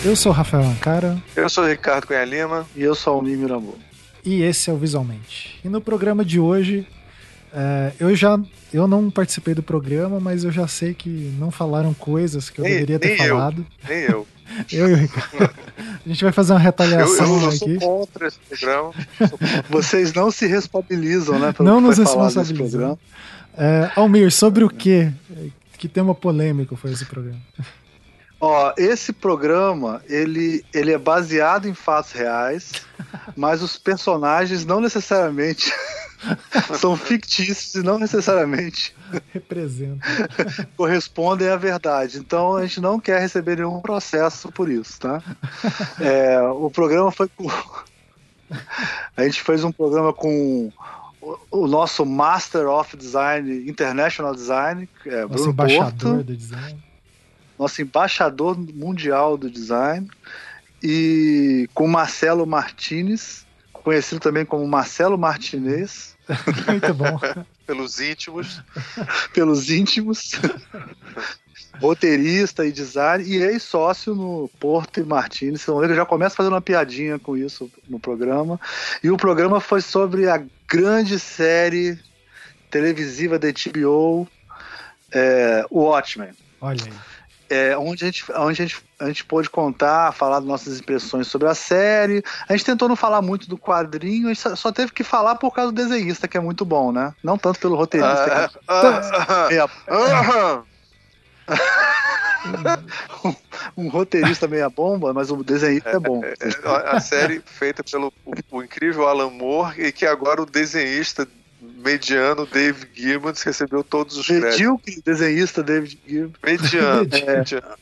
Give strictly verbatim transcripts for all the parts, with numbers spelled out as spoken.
Eu sou o Rafael Ancara. Eu sou o Ricardo Cunha Lima. E eu sou o Almir Mirambo. E esse é o Visualmente. E no programa de hoje, é, eu já eu não participei do programa, mas eu já sei que não falaram coisas que eu nem, deveria ter nem falado. Eu, nem eu. Eu e o Ricardo. A gente vai fazer uma retaliação eu, eu, eu aqui. sou contra esse programa. Vocês não se responsabilizam, né? Pelo não que nos foi falado nesse responsabilizam. programa. É, Almir, sobre o quê? Que tema polêmico foi esse programa? Ó, esse programa, ele, ele é baseado em fatos reais, mas os personagens não necessariamente são fictícios e não necessariamente representam, correspondem à verdade. Então a gente não quer receber nenhum processo por isso, tá? É, o programa foi com... A gente fez um programa com o nosso Master of Design, International Design, é, nosso Bruno embaixador Porto, do design. Nosso embaixador mundial do design, e com Marcelo Martinez, conhecido também como Marcelo Martinez. Muito bom. Pelos íntimos. Pelos íntimos. Roteirista e design, e ex-sócio no Porto e Martinez. Eu já começo fazendo uma piadinha com isso no programa. E o programa foi sobre a grande série televisiva da H B O, é, Watchmen. Olha aí. É, onde a gente, onde a gente, a gente pôde contar, falar das nossas impressões sobre a série. A gente tentou não falar muito do quadrinho, a gente só teve que falar por causa do desenhista, que é muito bom, né? Não tanto pelo roteirista. Ah, que é... ah, meia... ah, um, um roteirista meia bomba, mas o desenhista é, é bom. É, a série feita pelo o, o incrível Alan Moore, e que agora o desenhista mediano Dave Gibbons recebeu todos os créditos. Medíocre desenhista David Gibbons. Mediano. mediano.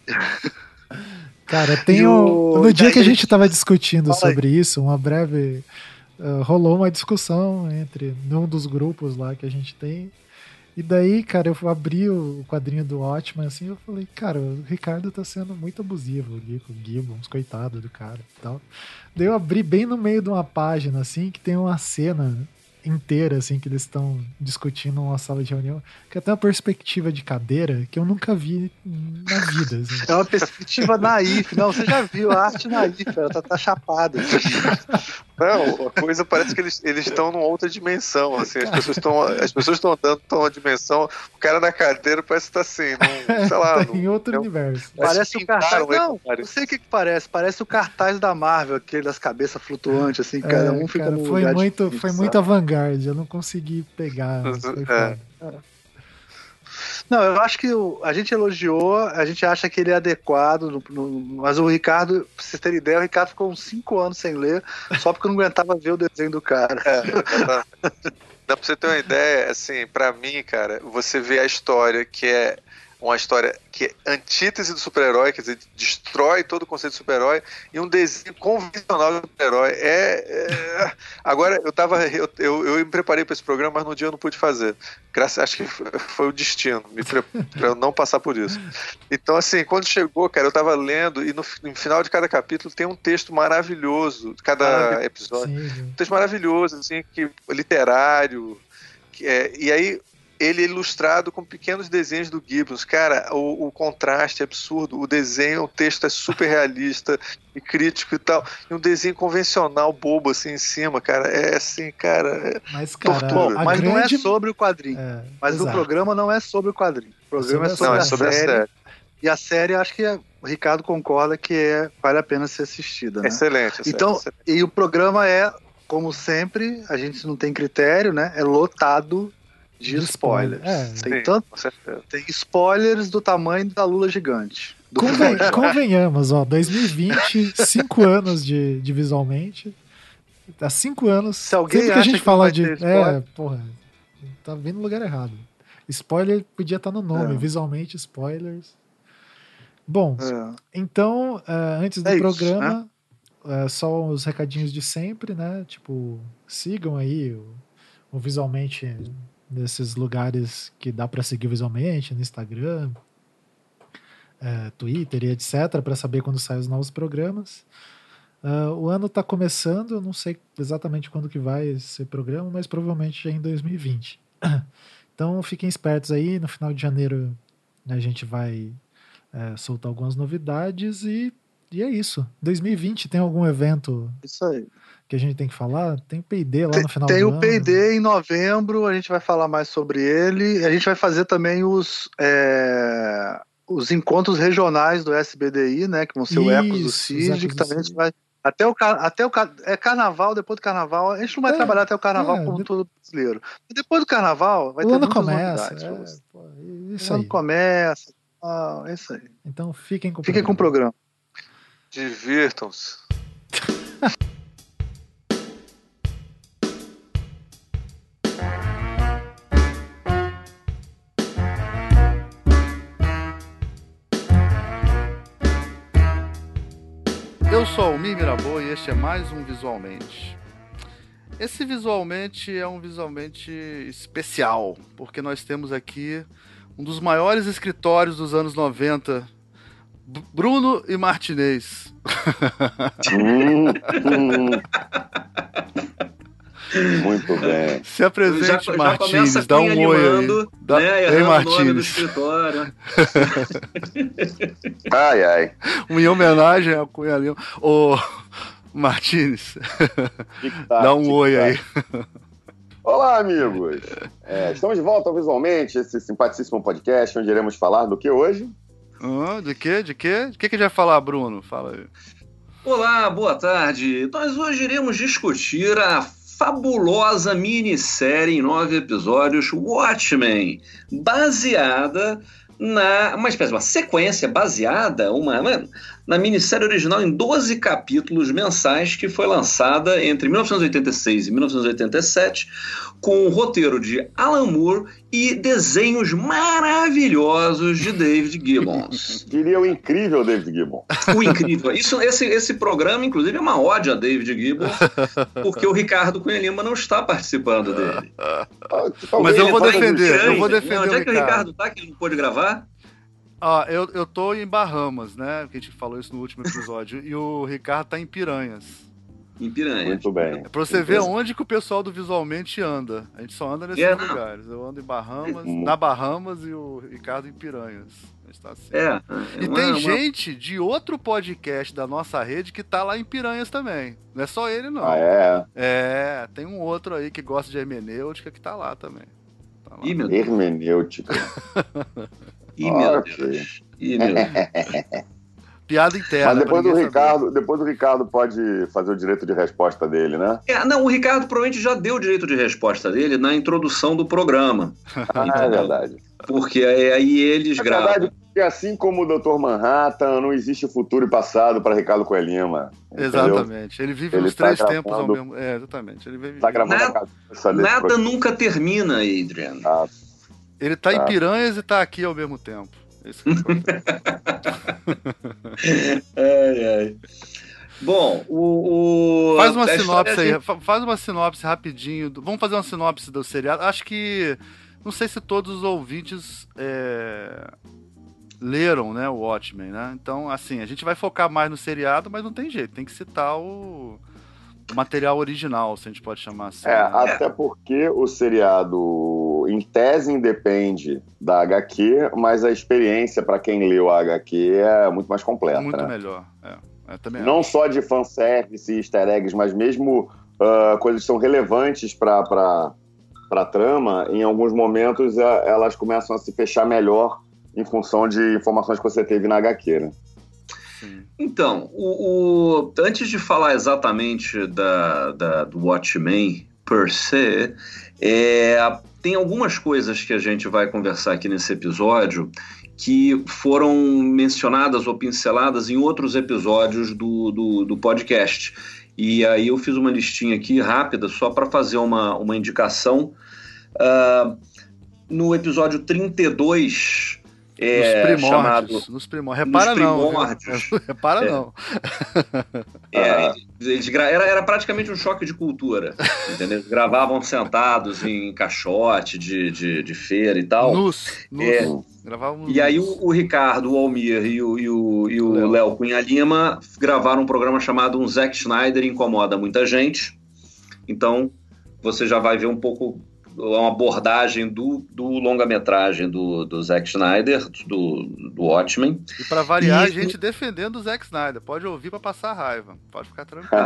Cara, tem o... no dia que a gente tava discutindo Fala sobre aí. isso, uma breve uh, rolou uma discussão entre um dos grupos lá que a gente tem. E daí, cara, eu abri o quadrinho do Watchmen assim, eu falei, cara, o Ricardo tá sendo muito abusivo ali com o Gibbons, coitado do cara e tal. Daí eu abri bem no meio de uma página assim, que tem uma cena inteira, assim, que eles estão discutindo numa sala de reunião, que tem uma perspectiva de cadeira que eu nunca vi na vida. Assim. É uma perspectiva naif. Não, você já viu a arte naif, ela tá, tá chapada. Não, a coisa parece que eles eles estão numa outra dimensão, assim, as pessoas estão as pessoas estão andando, estão numa dimensão, o cara na cadeira parece estar assim, num, sei lá, tá em outro num, universo. Parece o cartaz, não, não sei o que que parece, parece o cartaz da Marvel, aquele das cabeças flutuantes, assim, que é, cada um fica cara, no foi lugar muito, de... Foi muito avant-garde, eu não consegui pegar. Foi é. Não, eu acho que o, a gente elogiou, a gente acha que ele é adequado, no, no, mas o Ricardo, pra vocês terem ideia, o Ricardo ficou uns cinco anos sem ler, só porque não aguentava ver o desenho do cara. É, dá pra você ter uma ideia, assim, pra mim, cara, você vê a história que é uma história que é antítese do super-herói, quer dizer, destrói todo o conceito de super-herói, e um desenho convencional do super-herói. É, é... Agora, eu tava. Eu, eu, eu me preparei para esse programa, mas no dia eu não pude fazer. Graças, acho que foi o destino, me pre... pra eu não passar por isso. Então, assim, quando chegou, cara, eu tava lendo, e no, no final de cada capítulo tem um texto maravilhoso, cada episódio. Sim. Um texto maravilhoso, assim, que, literário. Que é, e aí. Ele é ilustrado com pequenos desenhos do Gibbons. Cara, o, o contraste é absurdo. O desenho, o texto é super realista e crítico e tal. E um desenho convencional, bobo, assim, em cima, cara. É assim, cara... É mas, cara, tortura. Mas grande... não é sobre o quadrinho. É, mas exato. O programa não é sobre o quadrinho. O programa é sobre, não, a, é sobre série. a série. E a série, acho que é, o Ricardo concorda que é, vale a pena ser assistida, né? Excelente. Então, excelente. E o programa é, como sempre, a gente não tem critério, né? É lotado de, de spoilers. É, tem, sim, tanto, tem spoilers do tamanho da Lula gigante. Conven, convenhamos, ó, dois mil e vinte, cinco anos de, de visualmente. Há cinco anos. Se alguém sempre que a gente que fala de. É, porra, tá vindo no lugar errado. Spoiler podia estar no nome, é. Visualmente, spoilers. Bom, é. então, uh, antes do é programa, isso, né? uh, só os recadinhos de sempre, né? Tipo, sigam aí o, o Visualmente nesses lugares que dá para seguir visualmente, no Instagram, é, Twitter e etcétera, para saber quando saem os novos programas. Uh, o ano está começando, eu não sei exatamente quando que vai ser programa, mas provavelmente já em dois mil e vinte. Então fiquem espertos aí, no final de janeiro a gente vai é, soltar algumas novidades e E é isso. dois mil e vinte tem algum evento isso aí. que a gente tem que falar? Tem o P e D lá tem, no final tem do ano. Tem o P e D em novembro, a gente vai falar mais sobre ele. A gente vai fazer também os, é, os encontros regionais do S B D I, né? Que vão ser isso, o Ecos do C I D, que também a gente vai... Até o, até o é carnaval, depois do carnaval, a gente não vai é, trabalhar até o carnaval é, como de... todo brasileiro. E depois do carnaval vai o ter ano muitas começa, novidades. É, pô, isso o ano aí. começa, ah, é isso aí. Então fiquem com o fiquem programa. com o programa. Divirtam-se. Eu sou Almir Mirabô e este é mais um Visualmente. Esse Visualmente é um Visualmente especial, porque nós temos aqui um dos maiores escritórios dos anos noventa, Bruno e Martinez. Hum, hum. Muito bem. Se apresente, já, Martinez, já dá um oi aí. Dá... Né, Ei, Martinez. O nome do escritório. Ai, ai. Em homenagem a Cunha Lima. Ô, Martinez, dá um oi aí. Olá, amigos. É, estamos de volta ao Visualmente, esse simpaticíssimo podcast, onde iremos falar do que hoje? Ah, de quê? De quê? De que, que a gente vai falar, Bruno? Fala aí. Olá, boa tarde. Nós hoje iremos discutir a fabulosa minissérie em nove episódios Watchmen, baseada na uma espécie de uma sequência baseada uma, uma, na minissérie original em doze capítulos mensais que foi lançada entre mil novecentos e oitenta e seis e mil novecentos e oitenta e sete, com o roteiro de Alan Moore e desenhos maravilhosos de David Gibbons. Diria o incrível David Gibbons. O incrível. Isso, esse, esse programa, inclusive, é uma ode a David Gibbons, porque o Ricardo Cunha Lima não está participando dele. Mas eu vou tá defender, eu vou defender. Onde o é que o Ricardo está que ele não pôde gravar? Ah, eu, eu tô em Bahamas, né? Que a gente falou isso no último episódio. E o Ricardo tá em Piranhas. Em Piranhas. Muito bem. É pra você ver onde que o pessoal do Visualmente anda. A gente só anda nesses é, lugares. Eu ando em Bahamas, hum. na Bahamas e o Ricardo em Piranhas. A gente tá assim. É. é e uma, tem uma... gente de outro podcast da nossa rede que tá lá em Piranhas também. Não é só ele, não. Ah, é? É, tem um outro aí que gosta de hermenêutica que tá lá também. Tá lá. Ih, meu Deus. Hermenêutica. Ih, meu Deus. Ih, meu Deus. Piada interna. Mas depois do, Ricardo, depois do Ricardo pode fazer o direito de resposta dele, né? É, não, o Ricardo provavelmente já deu o direito de resposta dele na introdução do programa. Ah, é verdade. Porque aí eles é gravam. Verdade, porque assim como o doutor Manhattan, não existe futuro e passado para Ricardo Cunha Lima. Exatamente. Ele vive ele nos três tá tempos ao mesmo... É, exatamente. Ele vive... Tá gravando nada, a cabeça dele. Nada nunca termina, Adrian. Ah, ele tá, tá em Piranhas e tá aqui ao mesmo tempo. Isso que ai, ai. Bom, o, o... Faz uma sinopse aí, de... faz uma sinopse rapidinho. Do... Vamos fazer uma sinopse do seriado. Acho que... Não sei se todos os ouvintes é... leram, né, o Watchmen, né? Então, assim, a gente vai focar mais no seriado, mas não tem jeito. Tem que citar o... o material original, se a gente pode chamar assim. É, né? Até porque o seriado, em tese, independe da agá quê, mas a experiência, para quem leu a agá quê, é muito mais completa. Muito né? melhor, é. Eu também Não acho. só de fanservice e easter eggs, mas mesmo uh, coisas que são relevantes para a trama, em alguns momentos uh, elas começam a se fechar melhor em função de informações que você teve na agá quê, né? Então, o, o, antes de falar exatamente da, da, do Watchmen per se, é, tem algumas coisas que a gente vai conversar aqui nesse episódio que foram mencionadas ou pinceladas em outros episódios do, do, do podcast. E aí eu fiz uma listinha aqui rápida só para fazer uma, uma indicação. Uh, no episódio trinta e dois... É, nos primórdios, chamado, nos primórdios. Repara nos não. primórdios. Repara é. não. É, eles, era, era praticamente um choque de cultura. Entendeu? Eles gravavam sentados em caixote de, de, de feira e tal. Nus. nus. É, gravavam e aí o, o Ricardo, o Almir e o, e o, e o Léo Cunha Lima gravaram um programa chamado Um Zack Snyder Incomoda Muita Gente. Então você já vai ver um pouco uma abordagem do, do longa-metragem do, do Zack Snyder, do, do Watchmen. E para variar, e... a gente defendendo o Zack Snyder. Pode ouvir para passar raiva. Pode ficar tranquilo.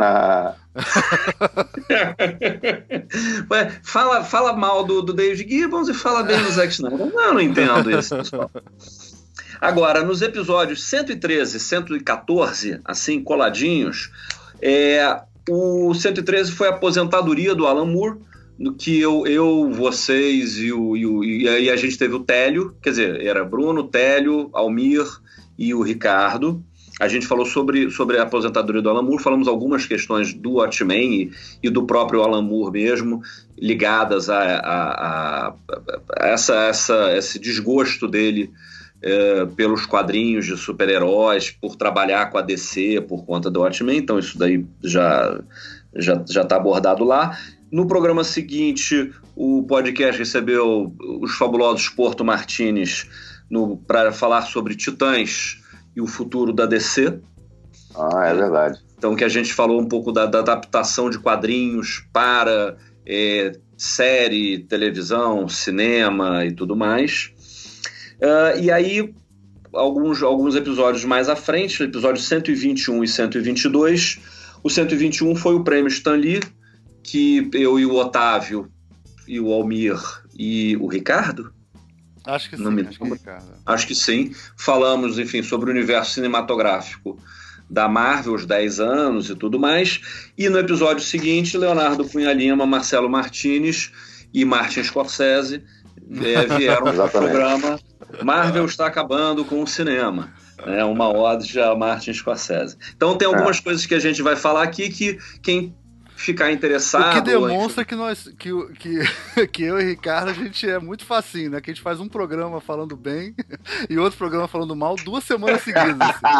Ué, fala, fala mal do, do David Gibbons e fala bem do Zack Snyder. Não, eu não entendo isso, pessoal. Agora, nos episódios cento e treze e cento e quatorze, assim, coladinhos, é, o cento e treze foi a aposentadoria do Alan Moore, no que eu, eu vocês e, o, e, o, e aí a gente teve o Télio, quer dizer, era Bruno, Télio, Almir e o Ricardo. A gente falou sobre, sobre a aposentadoria do Alan Moore, falamos algumas questões do Watchmen e, e do próprio Alan Moore mesmo, ligadas a, a, a, a essa, essa, esse desgosto dele É, pelos quadrinhos de super-heróis, por trabalhar com a D C por conta do Watchmen, então isso daí já já já está abordado lá. No programa seguinte, o podcast recebeu os fabulosos Porto Martínez para falar sobre Titãs e o futuro da D C. Ah, é verdade. Então, que a gente falou um pouco da, da adaptação de quadrinhos para é, série, televisão, cinema e tudo mais. Uh, e aí, alguns, alguns episódios mais à frente, episódios cento e vinte e um e cento e vinte e dois, o cento e vinte e um foi o prêmio Stan Lee, que eu e o Otávio, e o Almir e o Ricardo? Acho que sim, Não me... acho que, Ricardo. Acho que sim. Falamos, enfim, sobre o universo cinematográfico da Marvel, os dez anos e tudo mais. E no episódio seguinte, Leonardo Cunha Lima, Marcelo Martínez e Martin Scorsese é, vieram para o programa Marvel está acabando com o cinema. É uma ode a Martin Scorsese. Então tem algumas é. coisas que a gente vai falar aqui que quem ficar interessado... O que demonstra que, nós, que, que, que eu e Ricardo, a gente é muito facinho, né? Que a gente faz um programa falando bem e outro programa falando mal duas semanas seguidas.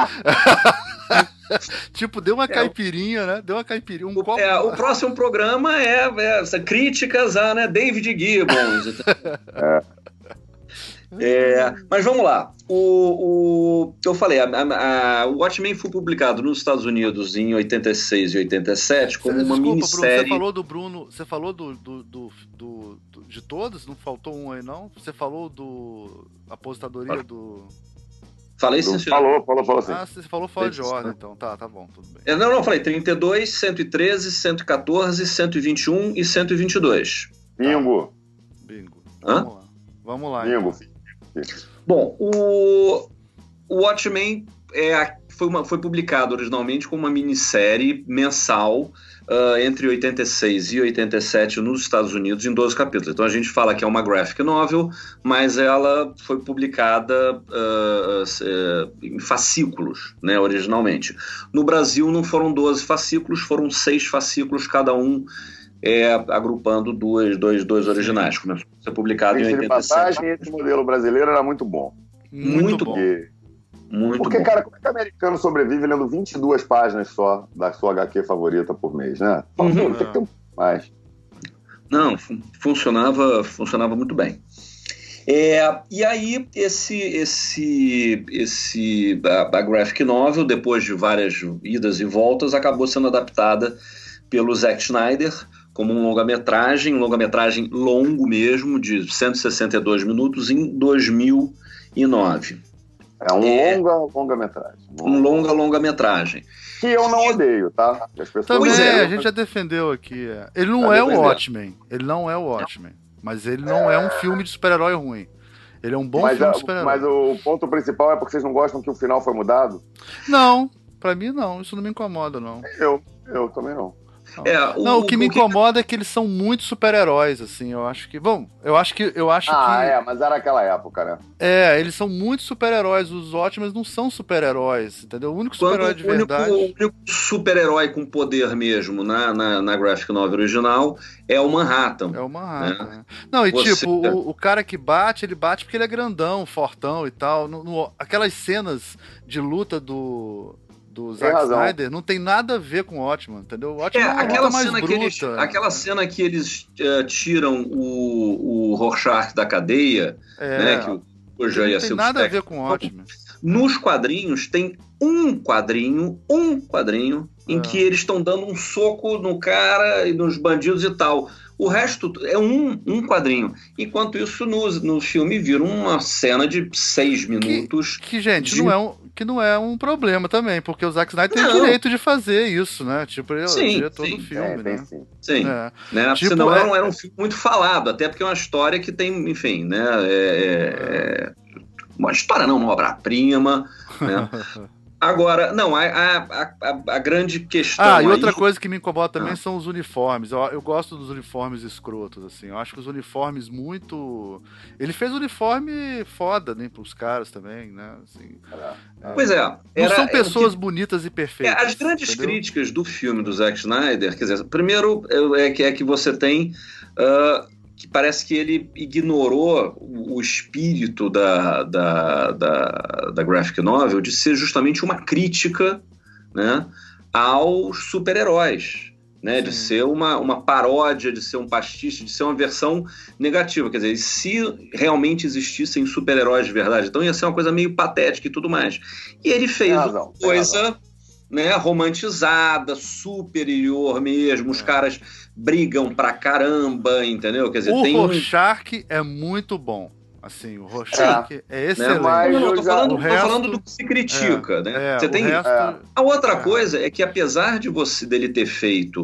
Assim. Tipo, deu uma caipirinha, né? Deu uma caipirinha. Um o, copo... é, o próximo programa é, é críticas a né, David Gibbons. é. É, mas vamos lá. O, o eu falei, a, a, a, o Watchmen foi publicado nos Estados Unidos em oitenta e seis e oitenta e sete como você, uma desculpa, minissérie. Bruno, você falou do Bruno, você falou do, do, do, do, do de todos? Não faltou um aí, não? Você falou do aposentadoria do... Falei sim, senhor. Falou, falou, falou sim. Ah, você falou fora de ordem, então. Tá, tá bom, tudo bem. É, não, não, falei trinta e dois, cento e treze, cento e quatorze, cento e vinte e um e cento e vinte e dois. Bingo. Bingo. Hã? Vamos lá. Vamos lá. Bingo. Então. Bom, o, o Watchmen é, foi, uma, foi publicado originalmente como uma minissérie mensal uh, entre oitenta e seis e oitenta e sete nos Estados Unidos, em doze capítulos. Então a gente fala que é uma graphic novel, mas ela foi publicada uh, uh, em fascículos, né, originalmente. No Brasil não foram doze fascículos, foram seis fascículos, cada um É, agrupando duas, dois, dois originais. Começou a ser publicado em oitenta e sete. Passagem, esse modelo brasileiro era muito bom. Muito, muito bom. Porque, muito porque bom. cara, como é que o americano sobrevive lendo vinte e duas páginas só da sua H Q favorita por mês, né? Uhum. Tem que ter um mais. Não, fun- funcionava, funcionava muito bem. É, e aí, esse, esse, esse, a, a graphic novel, depois de várias idas e voltas, acabou sendo adaptada pelo Zack Snyder como um longa-metragem, um longa-metragem longo mesmo, de cento e sessenta e dois minutos, em dois mil e nove. É um é, longa longa-metragem. Um longa longa-metragem. Que eu não odeio, tá? As pessoas Também, é, a gente já defendeu aqui. Ele não já é defendeu. o Watchmen. Ele não é o Watchmen. Mas ele não é, é um filme de super-herói ruim. Ele é um bom mas filme a, de super-herói. Mas o ponto principal é porque vocês não gostam que o final foi mudado? Não, pra mim não. Isso não me incomoda, não. Eu, eu também não. Não. É, o, não, o que me o incomoda que... é que eles são muito super-heróis, assim, eu acho que... Bom, eu acho que... Eu acho ah, que... é, mas era aquela época, né? É, eles são muito super-heróis, os Watchmen não são super-heróis, entendeu? O único super-herói de verdade... O único super-herói com poder mesmo na, na, na graphic novel original é o Manhattan. É o Manhattan, né? Não, e Você... tipo, o, o cara que bate, ele bate porque ele é grandão, fortão e tal. No, no, aquelas cenas de luta do... do Zack Snyder não tem nada a ver com o Watchmen, entendeu? O Watchmen é, é uma aquela mais cena bruta. Que eles, aquela cena que eles uh, tiram o, o Rorschach da cadeia, é, né, que hoje ia não ser tem nada a ver com o Watchmen. Nos quadrinhos tem um quadrinho, um quadrinho, em é. que eles estão dando um soco no cara e nos bandidos e tal. O resto é um, um quadrinho. Enquanto isso, no, no filme vira uma cena de seis minutos. Que, que gente, de... não é um, que não é um problema também, porque o Zack Snyder tem não. o direito de fazer isso, né? Tipo, ele sim, é o diretor sim. do filme, é, né? sim. Sim, é. né? Tipo, Senão é... era, um, era um filme muito falado, até porque é uma história que tem, enfim, né? É, é... Uma história não, uma obra-prima, né? Agora, não, a, a, a, a grande questão... Ah, e outra aí... coisa que me incomoda também ah. são os uniformes. Eu, eu gosto dos uniformes escrotos, assim. Eu acho que os uniformes muito... Ele fez uniforme foda, né, pros caras também, né? Assim, é. Pois é. Era, não são pessoas que... bonitas e perfeitas. É, as grandes entendeu? críticas do filme do Zack Snyder, quer dizer, primeiro é que, é que você tem... Uh, que parece que ele ignorou o, o espírito da, da, da, da graphic novel de ser justamente uma crítica, né, aos super-heróis, né, de ser uma, uma paródia, de ser um pastiche, de ser uma versão negativa. Quer dizer, se realmente existissem super-heróis de verdade, então ia ser uma coisa meio patética e tudo mais. E ele fez razão, uma coisa... né, romantizada, superior mesmo, os caras brigam pra caramba, entendeu? Quer dizer, o tem Rorschach um... é muito bom. Assim, o Rorschach é, é excelente. Né? Mas não, não, tô, falando, tô resto... falando do que se critica, é, né? É, você tem... resto... A outra é. coisa é que apesar de você dele ter feito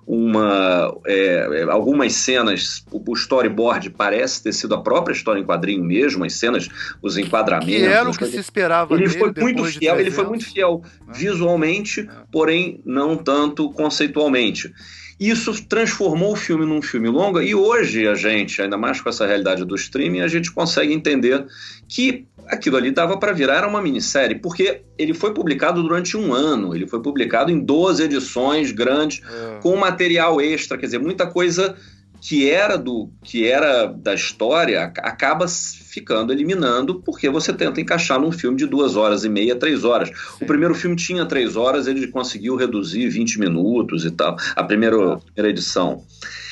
uma é, algumas cenas, o storyboard parece ter sido a própria história em quadrinho mesmo, as cenas, os enquadramentos, que era o que se esperava ele dele foi muito de fiel, ele foi muito fiel né? visualmente, é. porém não tanto conceitualmente. Isso transformou o filme num filme longo, e hoje a gente, ainda mais com essa realidade do streaming, a gente consegue entender que aquilo ali dava para virar uma minissérie, porque ele foi publicado durante um ano, ele foi publicado em doze edições grandes, é. com material extra, quer dizer, muita coisa que era, do, que era da história acaba ficando eliminando, porque você tenta encaixar num filme de duas horas e meia, três horas. Sim. O primeiro filme tinha três horas, ele conseguiu reduzir vinte minutos e tal, a primeira, a primeira edição.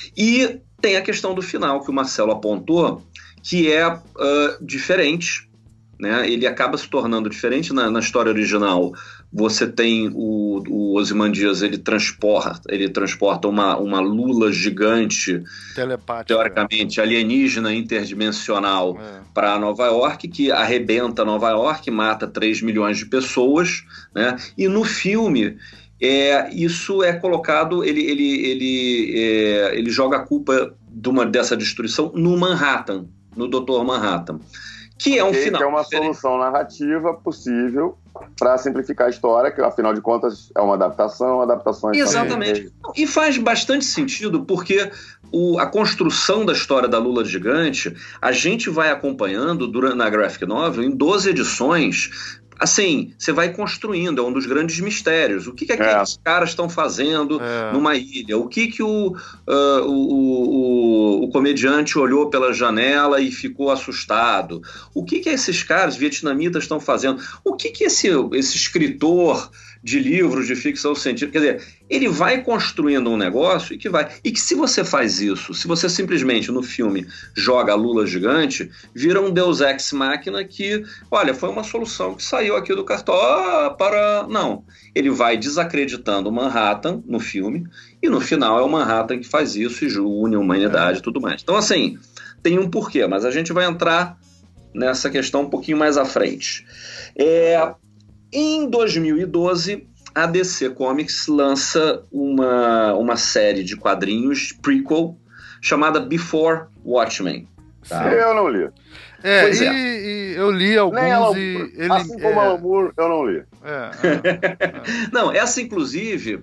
E tem a questão do final, que o Marcelo apontou, que é uh, diferente, né? Ele acaba se tornando diferente na, na história original. Você tem o, o Ozymandias, ele transporta, ele transporta uma, uma lula gigante, telepática, teoricamente alienígena interdimensional, é. para Nova York, que arrebenta Nova York, mata três milhões de pessoas, né? E no filme é, isso é colocado, ele, ele, ele, é, ele joga a culpa de uma, dessa destruição no Manhattan, no doutor Manhattan. Que é um okay, final. Que é uma diferente. solução narrativa possível para simplificar a história, que afinal de contas é uma adaptação, adaptações... Exatamente. Também. E faz bastante sentido, porque o, a construção da história da Lula Gigante, a gente vai acompanhando durante, na graphic novel em doze edições. Assim, você vai construindo, é um dos grandes mistérios. O que, que aqueles é. caras estão fazendo é. numa ilha? O que, que o, uh, o, o, o comediante olhou pela janela e ficou assustado? O que, que esses caras vietnamitas estão fazendo? O que, que esse, esse escritor de livros de ficção científica... Quer dizer, ele vai construindo um negócio e que vai... E que se você faz isso, se você simplesmente no filme joga a Lula Gigante, vira um Deus Ex Machina que, olha, foi uma solução que saiu aqui do cartão para... Não. Ele vai desacreditando o Manhattan no filme e no final é o Manhattan que faz isso e une a humanidade e tudo mais. Então, assim, tem um porquê, mas a gente vai entrar nessa questão um pouquinho mais à frente. É... Em dois mil e doze, a D C Comics lança uma, uma série de quadrinhos prequel chamada Before Watchmen. Tá? Eu não li. É, e, é. e eu li alguns Alan, e... Ele, assim como é... Alan Moore, eu não li. É, é, é. Não, essa inclusive...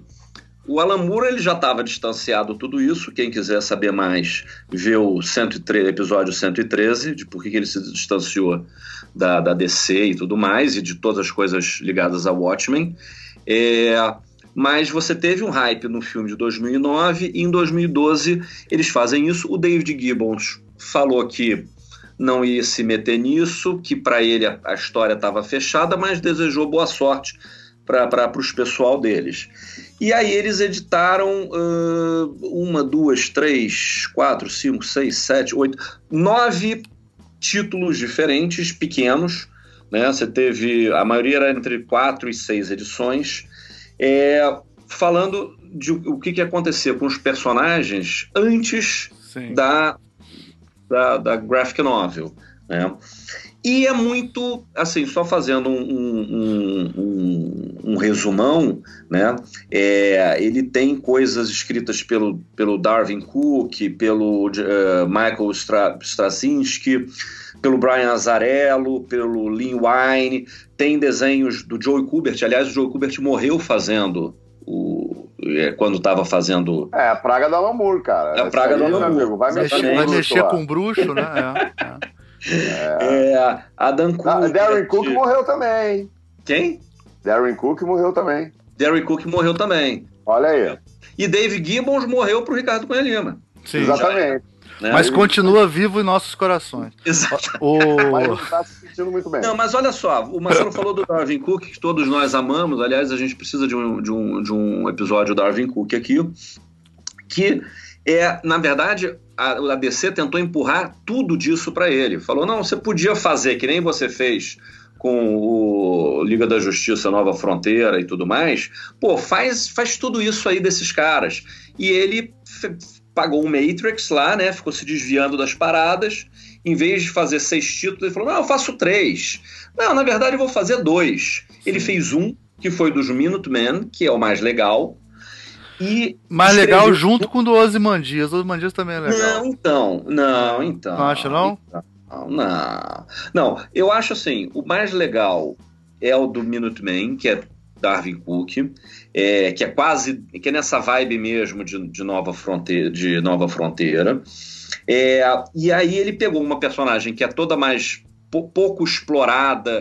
O Alan Moore ele já estava distanciado de tudo isso. Quem quiser saber mais, vê o cento e treze, episódio cento e treze, de por que ele se distanciou da, da D C e tudo mais, e de todas as coisas ligadas a Watchmen. É, mas você teve um hype no filme de dois mil e nove, e em dois mil e doze eles fazem isso. O David Gibbons falou que não ia se meter nisso, que para ele a, a história estava fechada, mas desejou boa sorte para os pessoal deles. E aí eles editaram uh, uma, duas, três, quatro, cinco, seis, sete, oito, nove títulos diferentes, pequenos, né? Você teve, a maioria era entre quatro e seis edições, é, falando de o que, que ia acontecer com os personagens antes da, da, da graphic novel, né? E é muito, assim, só fazendo um, um, um, um resumão, né? É, ele tem coisas escritas pelo, pelo Darwin Cook, pelo uh, Michael Stra- Straczynski, pelo Brian Azzarello, pelo Lin Wein, tem desenhos do Joe Kubert. Aliás, o Joe Kubert morreu fazendo o... quando estava fazendo... É, a praga do Alan Moore, cara. É a praga do Alan Moore. Vai mexer, vai com, mexer com bruxo, né? É, é. É. É, Adam Cook. Ah, Darren Cook morreu também. Quem? Darren Cook morreu também. Darren Cook morreu também. Olha aí. E Dave Gibbons morreu pro Ricardo Cunha Lima. Sim, exatamente. Né? Mas continua vivo em nossos corações. Exato. O... Mas não está se sentindo muito bem. Não, mas olha só, o Marcelo falou do Darwin Cook, que todos nós amamos. Aliás, a gente precisa de um, de um, de um episódio do Darwin Cook aqui, que é, na verdade, a, a D C tentou empurrar tudo disso para ele. Falou, não, você podia fazer, que nem você fez com o Liga da Justiça Nova Fronteira e tudo mais. Pô, faz, faz tudo isso aí desses caras. E ele f- pagou um Matrix lá, né? Ficou se desviando das paradas. Em vez de fazer seis títulos, ele falou, não, eu faço três. Não, na verdade eu vou fazer dois. Ele fez um, que foi dos Minutemen, que é o mais legal. E mais escreveu... legal junto com o do Ozymandias. O Ozymandias também é legal. Não, então. Não, então. Não acha, não? Não, não. Não, eu acho assim, o mais legal é o do Minutemen, que é Darwin Cook, é, que é quase, que é nessa vibe mesmo de, de, Nova, Fronteira, de Nova Fronteira. É, e aí ele pegou uma personagem que é toda mais pouco explorada,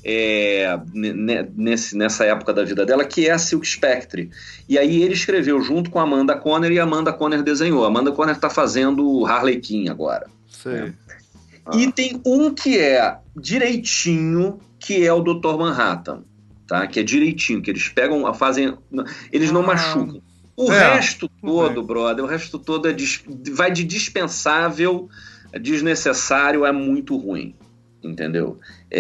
É, nesse, nessa época da vida dela, que é a Silk Spectre. E aí ele escreveu junto com a Amanda Conner e a Amanda Conner desenhou. A Amanda Conner está fazendo o Harley Quinn agora. Sei. Né? Ah. E tem um que é direitinho, que é o doutor Manhattan, tá? Que é direitinho, que eles pegam, fazem, eles não ah. machucam. O é. resto todo, é. brother, o resto todo é dis, vai de dispensável, desnecessário, é muito ruim. Entendeu?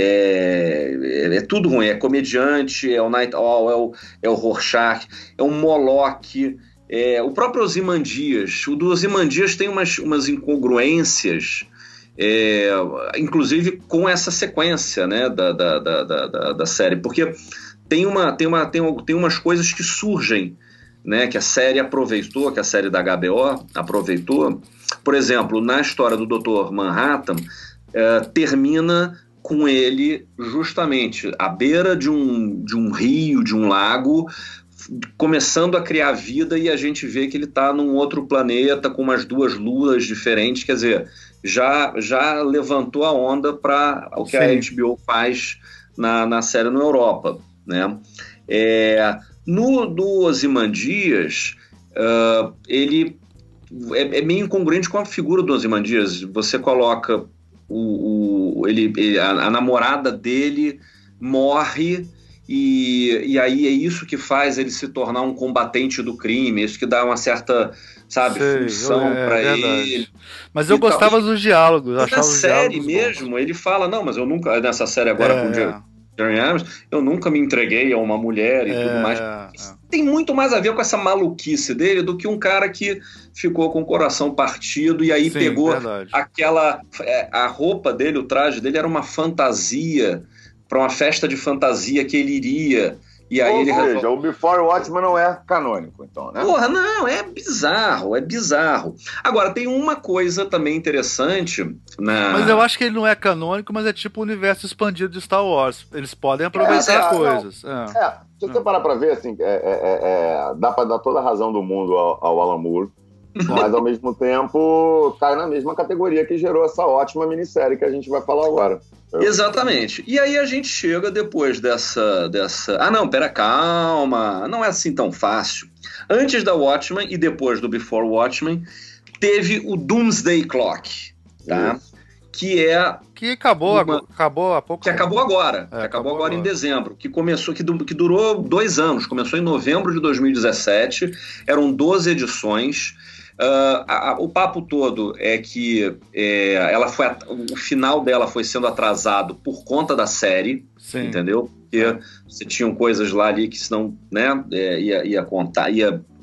É, é, é tudo ruim, é comediante, é o Night Owl, é o, é o Rorschach, é o Moloch, é, o próprio Ozymandias. O do Ozymandias tem umas, umas incongruências, é, inclusive com essa sequência, né, da, da, da, da, da série, porque tem, uma, tem, uma, tem, tem umas coisas que surgem, né, que a série aproveitou, que a série da H B O aproveitou. Por exemplo, na história do doutor Manhattan, Uh, termina com ele justamente à beira de um, de um rio, de um lago, começando a criar vida, e a gente vê que ele está num outro planeta com umas duas luas diferentes. Quer dizer, já, já levantou a onda para o que Sim. a H B O faz na, na série na Europa, né? É, no do Ozymandias, uh, ele é, é meio incongruente com a figura do Ozymandias. Você coloca O, o, ele, ele, a, a namorada dele morre, e, e aí é isso que faz ele se tornar um combatente do crime, isso que dá uma certa, sabe, Sei, função é, para é ele. Mas eu gostava tal. dos diálogos. Na achava série os mesmo, bons. Ele fala, não, mas eu nunca, nessa série agora é, com o Jeremy Irons, eu nunca me entreguei a uma mulher e é, tudo mais. É. Tem muito mais a ver com essa maluquice dele do que um cara que ficou com o coração partido e aí Sim, pegou verdade. aquela... A roupa dele, o traje dele era uma fantasia, para uma festa de fantasia que ele iria. E aí Ou ele seja, resolve... o Before Watchmen não é canônico, então, né? Porra, não, é bizarro, é bizarro. Agora, tem uma coisa também interessante na... Mas eu acho que ele não é canônico, mas é tipo o universo expandido de Star Wars. Eles podem aproveitar é, é, coisas. É. é, se você parar pra ver, assim, é, é, é, dá pra dar toda a razão do mundo ao, ao Alan Moore, mas ao mesmo tempo cai na mesma categoria que gerou essa ótima minissérie que a gente vai falar agora. Exatamente. E aí a gente chega depois dessa, dessa... Ah, não, pera, calma. Não é assim tão fácil. Antes da Watchmen e depois do Before Watchmen, teve o Doomsday Clock, tá? Isso. Que é... Que acabou, uma... acabou há pouco Que tempo. acabou agora. É, que acabou, acabou agora, agora em dezembro. Que começou, que, du... que durou dois anos. Começou em novembro de dois mil e dezessete. Eram doze edições. Uh, a, a, o papo todo é que é, ela foi, o final dela foi sendo atrasado por conta da série, Sim. entendeu? Porque você tinha coisas lá ali que senão, né, é, ia, ia contar, ia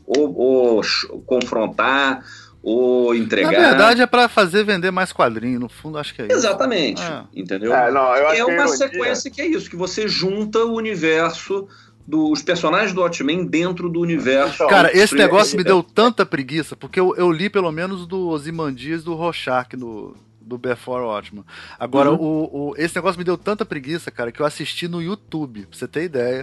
ou, ou confrontar, ou entregar. Na verdade é para fazer vender mais quadrinhos, no fundo acho que é isso. Exatamente, é. entendeu? É, não, eu acho é que uma ironia... sequência que é isso, que você junta o universo dos personagens do Watchmen dentro do universo. Então, cara, esse negócio me deu tanta preguiça, porque eu, eu li pelo menos do Ozymandias e do Rorschach no, do Before Watchmen. Agora, uhum. o, o, esse negócio me deu tanta preguiça, cara, que eu assisti no YouTube, pra você ter ideia.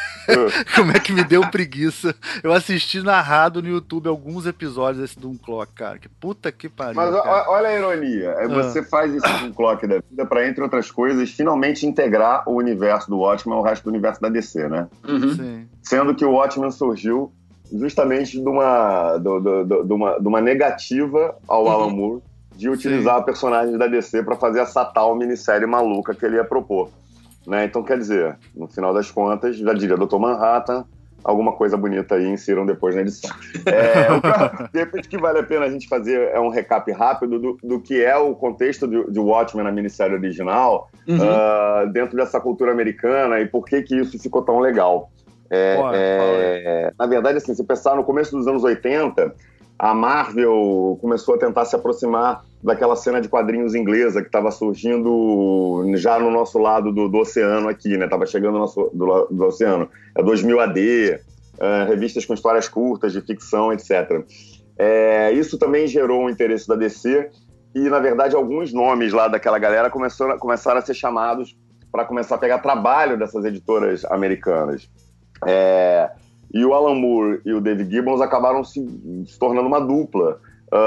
Como é que me deu preguiça. Eu assisti narrado no YouTube alguns episódios desse Doom Clock, cara. Que puta que pariu. Mas cara. olha a ironia. É você ah. faz esse Doom Clock da vida pra, entre outras coisas, finalmente integrar o universo do Watchmen ao resto do universo da D C, né? Uhum. Sim. Sendo que o Watchmen surgiu justamente de uma, de, de, de uma, de uma negativa ao uhum. Alan Moore de utilizar Sim. personagens da D C para fazer essa tal minissérie maluca que ele ia propor. Né? Então, quer dizer, no final das contas, já diria doutor Manhattan, alguma coisa bonita aí insiram depois na edição. É, o que, de repente, que vale a pena a gente fazer é um recap rápido do, do que é o contexto de, de Watchmen na minissérie original, uhum. uh, dentro dessa cultura americana, e por que que isso ficou tão legal. É, Boa, é, na verdade, assim, se pensar no começo dos anos oitenta, a Marvel começou a tentar se aproximar daquela cena de quadrinhos inglesa que estava surgindo já no nosso lado do, do oceano aqui, né? Estava chegando no nosso, do, do oceano. É dois mil A D, uh, revistas com histórias curtas, de ficção, etcétera. É, isso também gerou um interesse da D C e, na verdade, alguns nomes lá daquela galera começaram, começaram a ser chamados para começar a pegar trabalho dessas editoras americanas. É... E o Alan Moore e o Dave Gibbons acabaram se, se tornando uma dupla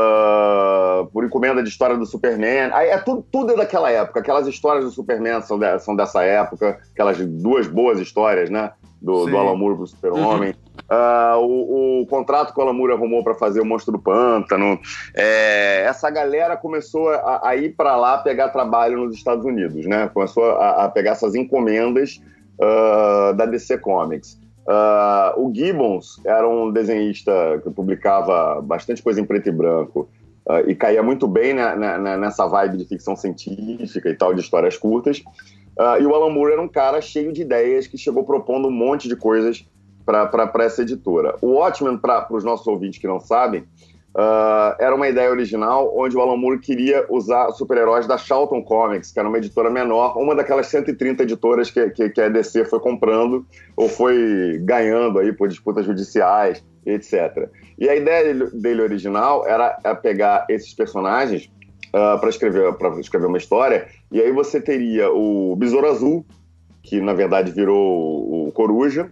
uh, por encomenda de história do Superman. Aí é tudo, tudo é daquela época. Aquelas histórias do Superman são, de, são dessa época. Aquelas duas boas histórias, né? Do, do Alan Moore pro Super-Homem. Uhum. Uh, o, o contrato que o Alan Moore arrumou para fazer o Monstro do Pântano. É, essa galera começou a, a ir para lá pegar trabalho nos Estados Unidos, né? Começou a, a pegar essas encomendas uh, da D C Comics. Uh, o Gibbons era um desenhista que publicava bastante coisa em preto e branco uh, e caía muito bem na, na, nessa vibe de ficção científica e tal, de histórias curtas. Uh, e o Alan Moore era um cara cheio de ideias que chegou propondo um monte de coisas para essa editora. O Watchmen, para os nossos ouvintes que não sabem, uh, era uma ideia original onde o Alan Moore queria usar super-heróis da Charlton Comics, que era uma editora menor, uma daquelas cento e trinta editoras que, que, que a D C foi comprando ou foi ganhando aí por disputas judiciais, etcétera. E a ideia dele original era pegar esses personagens uh, para escrever, para escrever uma história, e aí você teria o Besouro Azul, que na verdade virou o Coruja,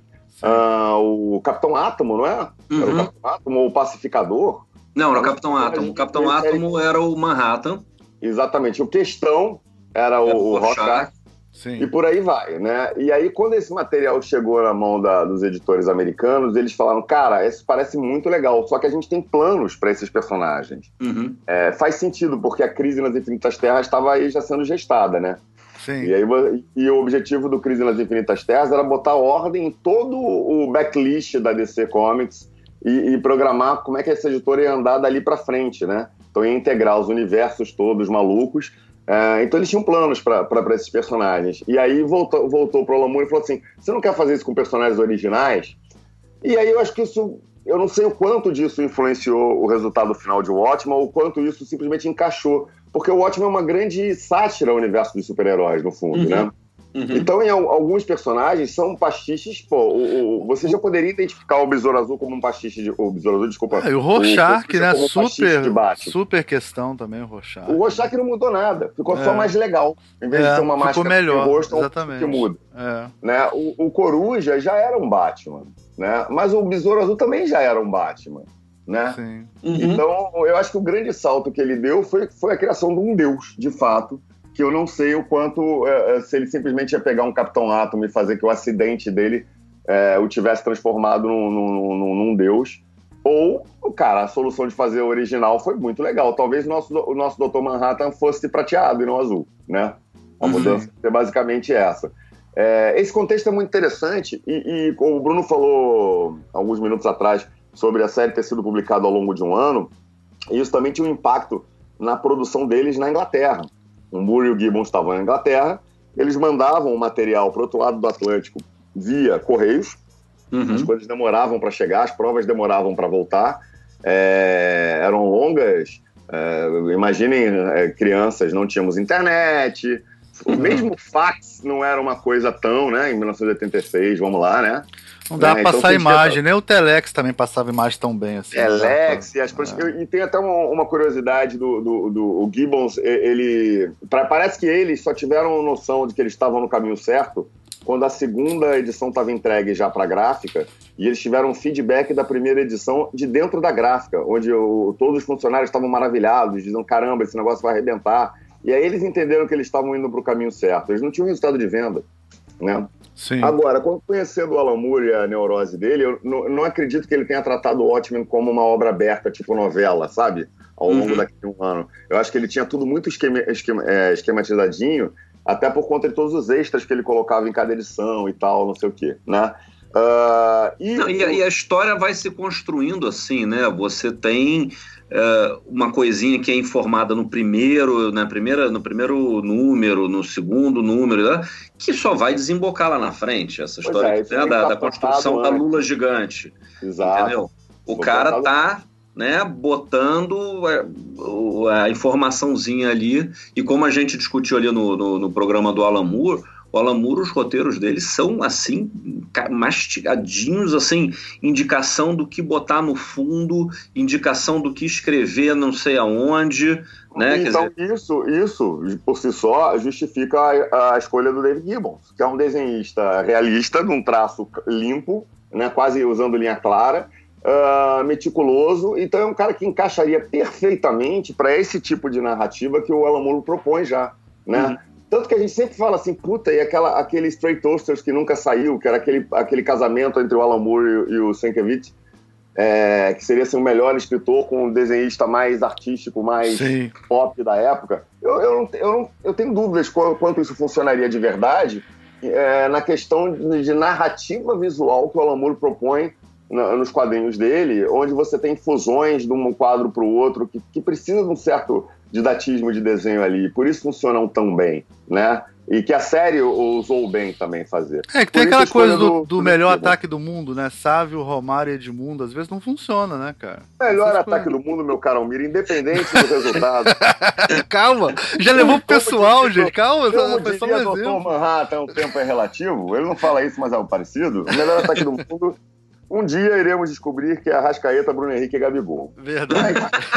uh, o Capitão Átomo, não é? Uhum. Era o Capitão Átomo ou o Pacificador? Não, era o Capitão Átomo. O Capitão Átomo era o Manhattan. Exatamente. O Questão era o, o Rorschach. Sim. E por aí vai, né? E aí, quando esse material chegou na mão da, dos editores americanos, eles falaram, cara, isso parece muito legal, só que a gente tem planos para esses personagens. Uhum. É, faz sentido, porque a Crise nas Infinitas Terras estava aí já sendo gestada, né? Sim. E, aí, e o objetivo do Crise nas Infinitas Terras era botar ordem em todo o backlist da D C Comics e, e programar como é que essa editora ia andar dali para frente, né? Então ia integrar os universos todos malucos. Uh, então eles tinham planos para esses personagens. E aí voltou, voltou pro Alan Moore e falou assim, você não quer fazer isso com personagens originais? E aí eu acho que isso, eu não sei o quanto disso influenciou o resultado final de Watchmen, ou o quanto isso simplesmente encaixou. Porque o Watchmen é uma grande sátira ao universo dos super-heróis, no fundo, uhum. né? Uhum. Então, em alguns personagens são pastiches, pô, o, o, você já poderia identificar o Besouro Azul como um pastiche de... O Besouro Azul, desculpa. Ah, e o Rorschach, né? Um super, super questão também, o Rorschach. O Rorschach não mudou nada, ficou é. só mais legal. Em vez é, de ser uma máscara melhor, de rosto, exatamente. que muda. É. Né? O, o Coruja já era um Batman, né? Mas o Besouro Azul também já era um Batman. Né? Sim. Uhum. Então, eu acho que o grande salto que ele deu foi, foi a criação de um deus, de fato, que eu não sei o quanto, é, se ele simplesmente ia pegar um Capitão Átomo e fazer que o acidente dele é, o tivesse transformado num, num, num, num deus, ou, cara, a solução de fazer o original foi muito legal. Talvez o nosso, o nosso doutor Manhattan fosse prateado e não azul, né? A mudança é basicamente essa. É, esse contexto é muito interessante e, e como o Bruno falou alguns minutos atrás sobre a série ter sido publicada ao longo de um ano, isso também tinha um impacto na produção deles na Inglaterra. O Moore e o Gibbons estavam na Inglaterra, eles mandavam o material para o outro lado do Atlântico via Correios, Uhum. As coisas demoravam para chegar, as provas demoravam para voltar, é, eram longas. É, imaginem é, crianças, não tínhamos internet, o mesmo fax não era uma coisa tão, né, em mil novecentos e oitenta e seis, vamos lá, né? Não dá é, pra então, passar imagem, nem o Telex também passava imagem tão bem assim. Telex, e as coisas. É. E tem até uma, uma curiosidade do, do, do o Gibbons, ele. Pra, parece que eles só tiveram noção de que eles estavam no caminho certo quando a segunda edição estava entregue já para a gráfica, e eles tiveram um feedback da primeira edição de dentro da gráfica, onde o, todos os funcionários estavam maravilhados, dizendo, caramba, esse negócio vai arrebentar. E aí eles entenderam que eles estavam indo para o caminho certo. Eles não tinham resultado de venda, né? Sim. Agora, conhecendo o Alan Moore e a neurose dele, eu não, não acredito que ele tenha tratado o Watchmen como uma obra aberta, tipo novela, sabe? Ao longo uhum. daquele um ano. Eu acho que ele tinha tudo muito esquema, esquema, é, esquematizadinho, até por conta de todos os extras que ele colocava em cada edição e tal, não sei o quê, né? Uh, e, não, e, a, e a história vai se construindo assim, né? Você tem uh, uma coisinha que é informada no primeiro, na primeira, no primeiro número, no segundo número, né? Que só vai desembocar lá na frente. Essa história é, que, né? da, da construção da Lula gigante. Exato. Entendeu? O Vou cara tá... né, botando a, a informaçãozinha ali, e como a gente discutiu ali no, no, no programa do Alan Moore, o Alan Moore, os roteiros dele são assim, mastigadinhos, assim, indicação do que botar no fundo, indicação do que escrever não sei aonde, né? Então Quer dizer... isso, isso, por si só, justifica a, a escolha do David Gibbons, que é um desenhista realista, de um traço limpo, né, quase usando linha clara, Uh, meticuloso, então é um cara que encaixaria perfeitamente para esse tipo de narrativa que o Alan Moore propõe já, né? Uhum. Tanto que a gente sempre fala assim, puta, e aquela, aquele Straight Toasters que nunca saiu, que era aquele, aquele casamento entre o Alan Moore e, e o Sienkiewicz, é, que seria assim, o melhor escritor com um desenhista mais artístico, mais Sim. pop da época. Eu, eu, não, eu, não, eu tenho dúvidas quanto isso funcionaria de verdade é, na questão de, de narrativa visual que o Alan Moore propõe nos quadrinhos dele, onde você tem fusões de um quadro para o outro, que, que precisa de um certo didatismo de desenho ali, por isso funcionam tão bem, né? E que a série usou bem também fazer. É, que tem aquela coisa do, do, do melhor ataque do mundo, né? Sávio, Romário e Edmundo, às vezes não funciona, né, cara? Melhor Essas ataque coisas... do mundo, meu caro Almir, independente do resultado. Calma, já levou pro pessoal, como gente, calma. Como diria o doutor Manhattan, o tempo é relativo, ele não fala isso, mas é algo parecido. O melhor ataque do mundo... Um dia iremos descobrir que é Arrascaeta, Bruno Henrique e Gabigol. Verdade.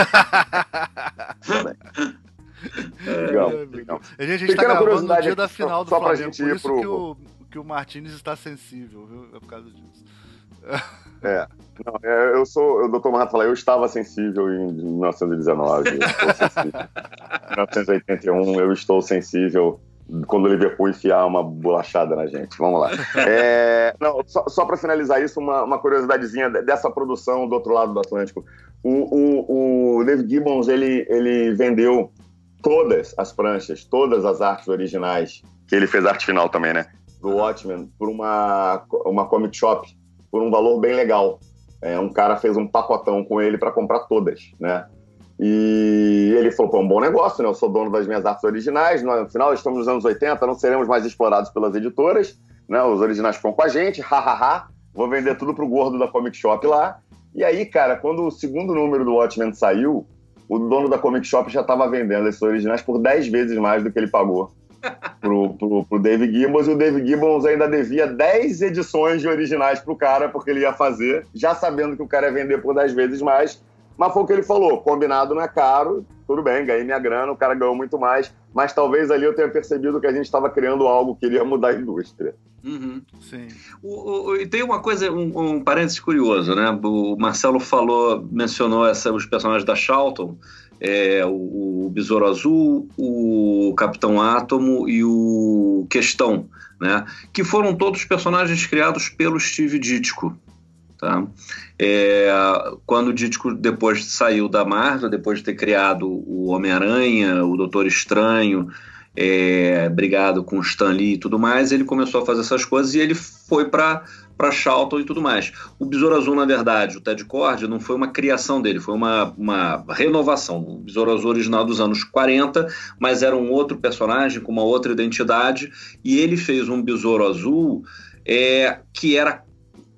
Legal, legal. A gente está gravando no dia da final do só Flamengo, por isso pro... que, o, que o Martins está sensível, viu? É por causa disso. É, não, é, eu sou, o doutor Marrato fala, eu estava sensível em mil novecentos e dezenove, eu estou sensível. Em mil novecentos e oitenta e um, eu estou sensível quando o Liverpool enfiar uma bolachada na gente. Vamos lá. É, não, só só para finalizar isso, uma, uma curiosidadezinha dessa produção do outro lado do Atlântico. O, o, o David Gibbons, ele, ele vendeu todas as pranchas, todas as artes originais, que ele fez arte final também, né? Do Watchmen, por uma, uma comic shop, por um valor bem legal. É, um cara fez um pacotão com ele para comprar todas, né? E ele falou, pô, um bom negócio, né? Eu sou dono das minhas artes originais, no final estamos nos anos oitenta, não seremos mais explorados pelas editoras, né? Os originais ficam com a gente, hahaha, vou vender tudo pro gordo da comic shop lá. E aí, cara, quando o segundo número do Watchmen saiu, o dono da comic shop já estava vendendo esses originais por dez vezes mais do que ele pagou pro, pro, pro David Gibbons, e o David Gibbons ainda devia dez edições de originais pro cara, porque ele ia fazer, já sabendo que o cara ia vender por dez vezes mais. Mas foi o que ele falou, combinado não é caro, tudo bem, ganhei minha grana, o cara ganhou muito mais, mas talvez ali eu tenha percebido que a gente estava criando algo que iria mudar a indústria. Uhum. Sim. O, o, e tem uma coisa, um, um parênteses curioso, né? O Marcelo falou, mencionou essa, os personagens da Charlton, é, o, o Besouro Azul, o Capitão Átomo e o Questão, né? Que foram todos personagens criados pelo Steve Ditko. Tá? É, quando o Ditko depois saiu da Marvel, depois de ter criado o Homem-Aranha, o Doutor Estranho, é, brigado com o Stan Lee e tudo mais, ele começou a fazer essas coisas e ele foi para para Charlton e tudo mais. O Besouro Azul, na verdade, o Ted Kord, não foi uma criação dele, foi uma, uma renovação. O Besouro Azul original dos anos quarenta, mas era um outro personagem com uma outra identidade, e ele fez um Besouro Azul é, que era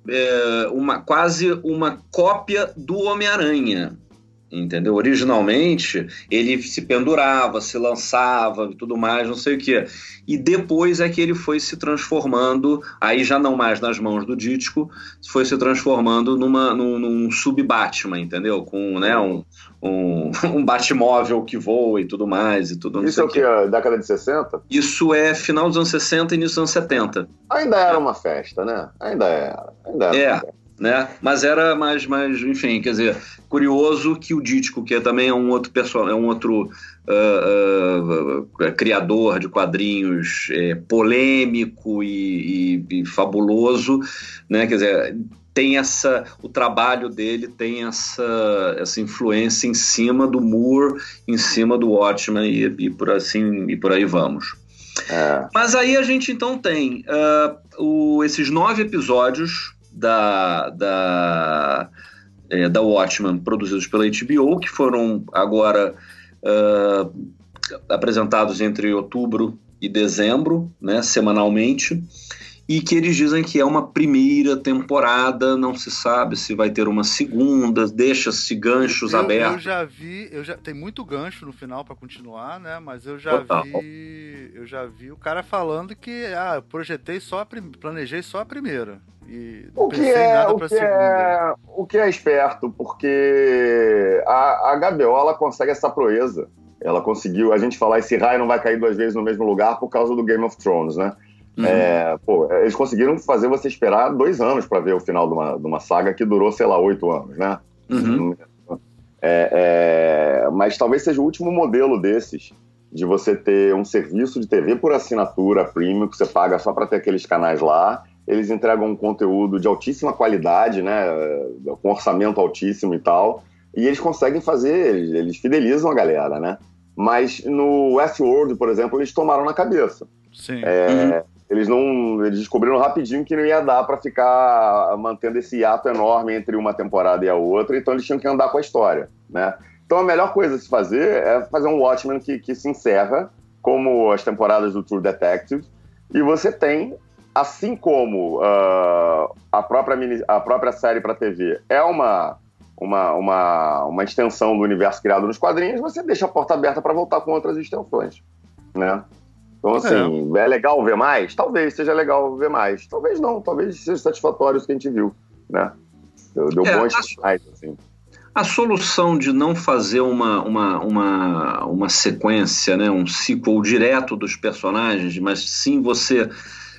é, uma, quase uma cópia do Homem-Aranha. Entendeu? Originalmente, ele se pendurava, se lançava e tudo mais, não sei o quê. E depois é que ele foi se transformando, aí já não mais nas mãos do Dítico, foi se transformando numa, num, num sub-Batman, entendeu? Com, né, um, um, um Batmóvel que voa e tudo mais. E tudo, Isso é o que? A década de sessenta? Isso é final dos anos sessenta e início dos anos setenta. Ainda era uma festa, né? Ainda era. Ainda era é. uma festa. Né? Mas era mais, mais, enfim, quer dizer, curioso que o Dítico, que também é um outro personagem, é um outro uh, uh, criador de quadrinhos é, polêmico e, e, e fabuloso, né? Quer dizer, tem essa, o trabalho dele tem essa, essa influência em cima do Moore, em cima do Watchmen e, e por assim e por aí vamos. É. Mas aí a gente então tem uh, o, esses nove episódios da, da, é, da Watchmen produzidos pela H B O, que foram agora uh, apresentados entre outubro e dezembro, né, semanalmente, e que eles dizem que é uma primeira temporada, não se sabe se vai ter uma segunda, deixa-se ganchos eu, abertos. Eu já vi, eu já, tem muito gancho no final para continuar, né? Mas eu já Total. vi, eu já vi o cara falando que ah, eu projetei só a prim, planejei só a primeira e não o que pensei é, em nada o para que segunda. É, o que é esperto, porque a, a H B O ela consegue essa proeza. Ela conseguiu, a gente falar esse raio não vai cair duas vezes no mesmo lugar por causa do Game of Thrones, né? Uhum. É, pô, eles conseguiram fazer você esperar dois anos para ver o final de uma, de uma saga que durou, sei lá, oito anos, né? Uhum. É, é, mas talvez seja o último modelo desses, de você ter um serviço de T V por assinatura premium, que você paga só para ter aqueles canais lá. Eles entregam um conteúdo de altíssima qualidade, né? Com orçamento altíssimo e tal. E eles conseguem fazer, eles, eles fidelizam a galera, né? Mas no Westworld, por exemplo, eles tomaram na cabeça. Sim. É, Uhum. Eles não, eles descobriram rapidinho que não ia dar para ficar mantendo esse hiato enorme entre uma temporada e a outra, então eles tinham que andar com a história, né? Então a melhor coisa a se fazer é fazer um Watchmen que, que se encerra, como as temporadas do True Detective, e você tem, assim como uh, a, própria mini, a própria série para T V é uma, uma, uma, uma extensão do universo criado nos quadrinhos, você deixa a porta aberta para voltar com outras extensões, né? Então, assim, é. é legal ver mais? Talvez seja legal ver mais. Talvez não, talvez seja satisfatório isso que a gente viu, né? Deu, deu é, bons sinais, assim. A solução de não fazer uma, uma, uma, uma sequência, né, um sequel direto dos personagens, mas sim você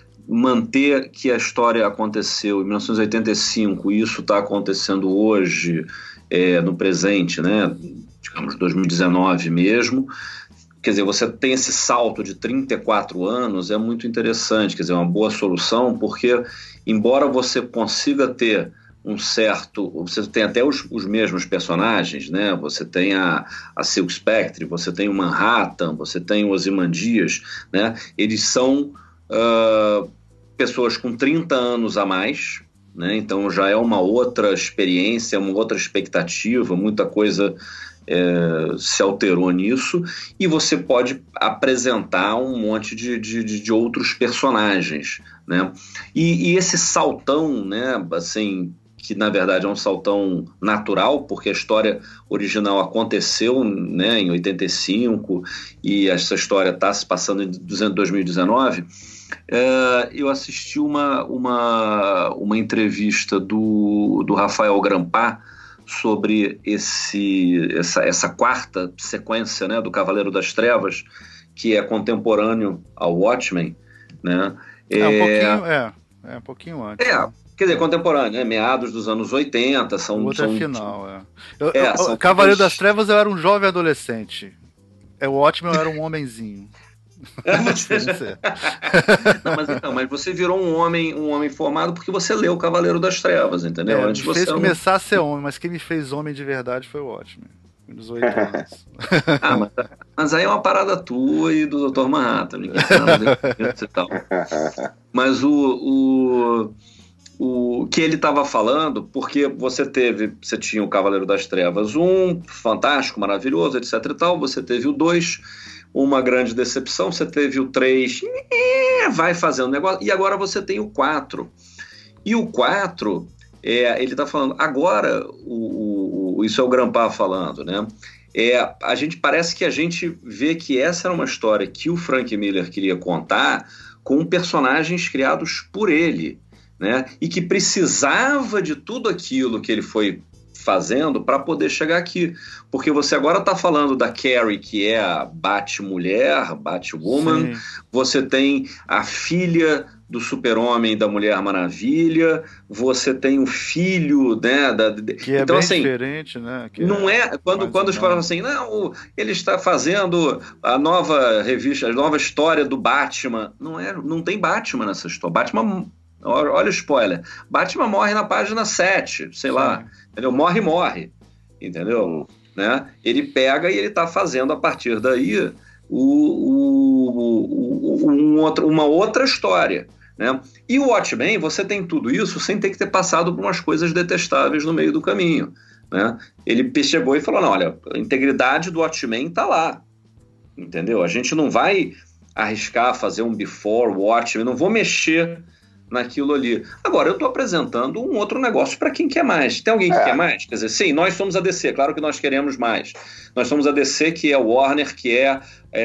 manter que a história aconteceu em mil novecentos e oitenta e cinco e isso está acontecendo hoje, é, no presente, né, digamos, dois mil e dezenove mesmo. Quer dizer, você tem esse salto de trinta e quatro anos, é muito interessante, quer dizer, é uma boa solução, porque embora você consiga ter um certo... Você tem até os, os mesmos personagens, né? Você tem a, a Silk Spectre, você tem o Manhattan, você tem o Ozymandias, né? Eles são uh, pessoas com trinta anos a mais, né? Então já é uma outra experiência, uma outra expectativa, muita coisa... É, se alterou nisso, e você pode apresentar um monte de, de, de outros personagens, né? E, e esse saltão, né, assim, que na verdade é um saltão natural, porque a história original aconteceu, né, em oitenta e cinco, e essa história está se passando em dois mil e dezenove. É, eu assisti uma, uma, uma entrevista do, do Rafael Grampá sobre esse, essa, essa quarta sequência, né, do Cavaleiro das Trevas, que é contemporâneo ao Watchmen, né? É, é um pouquinho, é, é um pouquinho antes. É, né? Quer dizer, contemporâneo, né? Meados dos anos oitenta, são... O outro são, é final, é. Eu, é eu, são Cavaleiro dois... das Trevas eu era um jovem adolescente. É, o Watchmen eu era um homenzinho. É muito diferente. Não, mas, então, mas você virou um homem, um homem formado porque você leu o Cavaleiro das Trevas, entendeu? É, Antes me você fez não... começar a ser homem, mas quem me fez homem de verdade foi o Watchmen. Nos oito anos. Ah, mas, mas aí é uma parada tua e do doutor Manhattan. Ninguém tem nada a ver com isso e tal. Mas o... o... o que ele estava falando, porque você teve, você tinha o Cavaleiro das Trevas um, fantástico, maravilhoso, etc e tal, você teve o dois, uma grande decepção, você teve o três, vai fazendo negócio, e agora você tem o quatro. E o quatro, é, ele está falando, agora, o, o, isso é o Grampar falando, né? É, a gente parece que a gente vê que essa era uma história que o Frank Miller queria contar com personagens criados por ele, né? E que precisava de tudo aquilo que ele foi fazendo para poder chegar aqui. Porque você agora está falando da Carrie, que é a Bat-Mulher, Batwoman, sim. Você tem a filha do Super-Homem e da Mulher Maravilha, você tem o filho, né? Da, que é então, bem assim, diferente, né? Que não é, é quando, quando eles falam assim, não, ele está fazendo a nova revista, a nova história do Batman. Não é, não tem Batman nessa história. Batman, olha, olha o spoiler. Batman morre na página sete, sei sim. lá, entendeu? Morre, morre, entendeu? Hum. Né? Ele pega e ele está fazendo a partir daí o, o, o, um outro, uma outra história. Né? E o Watchmen, você tem tudo isso sem ter que ter passado por umas coisas detestáveis no meio do caminho. Né? Ele chegou e falou, não, olha, a integridade do Watchmen está lá. Entendeu? A gente não vai arriscar fazer um before Watchmen, não vou mexer naquilo ali. Agora, eu estou apresentando um outro negócio para quem quer mais. Tem alguém que é. quer mais? Quer dizer, sim, nós somos a D C, claro que nós queremos mais. Nós somos a D C, que é o Warner, que é,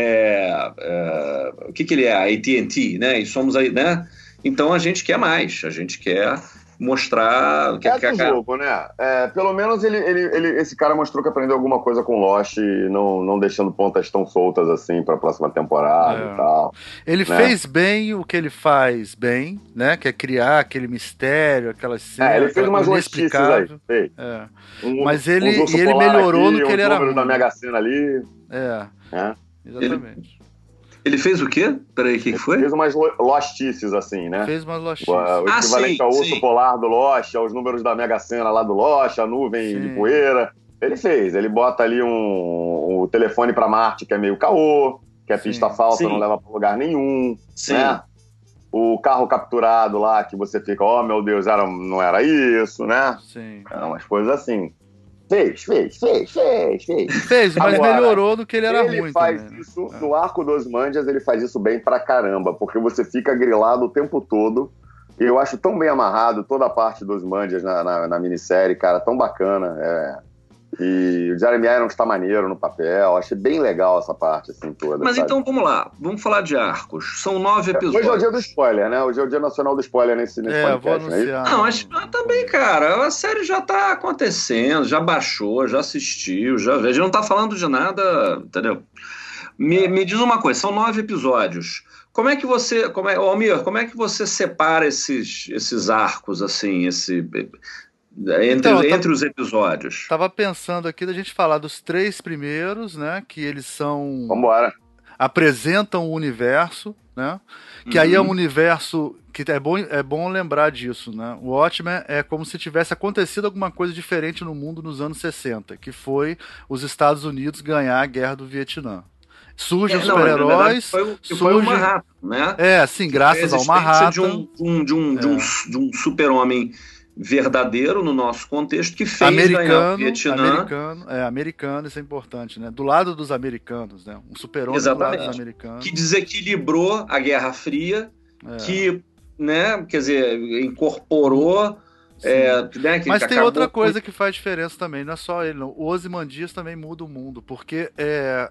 é, é o que que ele é? A A T and T, né? E somos aí, né? Então a gente quer mais, a gente quer mostrar... Quer, é quer, do quer... jogo, né? É, pelo menos ele, ele, ele, esse cara mostrou que aprendeu alguma coisa com Lost, não, não deixando pontas tão soltas assim para a próxima temporada é. e tal. Ele né? fez bem o que ele faz bem, né? Que é criar aquele mistério, aquelas cenas... É, ele fez umas notícias aí. Fez. É. Um, Mas ele, e ele melhorou aqui, no que ele era ruim. Da Mega Sena ali. É, é. exatamente. Ele... Ele fez o quê? Peraí, o que, que foi? Fez umas lostices, assim, né? Fez umas lostices. O, o ah, equivalente sim, ao urso sim. polar do Lost, aos números da Mega Sena lá do Lost, a nuvem sim. de poeira. Ele fez. Ele bota ali um, um telefone pra Marte, que é meio caô, que é sim. pista falsa, sim. não leva pra lugar nenhum. Sim. Né? O carro capturado lá, que você fica, oh, meu Deus, era, não era isso, né? Sim. É, umas coisas assim. Fez, fez, fez, fez, fez. Fez, mas Agora, melhorou do que ele era ele ruim. Ele faz também, isso, né? no Arco dos Mandias, ele faz isso bem pra caramba, porque você fica grilado o tempo todo. E eu acho tão bem amarrado toda a parte dos Mandias na, na, na minissérie, cara, tão bacana. É. E o Jeremy Irons tá maneiro no papel, achei bem legal essa parte, assim, toda. Mas sabe? Então, vamos lá, vamos falar de arcos. São nove episódios. Hoje é o dia do spoiler, né? Hoje é o dia nacional do spoiler nesse, nesse é, podcast, vou anunciar. né? Não, mas também, cara, a série já tá acontecendo, já baixou, já assistiu, já veio. A gente não tá falando de nada, entendeu? Me, me diz uma coisa, são nove episódios. Como é que você, como é, Almir, como é que você separa esses, esses arcos, assim, esse... Entre, então, tava, entre os episódios. Tava pensando aqui da gente falar dos três primeiros, né? Que eles são... Vambora. Apresentam o universo, né? Que uhum. aí é um universo... que é bom, é bom lembrar disso, né? O Watchmen é como se tivesse acontecido alguma coisa diferente no mundo nos anos sessenta, que foi os Estados Unidos ganhar a Guerra do Vietnã. Surgem os é, super-heróis. Foi, surge... foi o Manhattan, né? É, sim, graças ao Manhattan. De um, de um, de um, é. de um, de um super-homem verdadeiro no nosso contexto que fez americano, ganhar o Vietnã. Americano, é, americano, isso é importante, né? Do lado dos americanos, né? Um super-homem do lado dos americanos. Que desequilibrou a Guerra Fria, é. que, né, quer dizer, incorporou... É, né, que Mas tem outra coisa com... que faz diferença também, não é só ele, não. O Ozymandias também muda o mundo, porque é...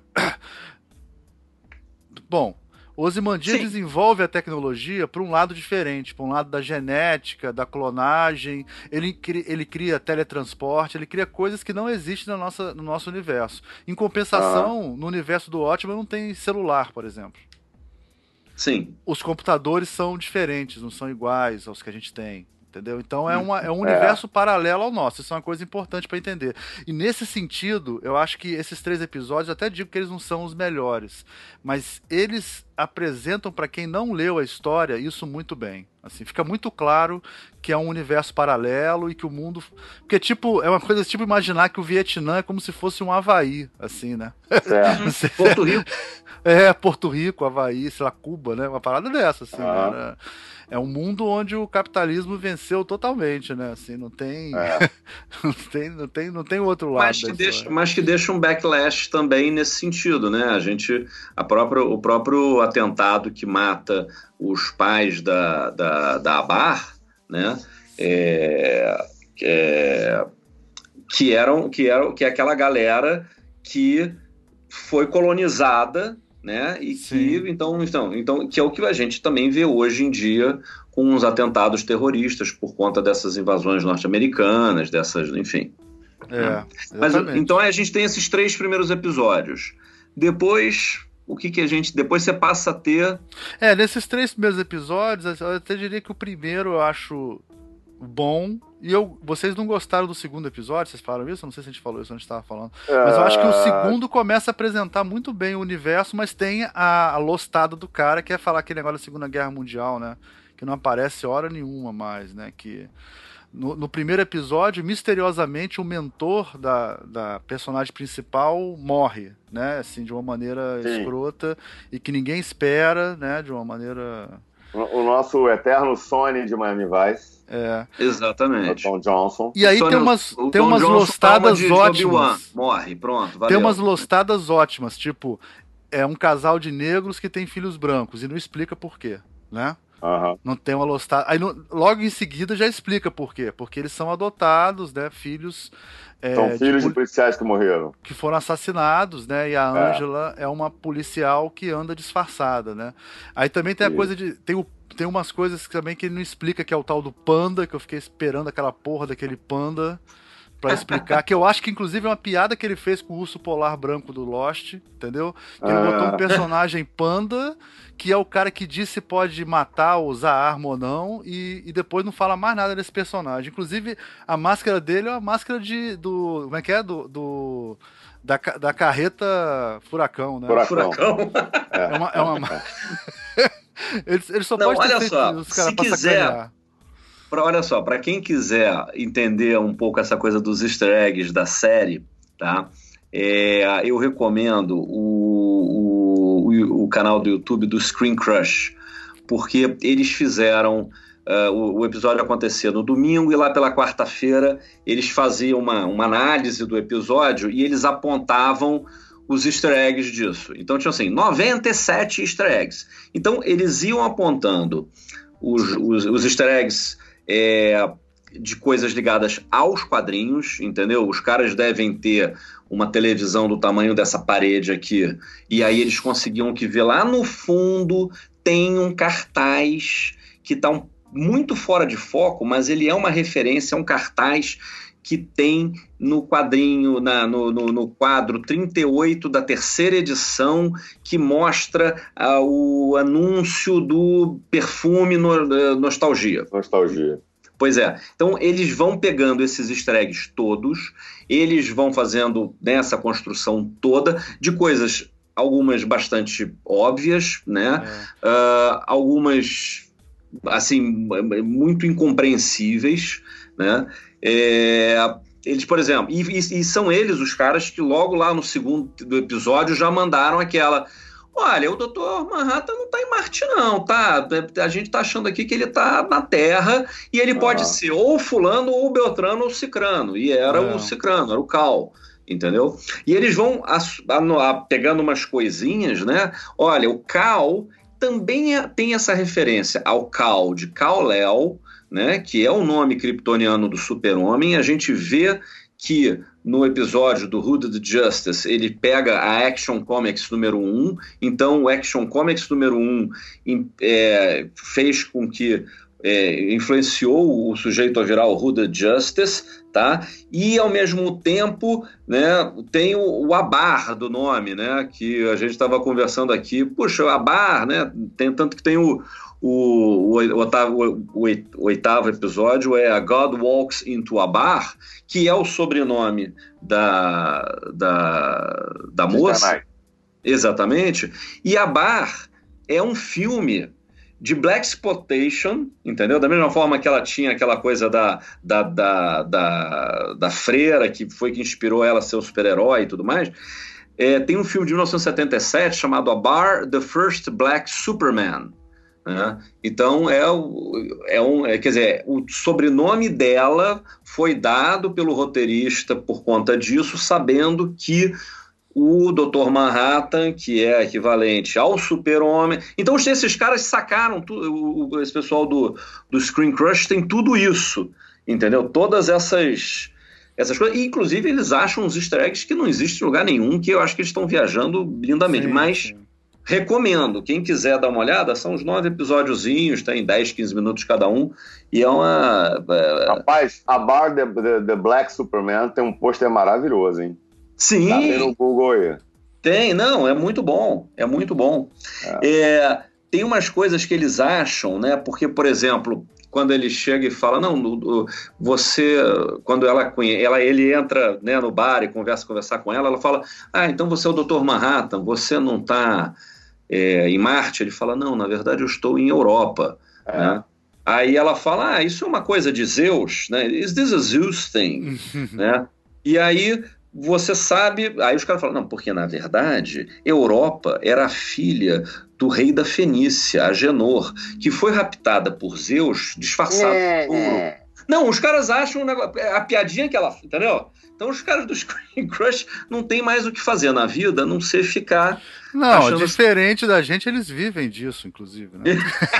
Bom, o Ozymandias Sim. desenvolve a tecnologia para um lado diferente, para um lado da genética, da clonagem, ele cria, ele cria teletransporte, ele cria coisas que não existem na nossa, no nosso universo. Em compensação, ah. no universo do Watchmen não tem celular, por exemplo. Sim. Os computadores são diferentes, não são iguais aos que a gente tem. Entendeu? Então é, uma, é um universo é. paralelo ao nosso. Isso é uma coisa importante para entender. E nesse sentido, eu acho que esses três episódios, eu até digo que eles não são os melhores, mas eles apresentam para quem não leu a história isso muito bem. Assim, fica muito claro que é um universo paralelo e que o mundo... Porque, tipo, é uma coisa tipo imaginar que o Vietnã é como se fosse um Havaí, assim, né? É. Porto Rico. É, Porto Rico, Havaí, sei lá, Cuba, né? Uma parada dessa, assim, ah. né? É um mundo onde o capitalismo venceu totalmente, né? Assim, não tem, é. não tem, não tem, não tem outro lado. Mas que, deixa, mas que deixa um backlash também nesse sentido, né? A gente, a própria, o próprio atentado que mata os pais da, da, da Abar, né? é, é, que eram que eram que é aquela galera que foi colonizada, né? E Sim. que então, então, então que é o que a gente também vê hoje em dia com os atentados terroristas por conta dessas invasões norte-americanas, dessas, enfim. É, né? Mas então a gente tem esses três primeiros episódios. Depois, o que que a gente depois você passa a ter? É, nesses três primeiros episódios, eu até diria que o primeiro eu acho bom. E eu, vocês não gostaram do segundo episódio? Vocês falaram isso? Eu não sei se a gente falou isso, a gente estava falando. Mas eu acho que o segundo começa a apresentar muito bem o universo, mas tem a, a lostada do cara, que é falar aquele negócio da Segunda Guerra Mundial, né? Que não aparece hora nenhuma mais, né? Que no, no primeiro episódio, misteriosamente, o mentor da, da personagem principal morre, né? Assim, de uma maneira Sim. escrota e que ninguém espera, né? De uma maneira... O, o nosso eterno Sony de Miami Vice. É. Exatamente. O Tom Johnson. E aí Sony, tem umas, o tem Tom umas Johnson lostadas de ótimas. Morre, pronto, valeu. Tem umas lostadas ótimas, tipo, é um casal de negros que tem filhos brancos e não explica por quê, né? Uhum. Não tem uma lostada. Aí no, logo em seguida já explica por quê. Porque eles são adotados, né? Filhos. É, são filhos de, de policiais que morreram. Que foram assassinados, né? E a Ângela é. é uma policial que anda disfarçada, né? Aí também tem a Isso. coisa de. Tem o Tem umas coisas também que ele não explica, que é o tal do panda, que eu fiquei esperando aquela porra daquele panda pra explicar, que eu acho que inclusive é uma piada que ele fez com o urso polar branco do Lost, entendeu? Que ele ah. botou um personagem panda, que é o cara que diz se pode matar ou usar arma ou não, e, e depois não fala mais nada desse personagem. Inclusive, a máscara dele é uma máscara de, do... como é que é? Do... do da, da carreta Furacão, né? Furacão. Furacão. É uma... É uma... Ele, ele só não, pode olha ter só, os caras se pra quiser, sacanear. pra, olha só, para quem quiser entender um pouco essa coisa dos easter eggs da série, tá? É, eu recomendo o, o, o canal do YouTube do Screen Crush, porque eles fizeram uh, o, o episódio acontecer no domingo e lá pela quarta-feira eles faziam uma, uma análise do episódio e eles apontavam os easter eggs disso. Então tinha assim, noventa e sete easter eggs. Então eles iam apontando os, os, os easter eggs é, de coisas ligadas aos quadrinhos, entendeu? Os caras devem ter uma televisão do tamanho dessa parede aqui, e aí eles conseguiam que ver lá no fundo tem um cartaz que está um, muito fora de foco, mas ele é uma referência, é um cartaz que tem no quadrinho, na, no, no, no quadro trinta e oito da terceira edição, que mostra uh, o anúncio do perfume no, uh, Nostalgia. Nostalgia. Pois é. Então, eles vão pegando esses easter eggs todos, eles vão fazendo nessa construção toda de coisas, algumas bastante óbvias, né? É. Uh, algumas, assim, muito incompreensíveis, né? É, eles, por exemplo, e, e, e são eles os caras que logo lá no segundo do episódio já mandaram aquela: olha, o doutor Manhattan não tá em Marte não, tá? A gente tá achando aqui que ele tá na Terra e ele ah. pode ser ou fulano, ou Beltrano, ou Cicrano, e era é. o Cicrano, era o Cal, entendeu? E eles vão a, a, a, pegando umas coisinhas, né? Olha, o Cal também é, tem essa referência ao Cal de Kal-El, né, que é o nome kryptoniano do super-homem. A gente vê que no episódio do Hooded Justice ele pega a Action Comics número um, então o Action Comics número um é, fez com que é, influenciou o sujeito a virar o Hooded Justice, tá? E ao mesmo tempo, né, tem o, o Abar do nome, né, que a gente estava conversando aqui. Puxa, o Abar, né, tem, tanto que tem o O, o, oitavo, o, o oitavo episódio é A God Walks into a Bar, que é o sobrenome da, da, da moça. Exatamente. E a Bar é um filme de Blaxploitation, entendeu? Da mesma forma que ela tinha aquela coisa da, da, da, da, da freira, que foi que inspirou ela a ser um super-herói e tudo mais. É, tem um filme de mil novecentos e setenta e sete chamado A Bar, The First Black Superman. Né? Então é, é um, é, quer dizer, o sobrenome dela foi dado pelo roteirista por conta disso, sabendo que o doutor Manhattan, que é equivalente ao Super-Homem. Então, esses caras sacaram, tudo, esse pessoal do, do Screen Crush tem tudo isso, entendeu? Todas essas, essas coisas. E, inclusive, eles acham uns easter eggs que não existe em lugar nenhum, que eu acho que eles estão viajando lindamente. Sim, mas sim. Recomendo. Quem quiser dar uma olhada, são uns nove episódiozinhos, tem dez, quinze minutos cada um. E é uma... É... Rapaz, a Bar The, The, The Black Superman tem um pôster maravilhoso, hein? Sim. Tá vendo no Google aí? Tem, não, é muito bom, é muito bom. É. É, tem umas coisas que eles acham, né? Porque, por exemplo, quando ele chega e fala, não, você, quando ela, ela ele entra, né, no bar e conversa, conversar com ela, ela fala, ah, então você é o doutor Manhattan, você não está é, em Marte? Ele fala, não, na verdade eu estou em Europa, é. né? Aí ela fala, ah, isso é uma coisa de Zeus, né? Is this a Zeus thing? né? E aí você sabe, aí os caras falam, não, porque na verdade Europa era a filha do rei da Fenícia, Agenor, que foi raptada por Zeus, disfarçado é, por um grupo. Não, os caras acham a piadinha que ela, entendeu? Então os caras do Screen Crush não tem mais o que fazer na vida, a não ser ficar... Não, achando... diferente da gente, eles vivem disso, inclusive, né?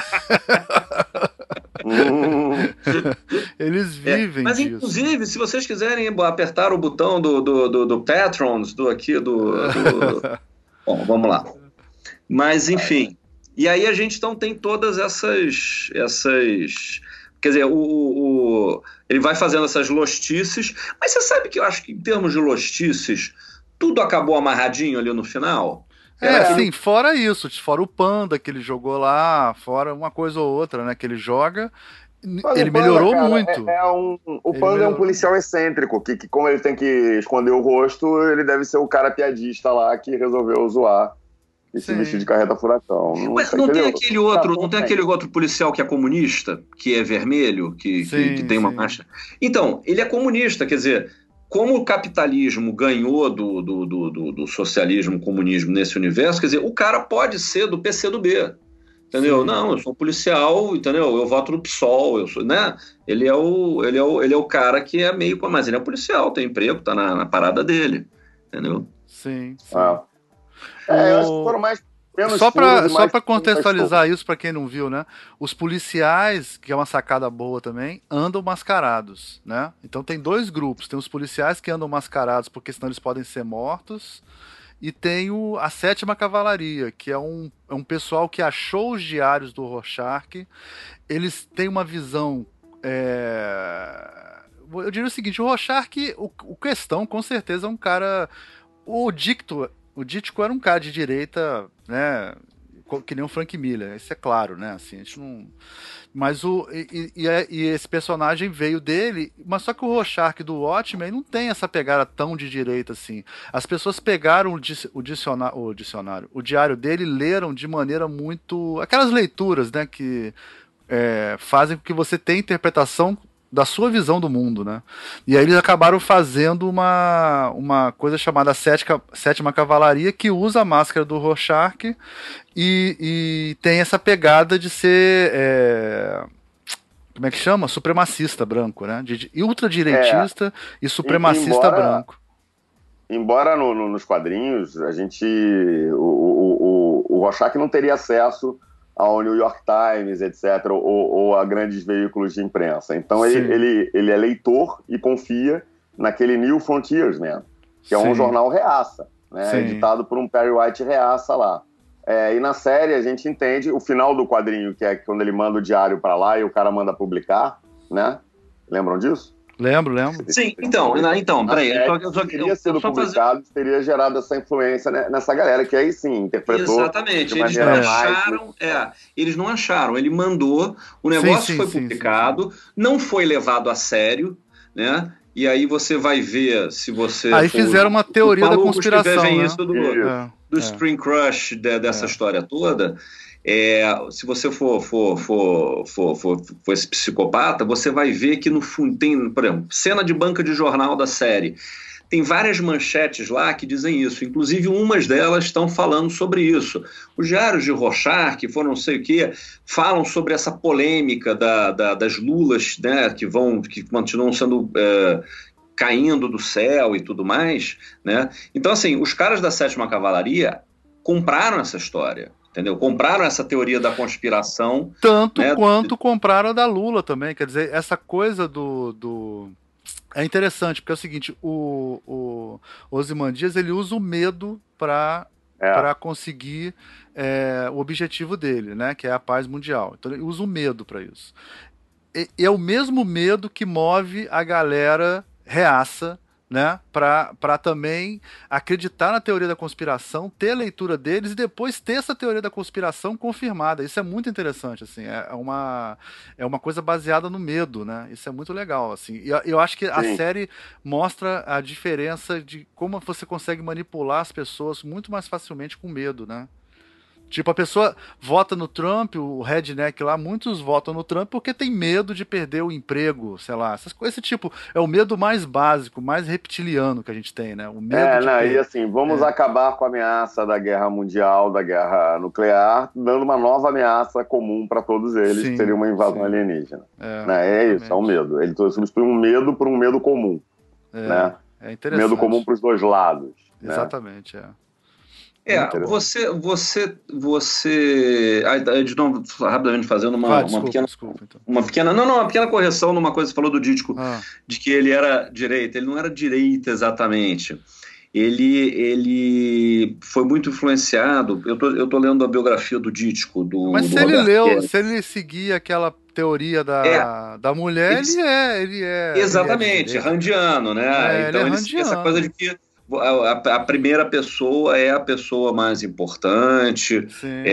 Eles vivem é, mas disso. Inclusive, se vocês quiserem apertar o botão do, do, do, do Patrons, do aqui, do, do... Bom, vamos lá. Mas, enfim. E aí a gente então tem todas essas... essas... Quer dizer, o, o, ele vai fazendo essas lostices, mas você sabe que eu acho que em termos de lostices, tudo acabou amarradinho ali no final? É, é, sim, fora isso, fora o Panda que ele jogou lá, fora uma coisa ou outra, né, que ele joga, mas ele Panda, melhorou cara, muito. É, é um, o Panda melhorou. É um policial excêntrico, que, que como ele tem que esconder o rosto, ele deve ser o cara piadista lá que resolveu zoar e se vestir de carreta furacão. Não mas não tem aquele outro, não tem aquele outro policial que é comunista, que é vermelho, que, sim, que, que tem sim. uma marcha. Então, ele é comunista, quer dizer... Como o capitalismo ganhou do, do, do, do, do socialismo, comunismo nesse universo, quer dizer, o cara pode ser do P C do B, entendeu? Sim. Não, eu sou policial, entendeu? Eu voto no P SOL, eu sou, né? Ele é o, ele é o, ele é o cara que é meio... Mas ele é policial, tem emprego, tá na, na parada dele, entendeu? Sim, sim. Ah. É, eu acho que foram mais... Só para só para contextualizar isso para quem não viu, né? Os policiais, que é uma sacada boa também, andam mascarados, né? Então tem dois grupos, tem os policiais que andam mascarados porque senão eles podem ser mortos, e tem o, a sétima cavalaria, que é um, é um pessoal que achou os diários do Rorschach. Eles têm uma visão é... eu diria o seguinte, o Rorschach, o, o Questão com certeza é um cara, o Dicto O Dítico era um cara de direita, né, que nem o Frank Miller, isso é claro, né, assim, a gente não... Mas o... E, e, e esse personagem veio dele, mas só que o Rorschach do Watchmen não tem essa pegada tão de direita assim. As pessoas pegaram o, o, dicionário, o dicionário, o diário dele, leram de maneira muito... Aquelas leituras, né, que é, fazem com que você tenha interpretação da sua visão do mundo, né? E aí eles acabaram fazendo uma, uma coisa chamada Sétima, Sétima Cavalaria, que usa a máscara do Rorschach e, e tem essa pegada de ser é, como é que chama? Supremacista branco, né? De, de ultradireitista é, e supremacista embora, branco. Embora no, no, nos quadrinhos a gente o, o, o, o Rorschach não teria acesso ao New York Times, etcétera, ou, ou a grandes veículos de imprensa. Então ele, ele, ele é leitor e confia naquele New Frontiersman, que é Sim. um jornal reaça, né, editado por um Perry White reaça lá. É, e na série a gente entende o final do quadrinho, que é quando ele manda o diário para lá e o cara manda publicar, né? Lembram disso? Lembro, lembro. Sim, então, então, peraí. Eu só, teria sido eu publicado, fazer... teria gerado essa influência nessa galera que aí sim interpretou. Exatamente, eles não acharam, mais... é, eles não acharam, ele mandou, o negócio sim, sim, foi sim, publicado, sim, sim. não foi levado a sério, né? E aí você vai ver se você. Aí fizeram uma teoria da conspiração. Né? Isso do, é, do é. Screen Crush de, dessa é. história toda. É, se você for, for, for, for, for, for esse psicopata, você vai ver que no fundo tem, por exemplo, cena de banca de jornal da série. Tem várias manchetes lá que dizem isso, inclusive umas delas estão falando sobre isso. Os diários de Rorschach, que foram não sei o quê, falam sobre essa polêmica da, da, das lulas, né, que, vão, que continuam sendo é, caindo do céu e tudo mais, né? Então, assim, os caras da Sétima Cavalaria compraram essa história, entendeu? Compraram essa teoria da conspiração. Tanto né? quanto compraram a da Lula também, quer dizer, essa coisa do... do... É interessante, porque é o seguinte, o, o Ozymandias, ele usa o medo para é. para conseguir é, o objetivo dele, né, que é a paz mundial. Então ele usa o medo para isso. E, e é o mesmo medo que move a galera reaça, né, para também acreditar na teoria da conspiração, ter a leitura deles e depois ter essa teoria da conspiração confirmada. Isso é muito interessante, assim, é uma, é uma coisa baseada no medo, né? Isso é muito legal, assim. E eu, eu acho que a Sim. série mostra a diferença de como você consegue manipular as pessoas muito mais facilmente com medo, né? Tipo, a pessoa vota no Trump, o redneck lá, muitos votam no Trump porque tem medo de perder o emprego, sei lá. Essas coisas, esse tipo, é o medo mais básico, mais reptiliano que a gente tem, né? O medo é, de não, per... e assim, vamos é. acabar com a ameaça da guerra mundial, da guerra nuclear, dando uma nova ameaça comum para todos eles, sim, que seria uma invasão sim. alienígena. É, né? é isso, é um medo. Ele substitui um medo por um medo comum. É, né? é interessante. Medo comum para os dois lados. Exatamente, né? é. É, você, você, você, de novo, rapidamente fazendo uma, ah, desculpa, uma pequena, desculpa, então. uma pequena, não, não, uma pequena correção numa coisa que você falou do Dítico, ah. de que ele era direita. Ele não era direita exatamente. Ele, ele foi muito influenciado. Eu tô, eu tô lendo a biografia do Dítico, do. Mas do se ele Roberto leu, Kelly. se ele seguia aquela teoria da, é. da mulher, ele, ele é, ele é. Exatamente, ele é randiano, né? É, então ele é ele, essa coisa de que A, a primeira pessoa é a pessoa mais importante,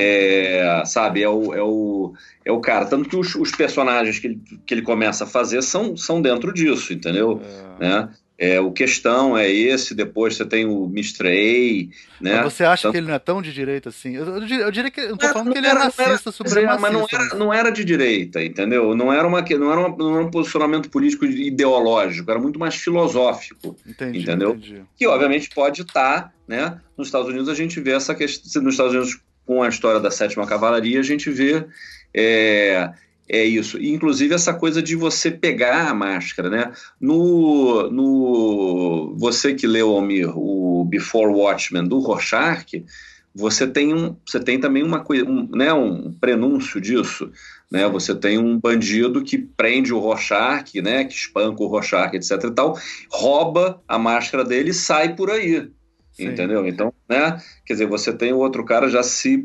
é, sabe, é o, é, o, é o cara. Tanto que os, os personagens que ele, que ele começa a fazer são, são dentro disso, entendeu? É. Né? É, o Questão é esse, depois você tem o mister A, né? Mas você acha então, que ele não é tão de direita assim? Eu, eu, diria, eu diria que eu não tô não falando não que ele era, é racista, supremacista. Mas não era, não era de direita, entendeu? Não era, uma, não, era uma, não era um posicionamento político ideológico, era muito mais filosófico, entendi, entendeu? Entendi. Que obviamente pode estar, né? Nos Estados Unidos a gente vê essa questão, nos Estados Unidos com a história da Sétima Cavalaria a gente vê é, é isso, e inclusive essa coisa de você pegar a máscara, né? No, no você que leu, Almir, o Before Watchmen do Rorschach, você tem um, você tem também uma coisa, um, né, um prenúncio disso, né? Você tem um bandido que prende o Rorschach, né? Que espanca o Rorschach, etc e tal, rouba a máscara dele e sai por aí, Sim. entendeu? Então, né? Quer dizer, você tem o outro cara já se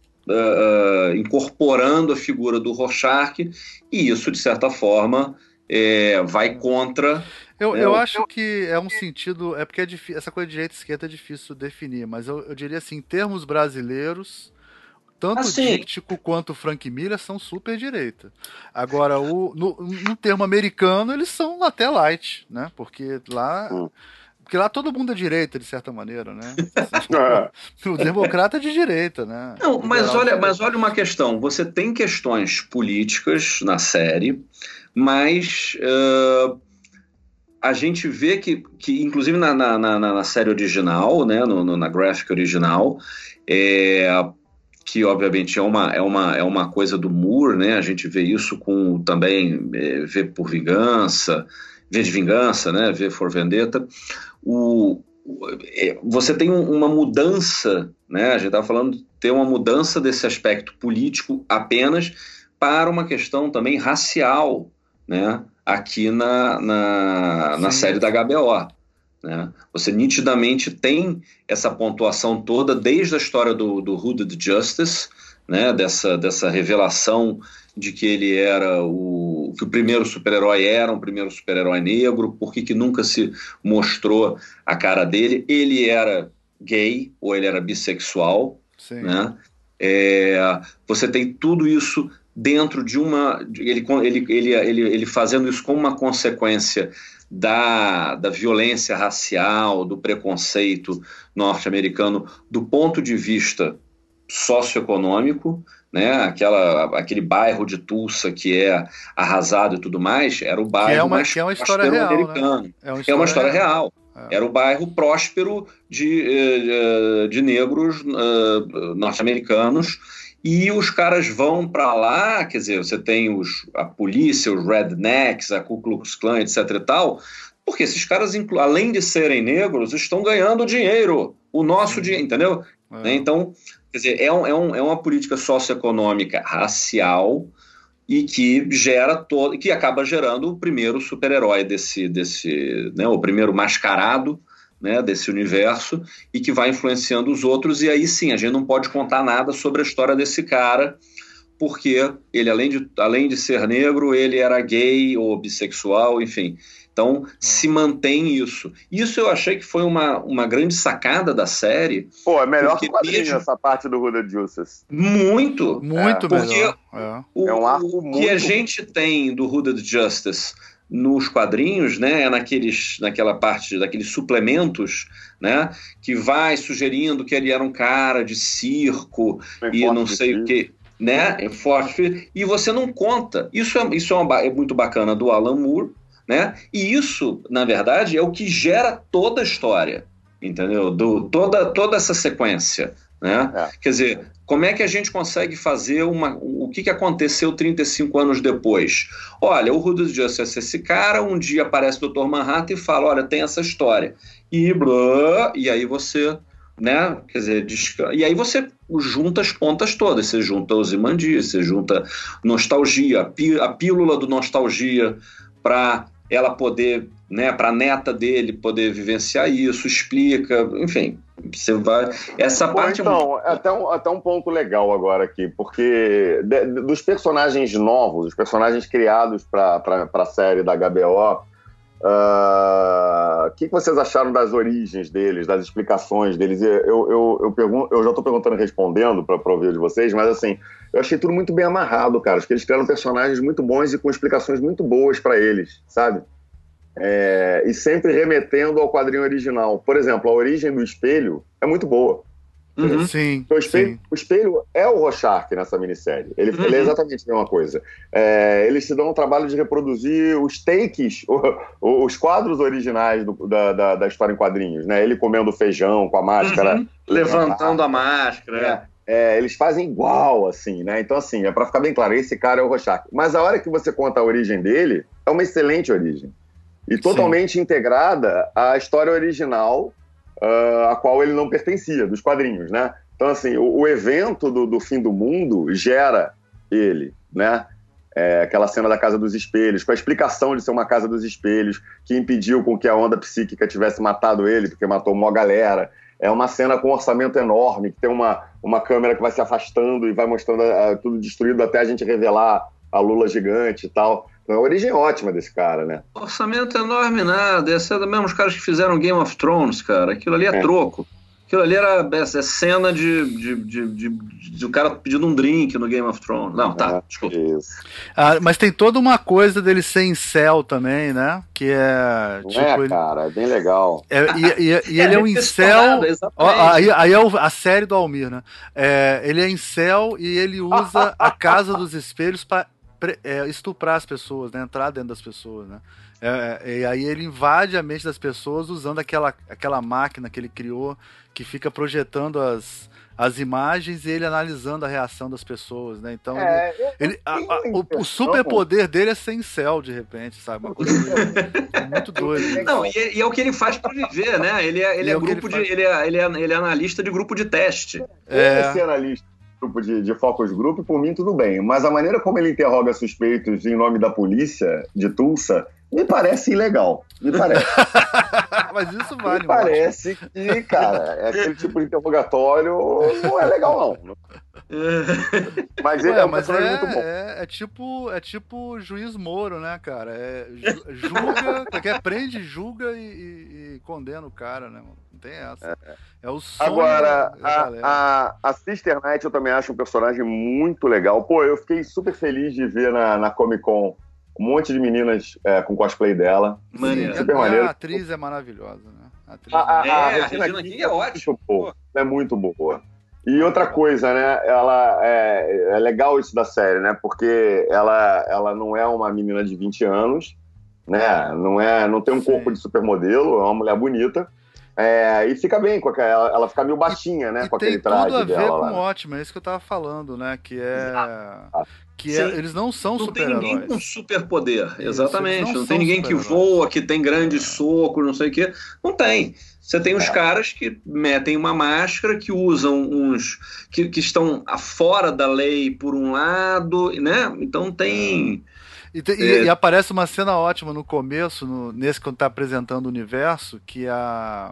Uh, uh, incorporando a figura do Rorschach, e isso, de certa forma, é, vai contra... Eu, né, eu o... acho que é um sentido... É porque é difícil, essa coisa de direita e esquerda é difícil definir, mas eu, eu diria assim, em termos brasileiros, tanto assim. o Dítico quanto o Frank Miller são super direita. Agora, o, no, no termo americano, eles são até light, né? Porque lá... Hum. Porque lá todo mundo é direita, de certa maneira, né? O democrata é de direita, né? Não, mas olha, mas olha uma questão. Você tem questões políticas na série, mas uh, a gente vê que, que inclusive na, na, na, na série original, né, no, no, na graphic original, é, que obviamente é uma, é, uma, é uma coisa do Moore, né? A gente vê isso com também é, V por Vingança, V de Vingança, né? V for Vendetta. O, você tem uma mudança, né? A gente estava falando de ter uma mudança desse aspecto político apenas para uma questão também racial, né? Aqui na, na, na série da H B O. Né? Você nitidamente tem essa pontuação toda desde a história do, do Hooded Justice, né? dessa, dessa revelação de que ele era o que o primeiro super-herói era um primeiro super-herói negro, por que que nunca se mostrou a cara dele, ele era gay ou ele era bissexual, né? É, você tem tudo isso dentro de uma... Ele, ele, ele, ele, ele fazendo isso como uma consequência da, da violência racial, do preconceito norte-americano, do ponto de vista socioeconômico, né? Aquela, aquele bairro de Tulsa que é arrasado e tudo mais, era o bairro que é uma, mais que é uma história real, americano. Né? É uma história, é uma história real. real. É. Era o bairro próspero de, de negros uh, norte-americanos, e os caras vão para lá, quer dizer, você tem os, a polícia, os rednecks, a Ku Klux Klan, etc e tal, Porque esses caras, além de serem negros, estão ganhando dinheiro, o nosso dinheiro, entendeu? É. Então, quer dizer, é, um, é, um, é uma política socioeconômica racial e que gera todo, que acaba gerando o primeiro super-herói desse, desse, né, o primeiro mascarado, né, desse universo, e que vai influenciando os outros. E aí sim, a gente não pode contar nada sobre a história desse cara, porque ele, além de, além de ser negro, ele era gay ou bissexual, enfim. Então, hum. se mantém isso. Isso eu achei que foi uma, uma grande sacada da série. Pô, é melhor que o quadrinho mesmo... essa parte do Hooded Justice. Muito. Muito é. melhor. É. O, é um arco muito... O que a gente tem do Hooded Justice nos quadrinhos, né, é naqueles, naquela parte, daqueles suplementos, né, que vai sugerindo que ele era um cara de circo Bem e não sei o que, né, é forte, e você não conta. Isso é, isso é, uma, é muito bacana do Alan Moore, né? E isso, na verdade, é o que gera toda a história, entendeu? Do, toda, toda essa sequência, né? É. Quer dizer, como é que a gente consegue fazer uma... O que, que aconteceu trinta e cinco anos depois? Olha, o Hooded Justice, esse cara, um dia aparece o doutor Manhattan e fala, olha, tem essa história. E blá, e aí você... Né? Quer dizer, e aí você junta as pontas todas, você junta Ozymandias, você junta nostalgia, a, pí, a pílula do nostalgia para ela poder, né, para a neta dele poder vivenciar isso, explica, enfim, você vai... Essa Bom, parte então, é muito... até, um, até um ponto legal agora aqui, porque de, dos personagens novos, os personagens criados para a série da H B O, o uh, que, que vocês acharam das origens deles, das explicações deles? Eu, eu, eu, pergunto, eu já estou perguntando e respondendo para ouvir de vocês, mas assim, eu achei tudo muito bem amarrado, cara. Acho que eles criaram personagens muito bons e com explicações muito boas para eles, sabe? É, e sempre remetendo ao quadrinho original. Por exemplo, a origem do espelho é muito boa. Uhum. Sim, o, espelho, sim. o espelho é o Rorschach nessa minissérie. Ele, uhum. ele é exatamente a mesma coisa. É, eles se dão o trabalho de reproduzir os takes, o, os quadros originais do, da, da, da história em quadrinhos, né? Ele comendo feijão com a máscara. Uhum. Levantando a máscara. É. É, eles fazem igual, assim, né? Então, assim, é pra ficar bem claro, esse cara é o Rorschach. Mas a hora que você conta a origem dele, é uma excelente origem. E totalmente Sim. integrada à história original, uh, a qual ele não pertencia, dos quadrinhos, né? Então, assim, o, o evento do, do fim do mundo gera ele, né? É, aquela cena da Casa dos Espelhos, com a explicação de ser uma Casa dos Espelhos, que impediu com que a onda psíquica tivesse matado ele, porque matou uma galera. É uma cena com um orçamento enorme, que tem uma, uma câmera que vai se afastando e vai mostrando uh, tudo destruído até a gente revelar a Lula gigante e tal. Então, a origem ótima desse cara, né? Orçamento enorme nada, esse é dos mesmos caras que fizeram Game of Thrones, cara. Aquilo ali é, é. troco. Aquilo ali era essa cena de, de, de, de, de o cara pedindo um drink no Game of Thrones. Não, tá, ah, desculpa. Isso. Ah, mas tem toda uma coisa dele ser incel também, né? Que é... Não tipo, é, ele... cara, é bem legal. É, e, e, e ele é um incel... Ó, aí aí é o, a série do Almir, né? É, ele é incel e ele usa a Casa dos Espelhos para é, estuprar as pessoas, né? Entrar dentro das pessoas, né? É, e aí ele invade a mente das pessoas usando aquela, aquela máquina que ele criou, que fica projetando as, as imagens e ele analisando a reação das pessoas, né? Então é, ele, ele, a, a, o, o superpoder dele é ser incel, de repente, sabe? Uma coisa é muito doida. Não, e, e é o que ele faz para viver, né? Ele é, ele é, é grupo ele de, ele é, ele é, ele é analista de grupo de teste. É. Ele é analista grupo de, de focus group, por mim tudo bem, mas a maneira como ele interroga suspeitos em nome da polícia de Tulsa me parece ilegal, me parece. Mas isso vale, me parece que, cara, é aquele tipo de interrogatório não é legal não. Mas ele Ué, é um mas personagem é, muito bom. É, é tipo é tipo juiz Moro, né, cara? É, julga, quer prende, julga e, e, e condena o cara, né, mano? Não tem essa. É, é o sonho. Agora, a, a, a Sister Night eu também acho um personagem muito legal. Pô, eu fiquei super feliz de ver na, na Comic Con um monte de meninas é, com cosplay dela. Maneiro. Super maneiro. A atriz é maravilhosa, né? A, atriz a, a, é, a, a Regina King é ótima. É muito boa. E outra coisa, né? Ela é, é legal isso da série, né? Porque ela, ela não é uma menina de vinte anos, né? Não, é, não tem um Sim. corpo de supermodelo, é uma mulher bonita. É, e fica bem, com aquela, ela, ela fica meio baixinha, né? E com aquele tem tudo traje a ver dela com lá. o Watchmen, é isso que eu tava falando, né? Que é. Que Sim. é, eles não são Não tem ninguém super-heróis. com superpoder, Isso, exatamente. eles não Não, são tem ninguém que super-heróis. voa, que tem grandes É. socos, não sei o quê. Não tem. Você tem os É. caras que metem uma máscara, que usam uns... que, que estão fora da lei por um lado, né? Então tem... E, te- e- É. e aparece uma cena ótima no começo, no- nesse quando tá apresentando o universo, que a.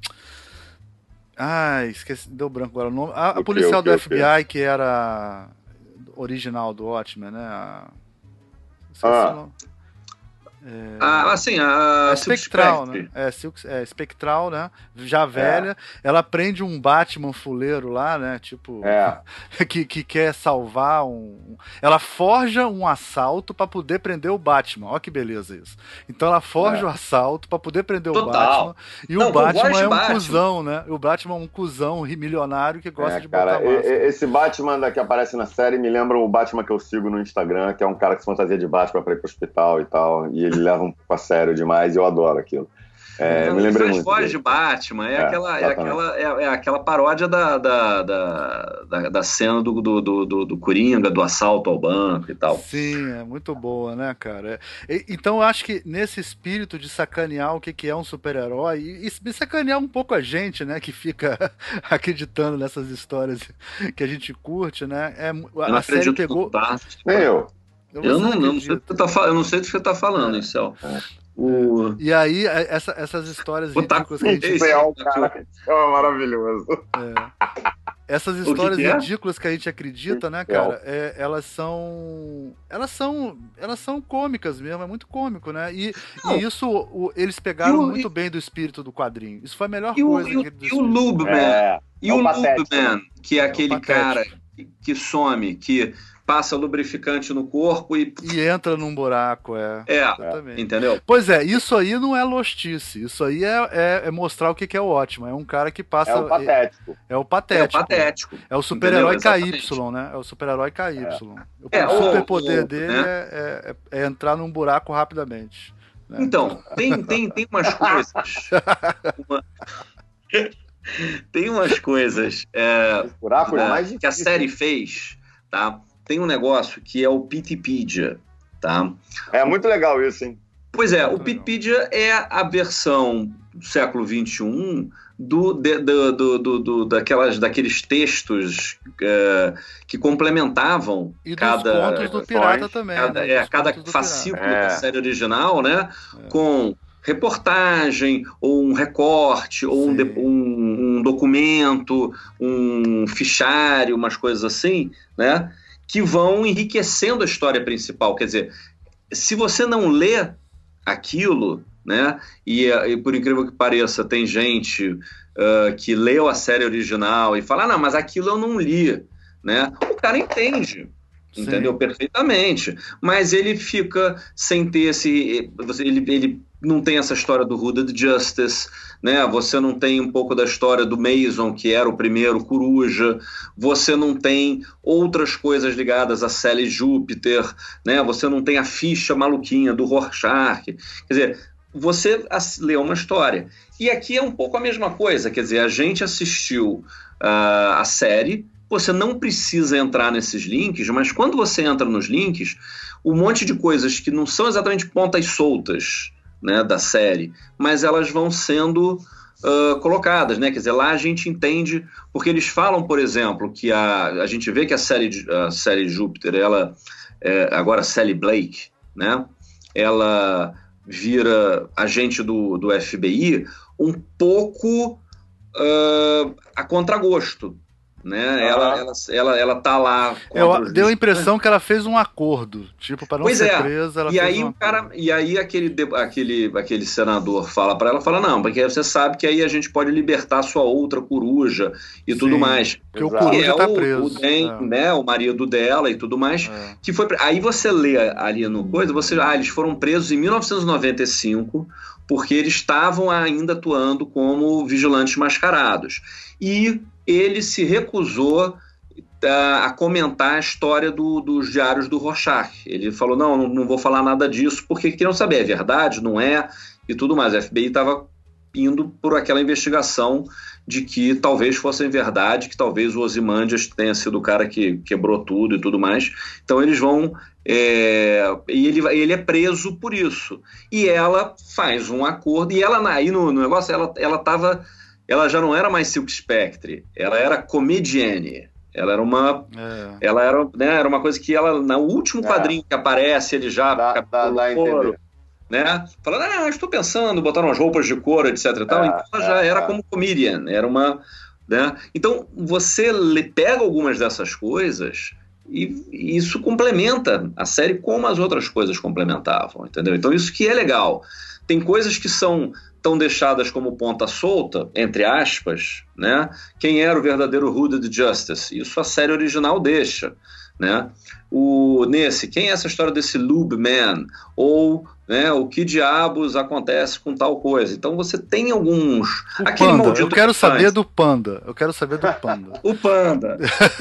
Ai, esqueci, deu branco agora o nome. A, a O quê, policial o quê, do o F B I, que era original do Watchmen, né? A... Esqueci Ah. o nome. É... Ah, assim, a... É espectral, Silk né? É, Silk, é espectral, né? Já velha. Ela prende um Batman fuleiro lá, né? Tipo, É. que, que quer salvar um. Ela forja um assalto pra poder prender o Batman. Olha que beleza isso. Então ela forja É. o assalto pra poder prender Total. o Batman. E Não, o com voz Batman de é um Batman. cuzão, né? O Batman é um cuzão milionário que gosta É, de cara, botar e- máscara. e- esse Batman da- que aparece na série me lembra o Batman que eu sigo no Instagram, que é um cara que se fantasia de Batman pra ir pro hospital e tal, e ele leva um pouco a sério demais e eu adoro aquilo. É, Não, me ele lembrei faz muito. voz dele. de Batman, é, É, aquela, é, exatamente. aquela, é, é aquela paródia da, da, da, da, da cena do, do, do, do, do Coringa, do assalto ao banco e tal. Sim, é muito boa, né, cara? E- então eu acho que nesse espírito de sacanear o que, que é um super-herói, e, e sacanear um pouco a gente, né, que fica acreditando nessas histórias que a gente curte, né? É, Eu não a série acredito pegou. não, tá? Nem eu. Eu Você não, eu não sei do acredita. que você tá, fa- eu não sei do que você tá falando, É. Incel. O... E aí, é- essa- essas histórias Vou tá ridículas que a gente. Esse- Isso é um cara, é maravilhoso. é, essas que histórias que é? ridículas que a gente acredita, né, cara? É, elas são. Elas são. Elas são cômicas mesmo, é muito cômico, né? E, Não. e isso o- eles pegaram E o- muito bem do espírito do quadrinho. Isso foi a melhor E o, coisa e o, que eles e o Lube Man, É, e é o o patético, Lube Man, que é É o aquele patético. cara que, que some, que passa lubrificante no corpo e... E entra num buraco, é. É, Exatamente. entendeu? Pois é, isso aí não é lostice. Isso aí é, é- é mostrar o que que é o ótimo. É um cara que passa. é o patético. É, é o É patético. patético. É o super-herói Entendeu? K Exatamente. Y, né? É o super-herói K Y. O É, superpoder o- dele né? é, é- é entrar num buraco rapidamente. né? Então, tem, tem, tem umas coisas... uma- Tem umas coisas é, Os buracos da- mais que a difíceis. série fez, tá? Tem um negócio que é o Pitpedia, tá? É muito legal isso, hein? Pois é, o Legal. Pitpedia é a versão do século vinte e um do, de- do, do, do- do- daquelas, daqueles textos é, que complementavam E dos cada, contos do pirata também. cada, né? é, Dos cada contos do fascículo pirata. da É. série original, né? É. Com reportagem, ou um recorte, ou um, Sim. de- um- um documento, um fichário, umas coisas assim, né? Que vão enriquecendo a história principal. Quer dizer, se você não lê aquilo, né? E, e por incrível que pareça, tem gente ah, que leu a série original e fala, ah, não, mas aquilo eu não li, né? O cara entende. Sim. Entendeu? Perfeitamente. Mas ele fica sem ter esse. você- Ele, ele não tem essa história do Hooded Justice, né? Você não tem um pouco da história do Mason, que era o primeiro coruja. Você não tem outras coisas ligadas a Sally Júpiter, né? Você não tem a ficha maluquinha do Rorschach. Quer dizer, você ass- lê uma história. E aqui é um pouco a mesma coisa. Quer dizer, a gente assistiu ah, a série. Você não precisa entrar nesses links, mas quando você entra nos links, um monte de coisas que não são exatamente pontas soltas, né, da série, mas elas vão sendo uh, colocadas, né? Quer dizer, lá a gente entende, porque eles falam, por exemplo, que a, a gente vê que a série, a série Júpiter, ela, é, agora Sally Blake, né? Ela vira agente do, do F B I um pouco uh, a contragosto. Né? Ela, ela, ela, ela tá lá. Eu, deu a impressão que ela fez um acordo, tipo, para não pois ser é. presa. Ela e fez aí um o cara, e aí aquele, aquele, aquele senador fala para ela, fala não, porque você sabe que aí a gente pode libertar sua outra coruja e Sim, tudo mais. Porque o Exato. coruja Que é tá o, preso. o Dan, é. né, o marido dela e tudo mais. É. Que foi, aí você lê ali no coisa, você, ah, eles foram presos em mil novecentos e noventa e cinco porque eles estavam ainda atuando como vigilantes mascarados. E ele se recusou a comentar a história do, dos diários do Rorschach. Ele falou, não, não, não vou falar nada disso, porque queriam saber, é verdade, não é, e tudo mais. A F B I estava indo por aquela investigação de que talvez fossem verdade, que talvez o Ozymandias tenha sido o cara que quebrou tudo e tudo mais. Então eles vão... É, e ele, ele é preso por isso. E ela faz um acordo, e ela aí no, no negócio, ela, ela tava... Ela já não era mais Silk Spectre, ela era comedienne. Ela era uma... É. Ela era, né, era uma coisa que ela, no último quadrinho é. que aparece, ele já... Dá, dá, dá a entender. Né? Falando, ah, estou pensando, botar umas roupas de couro, etc e tal. É, então ela já é, era é. como comedian, era uma, né? Então você pega algumas dessas coisas e, e isso complementa a série como as outras coisas complementavam, entendeu? Então isso que é legal. Tem coisas que são tão deixadas como ponta solta, entre aspas, né? Quem era o verdadeiro Hooded Justice? Isso a série original deixa, né? O, nesse, quem é essa história desse Lube Man? Ou, né, o que diabos acontece com tal coisa? Então você tem alguns... O Aquele Panda, eu quero saber do Panda. Eu quero saber do Panda. O Panda.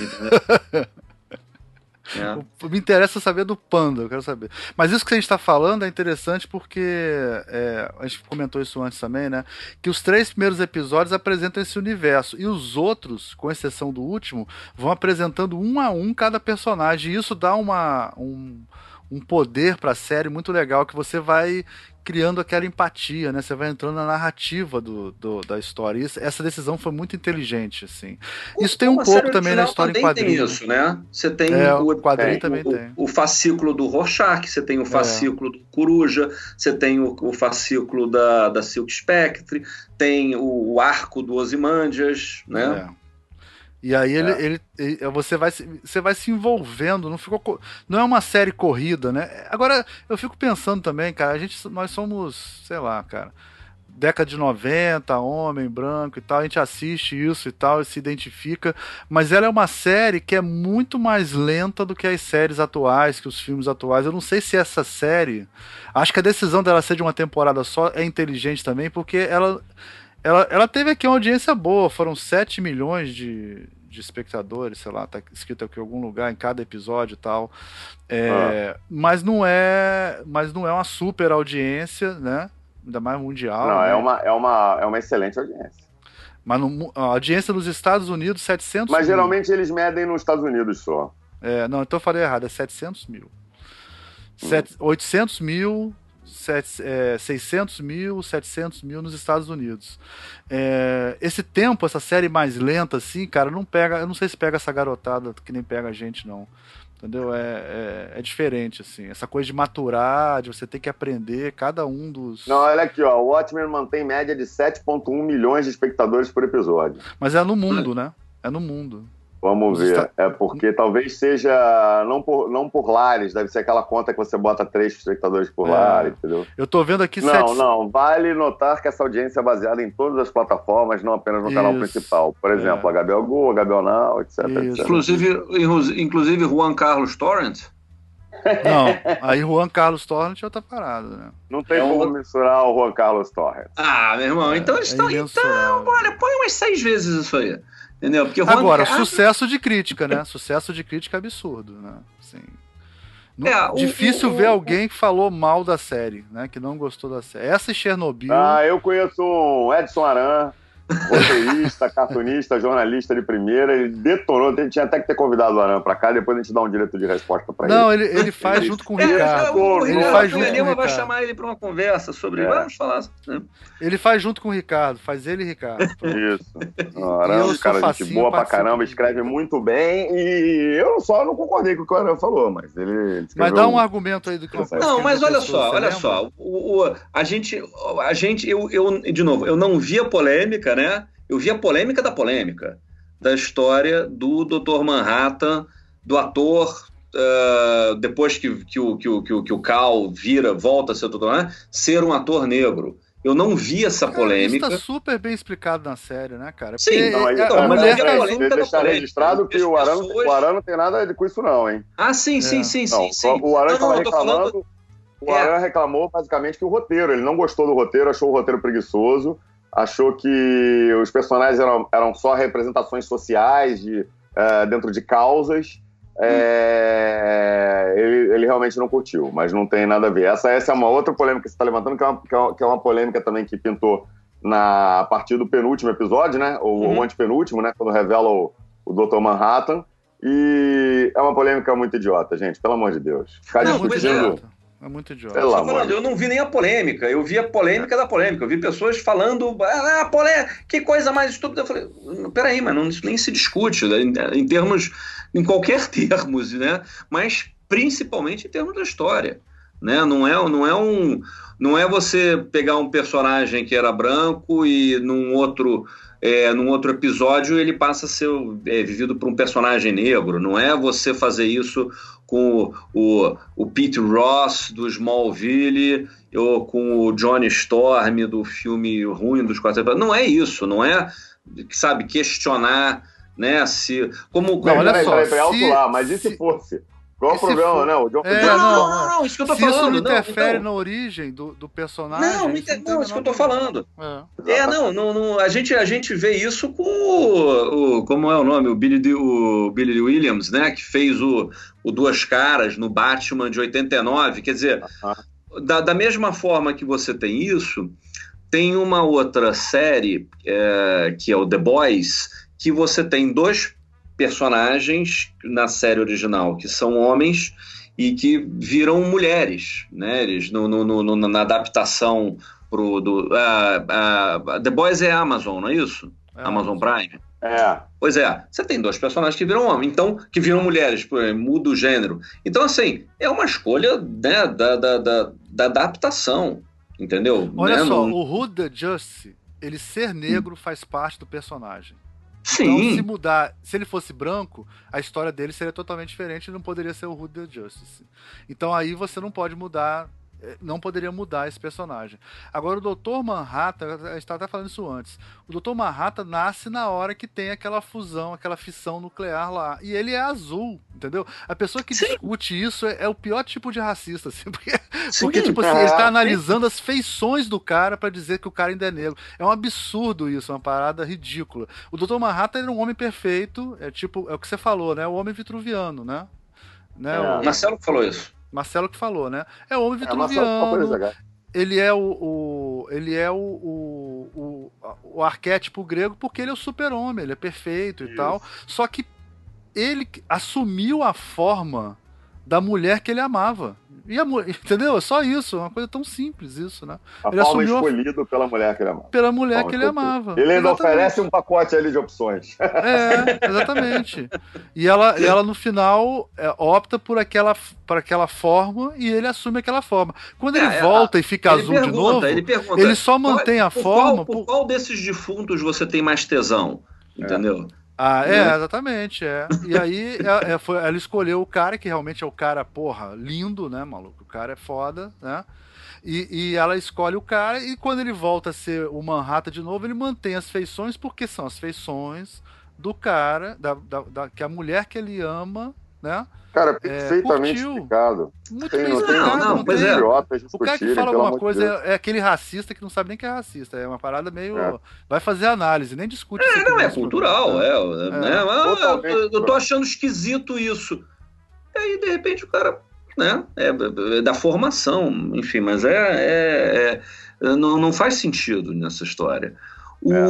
É. Me interessa saber do Panda, eu quero saber. Mas isso que a gente está falando é interessante porque é, a gente comentou isso antes também, né? Que os três primeiros episódios apresentam esse universo e os outros, com exceção do último, vão apresentando um a um cada personagem. E isso dá uma, um, um poder para a série muito legal, que você vai criando aquela empatia, né? Você vai entrando na narrativa do, do, da história. Isso, essa decisão foi muito inteligente, assim. Isso tem um pouco também na história em quadrinhos. Tem isso, né? Você tem é, o, o quadrinho é, também o, tem. O fascículo do Rorschach, você tem o fascículo é. do Coruja, você tem o, o fascículo da, da Silk Spectre, tem o, o arco do Ozymandias, né? É. E aí ele, é. ele, ele, você, vai, você vai se envolvendo, não, ficou, não é uma série corrida, né? Agora, eu fico pensando também, cara, a gente, nós somos, sei lá, cara, década de noventa, homem, branco e tal, a gente assiste isso e tal, e se identifica, mas ela é uma série que é muito mais lenta do que as séries atuais, que os filmes atuais. Eu não sei se essa série, acho que a decisão dela ser de uma temporada só é inteligente também, porque ela... Ela, ela teve aqui uma audiência boa, foram sete milhões de, de espectadores, sei lá, tá escrito aqui em algum lugar, em cada episódio e tal. É, ah. Mas não é, mas não é uma super audiência, né? Ainda mais mundial. Não, né? é, uma, é, uma, é uma excelente audiência. Mas no, a audiência nos Estados Unidos, setecentos Mas mil. geralmente eles medem nos Estados Unidos só. É, não, então eu falei errado, é setecentos mil. Hum. Set, oitocentos mil... Sete, é, seiscentos mil, setecentos mil nos Estados Unidos. É, esse tempo, essa série mais lenta, assim, cara, não pega. Eu não sei se pega essa garotada que nem pega a gente, não. Entendeu? É, é, é diferente, assim. Essa coisa de maturar, de você ter que aprender cada um dos. Não, olha aqui, ó. O Watchmen mantém média de sete vírgula um milhões de espectadores por episódio. Mas é no mundo, né? É no mundo. Vamos ver. Está... É porque talvez seja não por, não por lares, deve ser aquela conta que você bota três espectadores por é. lar, entendeu? Eu tô vendo aqui... Não, sete... não. Vale notar que essa audiência é baseada em todas as plataformas, não apenas no Isso. canal principal. Por exemplo, é. H B O Go, H B O Now, etc, etcétera. Inclusive, inclusive Juan Carlos Torrent? Não, aí Juan Carlos Torrent é outra parada, né? Não tem é como um... mensurar o Juan Carlos Torrent. Ah, meu irmão, é, então eles estão... É então, olha, põe umas seis vezes isso aí. Entendeu? Porque Agora, Carlos... sucesso de crítica, né? Sucesso de crítica absurdo, né? Assim, não, é, difícil o, ver o, alguém que falou mal da série, né? Que não gostou da série. Essa e Chernobyl... Ah, eu conheço um Edson Aran, roteirista, cartunista, jornalista de primeira. Ele detonou, ele tinha até que ter convidado o Aran pra cá, depois a gente dá um direito de resposta pra não, ele. Não, ele, ele faz junto com o Ricardo. É, o, o ele Ricardo faz junto com o Ricardo. vai Ricardo. chamar ele pra uma conversa sobre... É. Vamos falar... Né? Ele faz junto com o Ricardo, faz ele e Ricardo. Isso. O Aran é um cara de boa pra caramba, escreve muito bem, e eu só não concordei com o que o Aran falou, mas ele... Mas dá um argumento aí do que eu Não, mas olha só, olha só, o, o, a gente, a gente eu, eu, de novo, eu não vi a polêmica, né? Eu vi a polêmica da polêmica, da história do doutor Manhattan, do ator, uh, depois que, que, o, que, o, que, o, que o Cal vira, volta a ser o doutor Manhattan, ser um ator negro. Eu não vi essa cara, polêmica. Isso tá super bem explicado na série, né, cara? Porque Sim, não, então, a, a mulher é, deixar registrado que o Aran, pessoas... o Aran não tem nada com isso não, hein? Ah, sim, sim, é. sim, não, sim, sim. O Aran estava reclamando... Falando... O Aran é. reclamou basicamente que o roteiro, ele não gostou do roteiro, achou o roteiro preguiçoso, achou que os personagens eram, eram só representações sociais de, uh, dentro de causas. Hum. É, ele, ele realmente não curtiu, mas não tem nada a ver. Essa, essa é uma outra polêmica que você está levantando, que é, uma, que, é uma, que é uma polêmica também que pintou na, a partir do penúltimo episódio, né? Ou uhum. o antepenúltimo, né? Quando revela o, o doutor Manhattan. E é uma polêmica muito idiota, gente. Pelo amor de Deus. Ficar não, discutindo... É muito idiota. Eu, falando, eu não vi nem a polêmica, eu vi a polêmica é. da polêmica. Eu vi pessoas falando, ah, polêmica, que coisa mais estúpida. Eu falei, peraí, mas não, isso nem se discute, né? em, em termos, em qualquer termos, né? Mas principalmente em termos da história. Né? Não, é, não, é um, não é você pegar um personagem que era branco e num outro, é, num outro episódio ele passa a ser é, vivido por um personagem negro. Não é você fazer isso com o, o, o Pete Ross do Smallville ou com o Johnny Storm do filme ruim dos quatro. Não é isso, não é, sabe, questionar, né, se... Como, como, não, olha peraí, só, peraí, peraí, se, lá, mas e se, se fosse? Qual é o problema, for... né? O John... é, não, não, não, não, não, isso que eu tô se falando. isso não não, interfere então... na origem do, do personagem... Não, não, isso não, não isso que eu tô falando. É, é não, não, não, a, gente, a gente vê isso com o, o... Como é o nome? O Billy, o Billy Williams, né? Que fez o, o Duas Caras no Batman de oitenta e nove. Quer dizer, uh-huh. da, da mesma forma que você tem isso, tem uma outra série, é, que é o The Boys, que você tem dois personagens na série original que são homens e que viram mulheres, né? Eles no, no, no, na adaptação pro do, uh, uh, The Boys é Amazon, não é isso? É. Amazon Prime. É. Pois é, você tem dois personagens que viram homem, então que viram mulheres, muda o gênero. Então assim é uma escolha, né, da, da, da, da adaptação, entendeu? Olha né? só, não... o Who the Justice, ele ser negro hum. faz parte do personagem. Sim. Então, se mudar, se ele fosse branco, a história dele seria totalmente diferente e não poderia ser o Who the Justice. Então aí você não pode mudar, não poderia mudar esse personagem. Agora o doutor Manhattan, a gente estava até falando isso antes, o doutor Manhattan nasce na hora que tem aquela fusão, aquela fissão nuclear lá, e ele é azul, entendeu? A pessoa que Sim. discute isso é, é o pior tipo de racista, assim, porque, porque tipo assim, ele está analisando as feições do cara para dizer que o cara ainda é negro. É um absurdo isso, uma parada ridícula. O doutor Manhattan era um homem perfeito, é tipo, é o que você falou, né? O homem vitruviano, né? né? É. O... Marcelo falou isso. Marcelo que falou, né? É o homem vitruviano, é, ele é o, o ele é o, o, o, o arquétipo grego porque ele é o super-homem, ele é perfeito Isso. e tal, só que ele assumiu a forma da mulher que ele amava. E a, entendeu? É só isso, é uma coisa tão simples isso, né? A ele forma escolhido a... pela mulher que ele amava. Pela mulher que ele escolhido. amava. Ele ainda exatamente. oferece um pacote ali de opções. É, exatamente. E ela, ela no final, é, opta por aquela, por aquela forma e ele assume aquela forma. Quando ele é, volta é, e fica azul pergunta, de novo, ele, pergunta, ele só mantém qual, a forma... Qual, por qual desses defuntos você tem mais tesão? Entendeu? É. Ah, é, exatamente, é. E aí é, é, foi, ela escolheu o cara, que realmente é o cara, porra, lindo, né, maluco? O cara é foda, né? E, e ela escolhe o cara, e quando ele volta a ser o Manhattan de novo, ele mantém as feições, porque são as feições do cara, da, da, da, que a mulher que ele ama, né? Cara, perfeitamente é, explicado. Muito tem, bem não explicado. Tem, não, não pois tem é. O cara que fala alguma coisa é, é aquele racista que não sabe nem que é racista. É uma parada meio... É. Vai fazer análise, nem discute. É, não, é cultural. É, é, né? ah, eu, eu tô achando esquisito isso. E aí, de repente, o cara... Né? É, é da formação, enfim, mas é... é, é não, não faz sentido nessa história. O, é.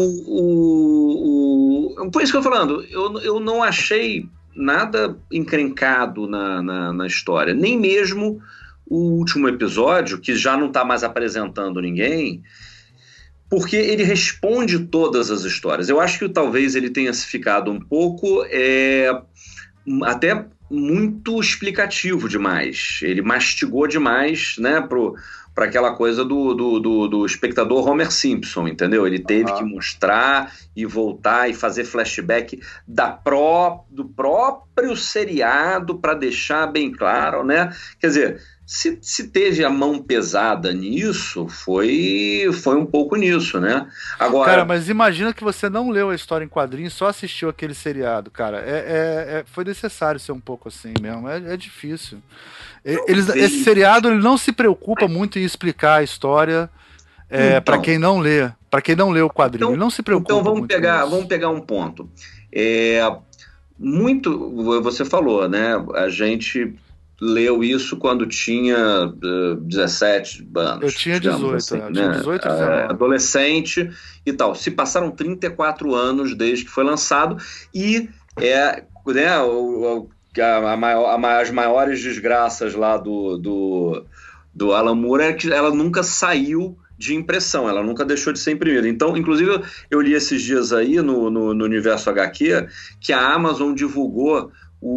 o, o, por isso que eu tô falando, eu, eu não achei... nada encrencado na, na, na história, nem mesmo o último episódio, que já não está mais apresentando ninguém, porque ele responde todas as histórias. Eu acho que talvez ele tenha ficado um pouco é, até muito explicativo demais, ele mastigou demais, né, pro para aquela coisa do, do, do, do espectador Homer Simpson, entendeu? Ele teve uhum. que mostrar e voltar e fazer flashback da pró, do próprio seriado para deixar bem claro, né? Quer dizer, se, se teve a mão pesada nisso, foi, foi um pouco nisso, né? Agora, cara, mas imagina que você não leu a história em quadrinhos, só assistiu aquele seriado, cara. É, é, é, foi necessário ser um pouco assim mesmo, é, é difícil. Eles, esse seriado ele não se preocupa muito em explicar a história é, então, para quem não lê, para quem não lê o quadrinho. Então, ele não se preocupa. Então vamos muito pegar, vamos pegar um ponto. É, muito, você falou, né? A gente leu isso quando tinha uh, dezessete anos. Eu tinha dezoito, assim, eu né? tinha dezoito, dezenove. É, adolescente e tal. Se passaram trinta e quatro anos desde que foi lançado e é, né, o, a, a maior, a, as maiores desgraças lá do, do, do Alan Moore é que ela nunca saiu de impressão, ela nunca deixou de ser imprimida. Então, inclusive, eu li esses dias aí no, no, no Universo agá quê que a Amazon divulgou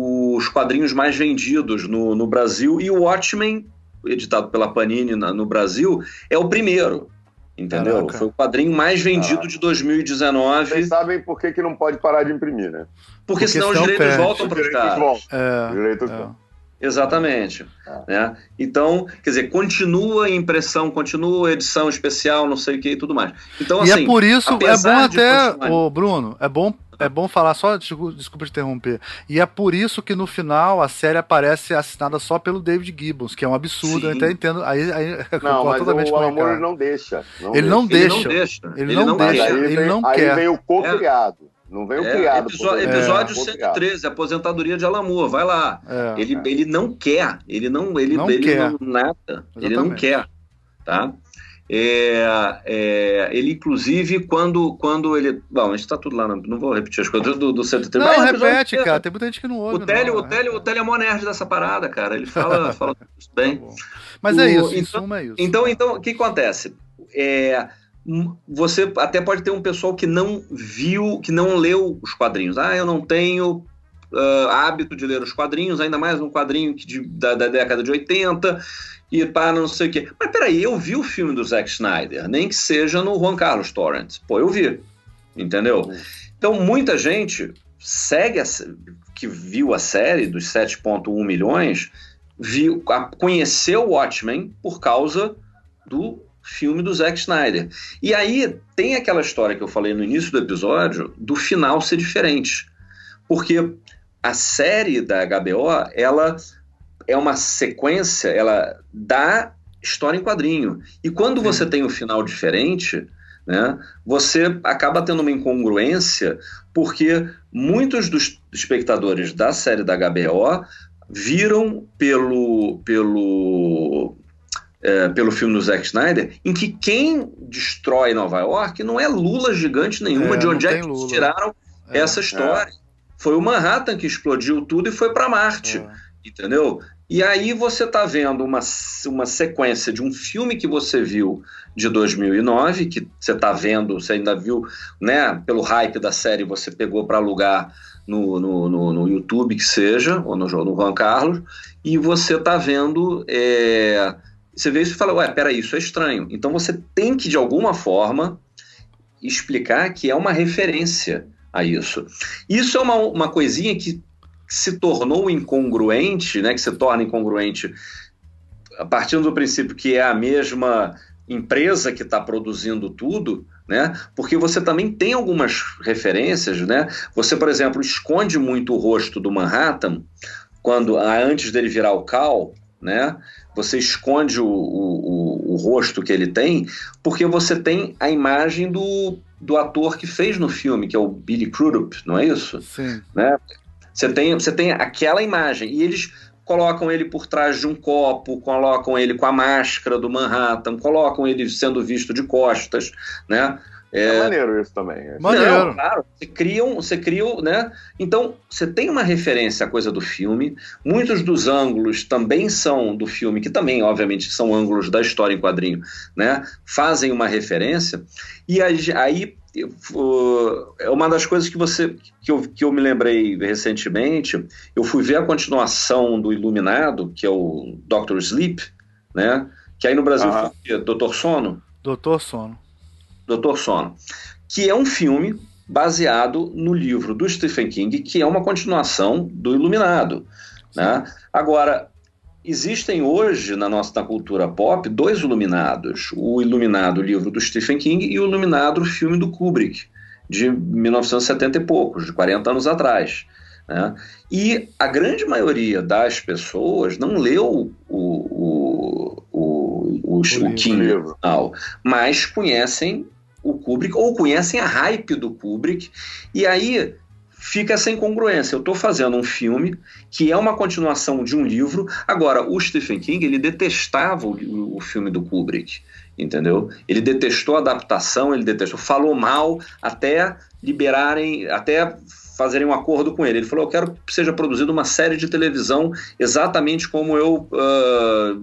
os quadrinhos mais vendidos no, no Brasil, e o Watchmen, editado pela Panini na, no Brasil, é o primeiro, entendeu? Caraca. Foi o quadrinho mais vendido ah. de dois mil e dezenove. Vocês sabem por que, que não pode parar de imprimir, né? Porque, Porque senão os direitos perde. voltam para os caras. É, direitos é. voltam. Exatamente. Ah. Né? Então, quer dizer, continua impressão, continua edição especial, não sei o que e tudo mais. Então, e assim, é por isso, é bom até, continuar... ô, Bruno, é bom, é bom falar só, desculpa te interromper, e é por isso que no final a série aparece assinada só pelo David Gibbons, que é um absurdo, Sim. eu até entendo, aí, aí não, mas totalmente o Alan não deixa. Não ele, não deixa. Deixa. ele não deixa. Ele não deixa. Ele não deixa. Ele não aí quer. Aí vem o co-criado. É. Não veio é, criado. Episódio, episódio é. cento e treze, aposentadoria de Alan Moore, vai lá. É, ele, é. ele não quer, ele não, ele, não, ele quer. não nada, Exatamente. ele não quer, tá? É, é, ele, inclusive, quando, quando ele... Bom, a gente tá tudo lá, não, não vou repetir as coisas do, do cento e treze. Não, mas repete, cara, é, tem muita gente que não ouve. O Télio, não, o Télio, o Télio é mó nerd dessa parada, cara, ele fala, fala tudo bem. Tá mas o, é isso, em então, suma é isso. Então, então, o que acontece? É... Você até pode ter um pessoal que não viu, que não leu os quadrinhos. Ah, eu não tenho uh, hábito de ler os quadrinhos, ainda mais um quadrinho que de, da, da década de oitenta, e para não sei o quê. Mas peraí, eu vi o filme do Zack Snyder, nem que seja no Juan Carlos Torrent. Pô, eu vi, entendeu? Então, muita gente segue a, que viu a série dos sete vírgula um milhões, viu, a, conheceu o Watchmen por causa do filme do Zack Snyder. E aí tem aquela história que eu falei no início do episódio do final ser diferente. Porque a série da H B O, ela é uma sequência, ela dá história em quadrinho. E quando você tem um final diferente, né, você acaba tendo uma incongruência, porque muitos dos espectadores da série da H B O viram pelo... pelo É, pelo filme do Zack Snyder, em que quem destrói Nova York não é Lula gigante nenhuma, é, de onde é que eles tiraram é, essa história. É. Foi o Manhattan que explodiu tudo e foi para Marte, é. entendeu? E aí você tá vendo uma, uma sequência de um filme que você viu de dois mil e nove, que você tá vendo, você ainda viu, né, pelo hype da série, você pegou para alugar no, no, no, no YouTube, que seja, ou no, no Juan Carlos, e você tá vendo... É, você vê isso e fala, ué, peraí, isso é estranho. Então você tem que, de alguma forma, explicar que é uma referência a isso. Isso é uma, uma coisinha que se tornou incongruente, né, que se torna incongruente a partir do princípio que é a mesma empresa que está produzindo tudo, né, porque você também tem algumas referências, né? Você, por exemplo, esconde muito o rosto do Manhattan quando, antes dele virar o Cal, né? Você esconde o, o, o rosto que ele tem, porque você tem a imagem do, do ator que fez no filme, que é o Billy Crudup, não é isso? Sim. Né? Você tem, você tem aquela imagem, e eles colocam ele por trás de um copo, colocam ele com a máscara do Manhattan, colocam ele sendo visto de costas, né? É, é maneiro isso também. É. Maneiro. Não, claro. Você cria, um, você cria, né? Então, você tem uma referência à coisa do filme. Muitos dos ângulos também são do filme, que também, obviamente, são ângulos da história em quadrinho, né? Fazem uma referência. E aí, aí é uma das coisas que você que eu, que eu me lembrei recentemente. Eu fui ver a continuação do Iluminado, que é o doutor Sleep, né? Que aí no Brasil ah. foi doutor Sono. doutor Sono. doutor Sono, que é um filme baseado no livro do Stephen King, que é uma continuação do Iluminado, né? Agora, existem hoje na nossa na cultura pop dois Iluminados, o Iluminado, o livro do Stephen King, e o Iluminado, o filme do Kubrick, de mil novecentos e setenta e poucos, de quarenta anos atrás, né? E a grande maioria das pessoas não leu o, o, o, o, o, o King, não, mas conhecem o Kubrick, ou conhecem a hype do Kubrick, e aí fica essa incongruência. Eu estou fazendo um filme que é uma continuação de um livro. Agora, o Stephen King, ele detestava o, o filme do Kubrick, entendeu? Ele detestou a adaptação, ele detestou, falou mal até liberarem, até fazerem um acordo com ele. Ele falou, eu quero que seja produzida uma série de televisão exatamente como eu uh,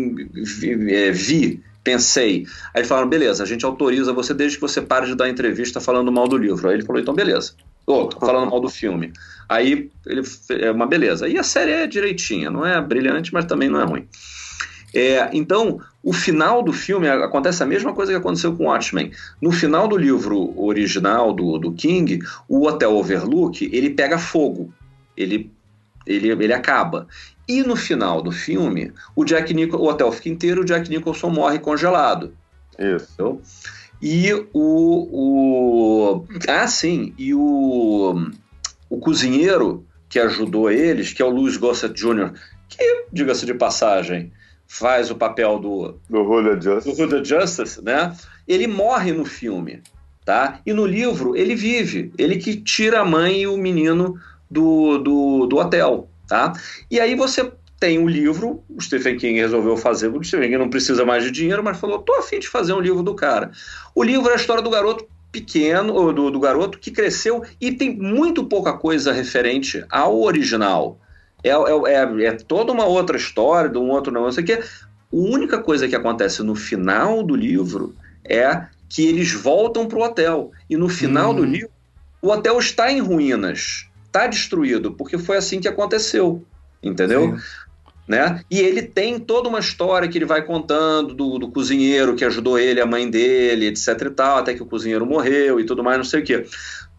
vi, vi, pensei. Aí falaram, beleza, a gente autoriza você desde que você pare de dar entrevista falando mal do livro. Aí ele falou, então beleza. Oh, falando mal do filme. Aí ele é uma beleza. E a série é direitinha, não é brilhante, mas também não é ruim. É, então, o final do filme acontece a mesma coisa que aconteceu com Watchmen. No final do livro original do, do King, o Hotel Overlook, ele pega fogo. Ele, ele, ele acaba. E no final do filme, o Jack Nicholson, o hotel fica inteiro, o Jack Nicholson morre congelado. Isso. Entendeu? E o, o... Ah, sim. E o, o cozinheiro que ajudou eles, que é o Louis Gossett Júnior, que, diga-se de passagem, faz o papel do... Do Hooded Justice. Do Hooded Justice, né? Ele morre no filme, tá? E no livro, ele vive. Ele que tira a mãe e o menino do, do, do hotel, tá? E aí você... tem um livro, o Stephen King resolveu fazer, o Stephen King não precisa mais de dinheiro, mas falou, tô a fim de fazer um livro do cara. O livro é a história do garoto pequeno, ou do, do garoto que cresceu e tem muito pouca coisa referente ao original. É, é, é, é toda uma outra história, de um outro não, não sei o quê. A única coisa que acontece no final do livro é que eles voltam pro hotel. E no final hum. do livro, o hotel está em ruínas, está destruído, porque foi assim que aconteceu. Entendeu? Sim. Né? E ele tem toda uma história que ele vai contando do, do cozinheiro que ajudou ele, a mãe dele, etc e tal, até que o cozinheiro morreu e tudo mais, não sei o quê.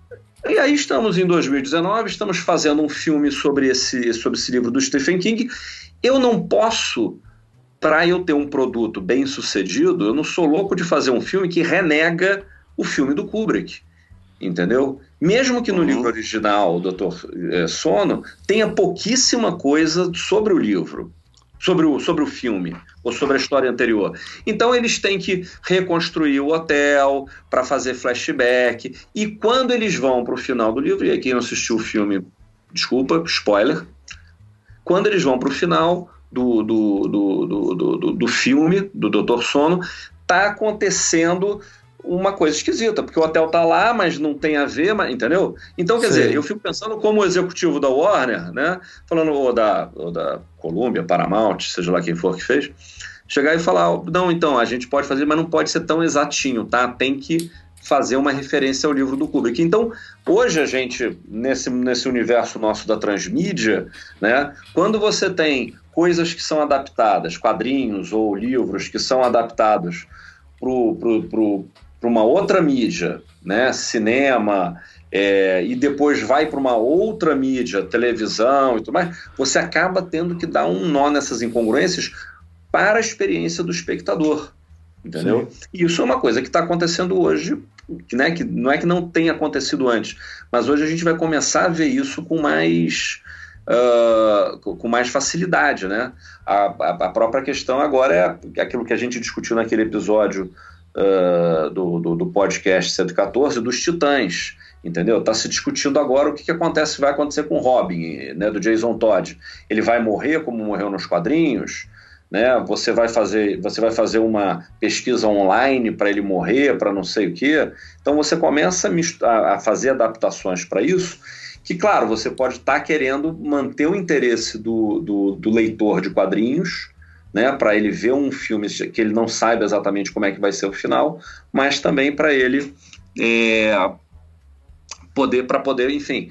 E aí estamos em dois mil e dezenove, estamos fazendo um filme sobre esse, sobre esse livro do Stephen King. Eu não posso, para eu ter um produto bem sucedido, eu não sou louco de fazer um filme que renega o filme do Kubrick. Entendeu? Mesmo que no uhum. livro original, o doutor Sono, tenha pouquíssima coisa sobre o livro, sobre o, sobre o filme, ou sobre a história anterior. Então eles têm que reconstruir o hotel para fazer flashback, e quando eles vão para o final do livro, e quem não assistiu o filme, desculpa, spoiler, quando eles vão para o final do, do, do, do, do, do filme, do doutor Sono, está acontecendo uma coisa esquisita, porque o hotel tá lá, mas não tem a ver, mas, entendeu? Então, quer Sim. dizer, eu fico pensando como executivo da Warner, né, falando, ou da, ou da Columbia, Paramount, seja lá quem for que fez, chegar e falar, não, então, a gente pode fazer, mas não pode ser tão exatinho, tá? Tem que fazer uma referência ao livro do Kubrick. Então, hoje a gente, nesse, nesse universo nosso da transmídia, né, quando você tem coisas que são adaptadas, quadrinhos ou livros que são adaptados pro, pro, pro para uma outra mídia, né, cinema, é, e depois vai para uma outra mídia, televisão e tudo mais, você acaba tendo que dar um nó nessas incongruências para a experiência do espectador, entendeu? Sim. E isso é uma coisa que está acontecendo hoje, que, né, que não é que não tenha acontecido antes, mas hoje a gente vai começar a ver isso com mais, uh, com mais facilidade, né? A, a, a própria questão agora é aquilo que a gente discutiu naquele episódio Uh, do, do, do podcast cento e quatorze, dos Titãs, entendeu? Está se discutindo agora o que, que acontece, vai acontecer com o Robin, né, do Jason Todd. Ele vai morrer como morreu nos quadrinhos, né? Você vai fazer, você vai fazer uma pesquisa online para ele morrer, para não sei o quê. Então você começa a, a fazer adaptações para isso, que claro, você pode estar tá querendo manter o interesse do, do, do leitor de quadrinhos, né, para ele ver um filme que ele não saiba exatamente como é que vai ser o final, mas também para ele é, poder, para poder, enfim,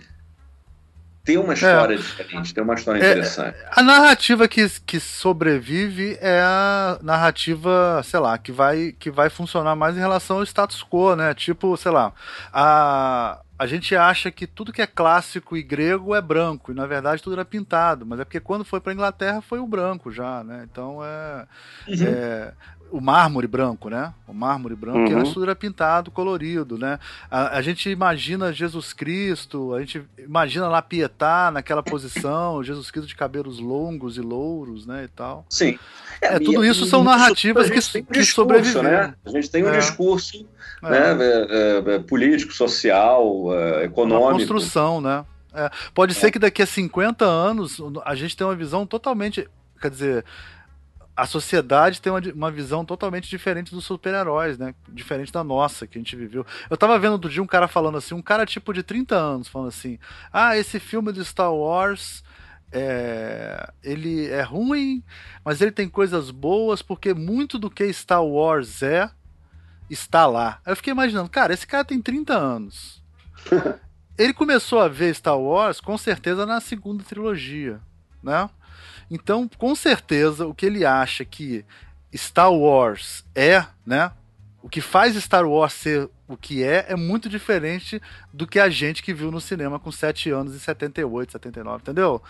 ter uma história é, diferente, ter uma história é, interessante. A narrativa que, que sobrevive é a narrativa, sei lá, que vai, que vai funcionar mais em relação ao status quo, né? Tipo, sei lá, a... A gente acha que tudo que é clássico e grego é branco, e na verdade tudo era pintado, mas é porque quando foi para a Inglaterra foi o branco já, né? Então é, uhum. é o mármore branco, né? O mármore branco, uhum. que antes tudo era pintado, colorido, né? A, a gente imagina Jesus Cristo, a gente imagina lá Pietá naquela posição, Jesus Cristo de cabelos longos e louros, né, e tal. Sim. É, é tudo isso são narrativas que, um que sobreviveram. Né? A gente tem um é. discurso é. Né, é, é, político, social, é, econômico. Uma construção, né? É. Pode é. ser que daqui a cinquenta anos a gente tenha uma visão totalmente... Quer dizer... A sociedade tem uma, uma visão totalmente diferente dos super-heróis, né? Diferente da nossa, que a gente viveu. Eu tava vendo outro dia um cara falando assim, um cara tipo de trinta anos, falando assim, ah, esse filme de Star Wars, é, ele é ruim, mas ele tem coisas boas, porque muito do que Star Wars é, está lá. Aí eu fiquei imaginando, cara, esse cara tem trinta anos. Ele começou a ver Star Wars, com certeza, na segunda trilogia, né? Então, com certeza, o que ele acha que Star Wars é, né? O que faz Star Wars ser o que é, é muito diferente do que a gente que viu no cinema com sete anos, em setenta e oito, setenta e nove, entendeu?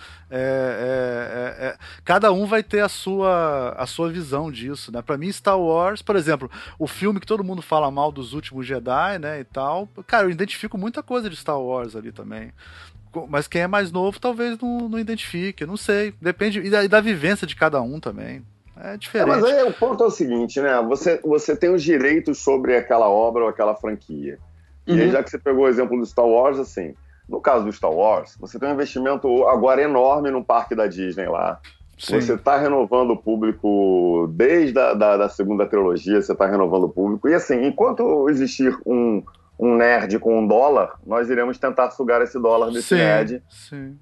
É, é, é, é, cada um vai ter a sua, a sua visão disso, né? Pra mim, Star Wars, por exemplo, o filme que todo mundo fala mal dos últimos Jedi, né, e tal, cara, eu identifico muita coisa de Star Wars ali também. Mas quem é mais novo talvez não, não identifique, não sei. Depende e da, e da vivência de cada um também. É diferente. É, mas aí o ponto é o seguinte, né? Você, você tem os direitos sobre aquela obra ou aquela franquia. Uhum. E aí, já que você pegou o exemplo do Star Wars, assim, no caso do Star Wars, você tem um investimento agora enorme no parque da Disney lá. Sim. Você está renovando o público desde a da, da segunda trilogia, você está renovando o público. E assim, enquanto existir um... um nerd com um dólar, nós iremos tentar sugar esse dólar desse sim, nerd sim.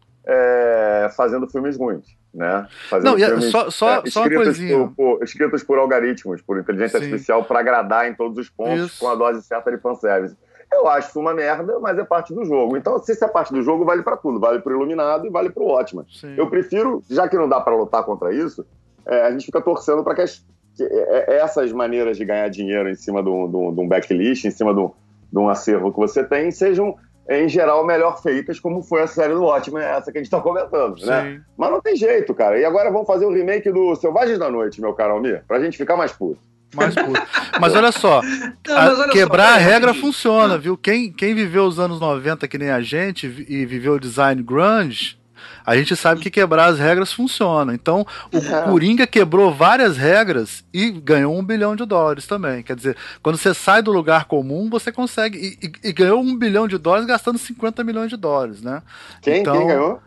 É, fazendo filmes ruins, né? Fazendo Não, filmes só, só, é, só uma coisinha. Por, por, escritos por algoritmos, por inteligência sim. artificial, para agradar em todos os pontos, isso. com a dose certa de fanservice. Eu acho isso uma merda, mas é parte do jogo. Então, se isso é parte do jogo, vale para tudo. Vale pro Iluminado e vale pro Watchmen. Sim. Eu prefiro, já que não dá para lutar contra isso, é, a gente fica torcendo para que, as, que essas maneiras de ganhar dinheiro em cima de um backlist, em cima do de um acervo que você tem, sejam, em geral, melhor feitas, como foi a série do Watchmen, essa que a gente está comentando, Sim. né? Mas não tem jeito, cara. E agora vamos fazer o remake do Selvagens da Noite, meu caro Almir, pra gente ficar mais puto. Mais puto. Mas olha só, não, mas olha quebrar só, a regra gente... funciona, viu? Quem, quem viveu os anos noventa que nem a gente e viveu o design grunge, a gente sabe que quebrar as regras funciona. Então, o é. Coringa quebrou várias regras e ganhou um bilhão de dólares também. Quer dizer, quando você sai do lugar comum, você consegue... E, e, e ganhou um bilhão de dólares gastando cinquenta milhões de dólares, né? Quem? Então, Quem ganhou?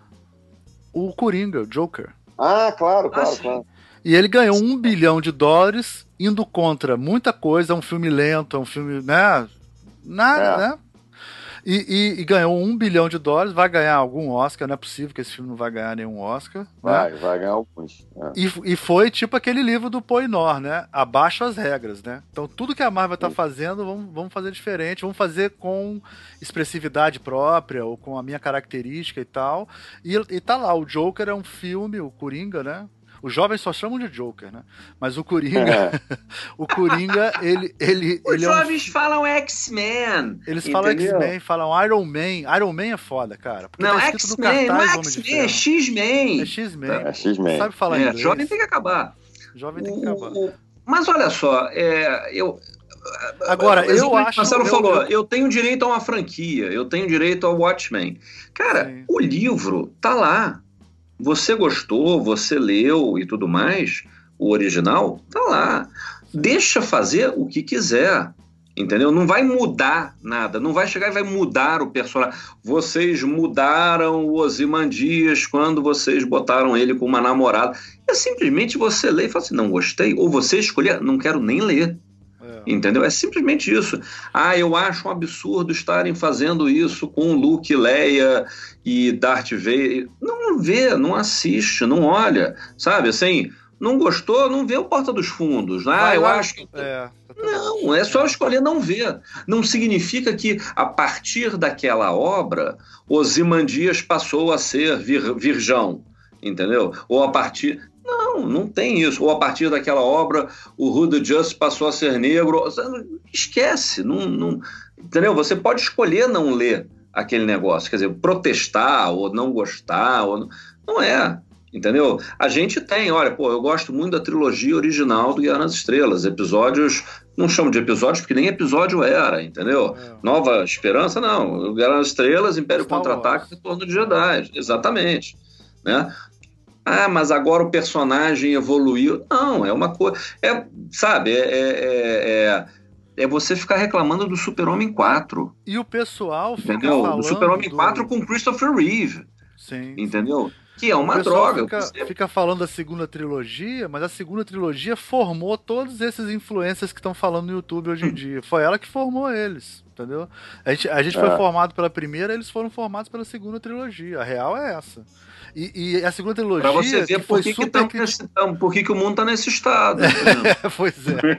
O Coringa, o Joker. Ah, claro, claro, ah, claro. E ele ganhou um bilhão de dólares indo contra muita coisa. É um filme lento, é um filme, né? Nada, é. né? E, e, e ganhou um bilhão de dólares, vai ganhar algum Oscar, não é possível que esse filme não vai ganhar nenhum Oscar. Vai, né? vai ganhar alguns. É. E, e foi tipo aquele livro do Poinor, né? Abaixo as regras, né? Então tudo que a Marvel tá fazendo, vamos, vamos fazer diferente, vamos fazer com expressividade própria, ou com a minha característica e tal. E, e tá lá, o Joker é um filme, o Coringa, né? Os jovens só chamam de Joker, né? Mas o Coringa, é. o Coringa, ele, ele, Os ele jovens é um... falam X-Men. Eles entendeu? falam X-Men, falam Iron Man. Iron Man é foda, cara. Não, tá X-Men, não é X-Men, é X-Men. É X-Men. É X-Men. Sabe falar é, inglês. Jovem tem que acabar. Jovem tem que acabar. O, o... Mas olha só, é, eu... Agora, eu, eu acho... O Marcelo eu, falou, eu... eu tenho direito a uma franquia, eu tenho direito ao Watchmen. Cara, Sim. o livro tá lá. Você gostou, você leu e tudo mais, o original, tá lá. Deixa fazer o que quiser, entendeu? Não vai mudar nada, não vai chegar e vai mudar o personagem. Vocês mudaram o Ozymandias quando vocês botaram ele com uma namorada. É simplesmente você ler e falar assim, não gostei, ou você escolher, não quero nem ler. Entendeu? É simplesmente isso. Ah, eu acho um absurdo estarem fazendo isso com Luke, Leia e Darth Vader. Não vê, não assiste, não olha. Sabe, assim, não gostou, não vê o Porta dos Fundos. Ah, Vai eu lá. acho que... É. Não, é só escolher não ver. Não significa que a partir daquela obra Ozymandias passou a ser vir, virgão. Entendeu? Ou a partir... Não, não tem isso. Ou a partir daquela obra, o Who Just passou a ser negro. Esquece. Não, não, entendeu? Você pode escolher não ler aquele negócio. Quer dizer, protestar ou não gostar. Ou não, não é. Entendeu? A gente tem, olha, pô, eu gosto muito da trilogia original do Guerra nas Estrelas, episódios, não chamo de episódios porque nem episódio era, entendeu? É. Nova Esperança, não, Guerra nas Estrelas, Império Contra-Ataque, Retorno de Jedi, exatamente, né? Ah, mas agora o personagem evoluiu. Não, é uma coisa, é, sabe, é, é, é, é você ficar reclamando do Super-Homem quatro. E o pessoal fica entendeu? falando do Super-Homem do... quatro com Christopher Reeve. Sim. Entendeu? Que é uma droga. Fica, você... fica falando da segunda trilogia, mas a segunda trilogia formou todos esses influencers que estão falando no YouTube hoje em dia. Foi ela que formou eles, entendeu? A gente, a gente é. foi formado pela primeira, eles foram formados pela segunda trilogia. A real é essa. E, e a segunda trilogia... Pra você ver que por, foi que, super que, nesse, por que, que o mundo tá nesse estado. É, pois é.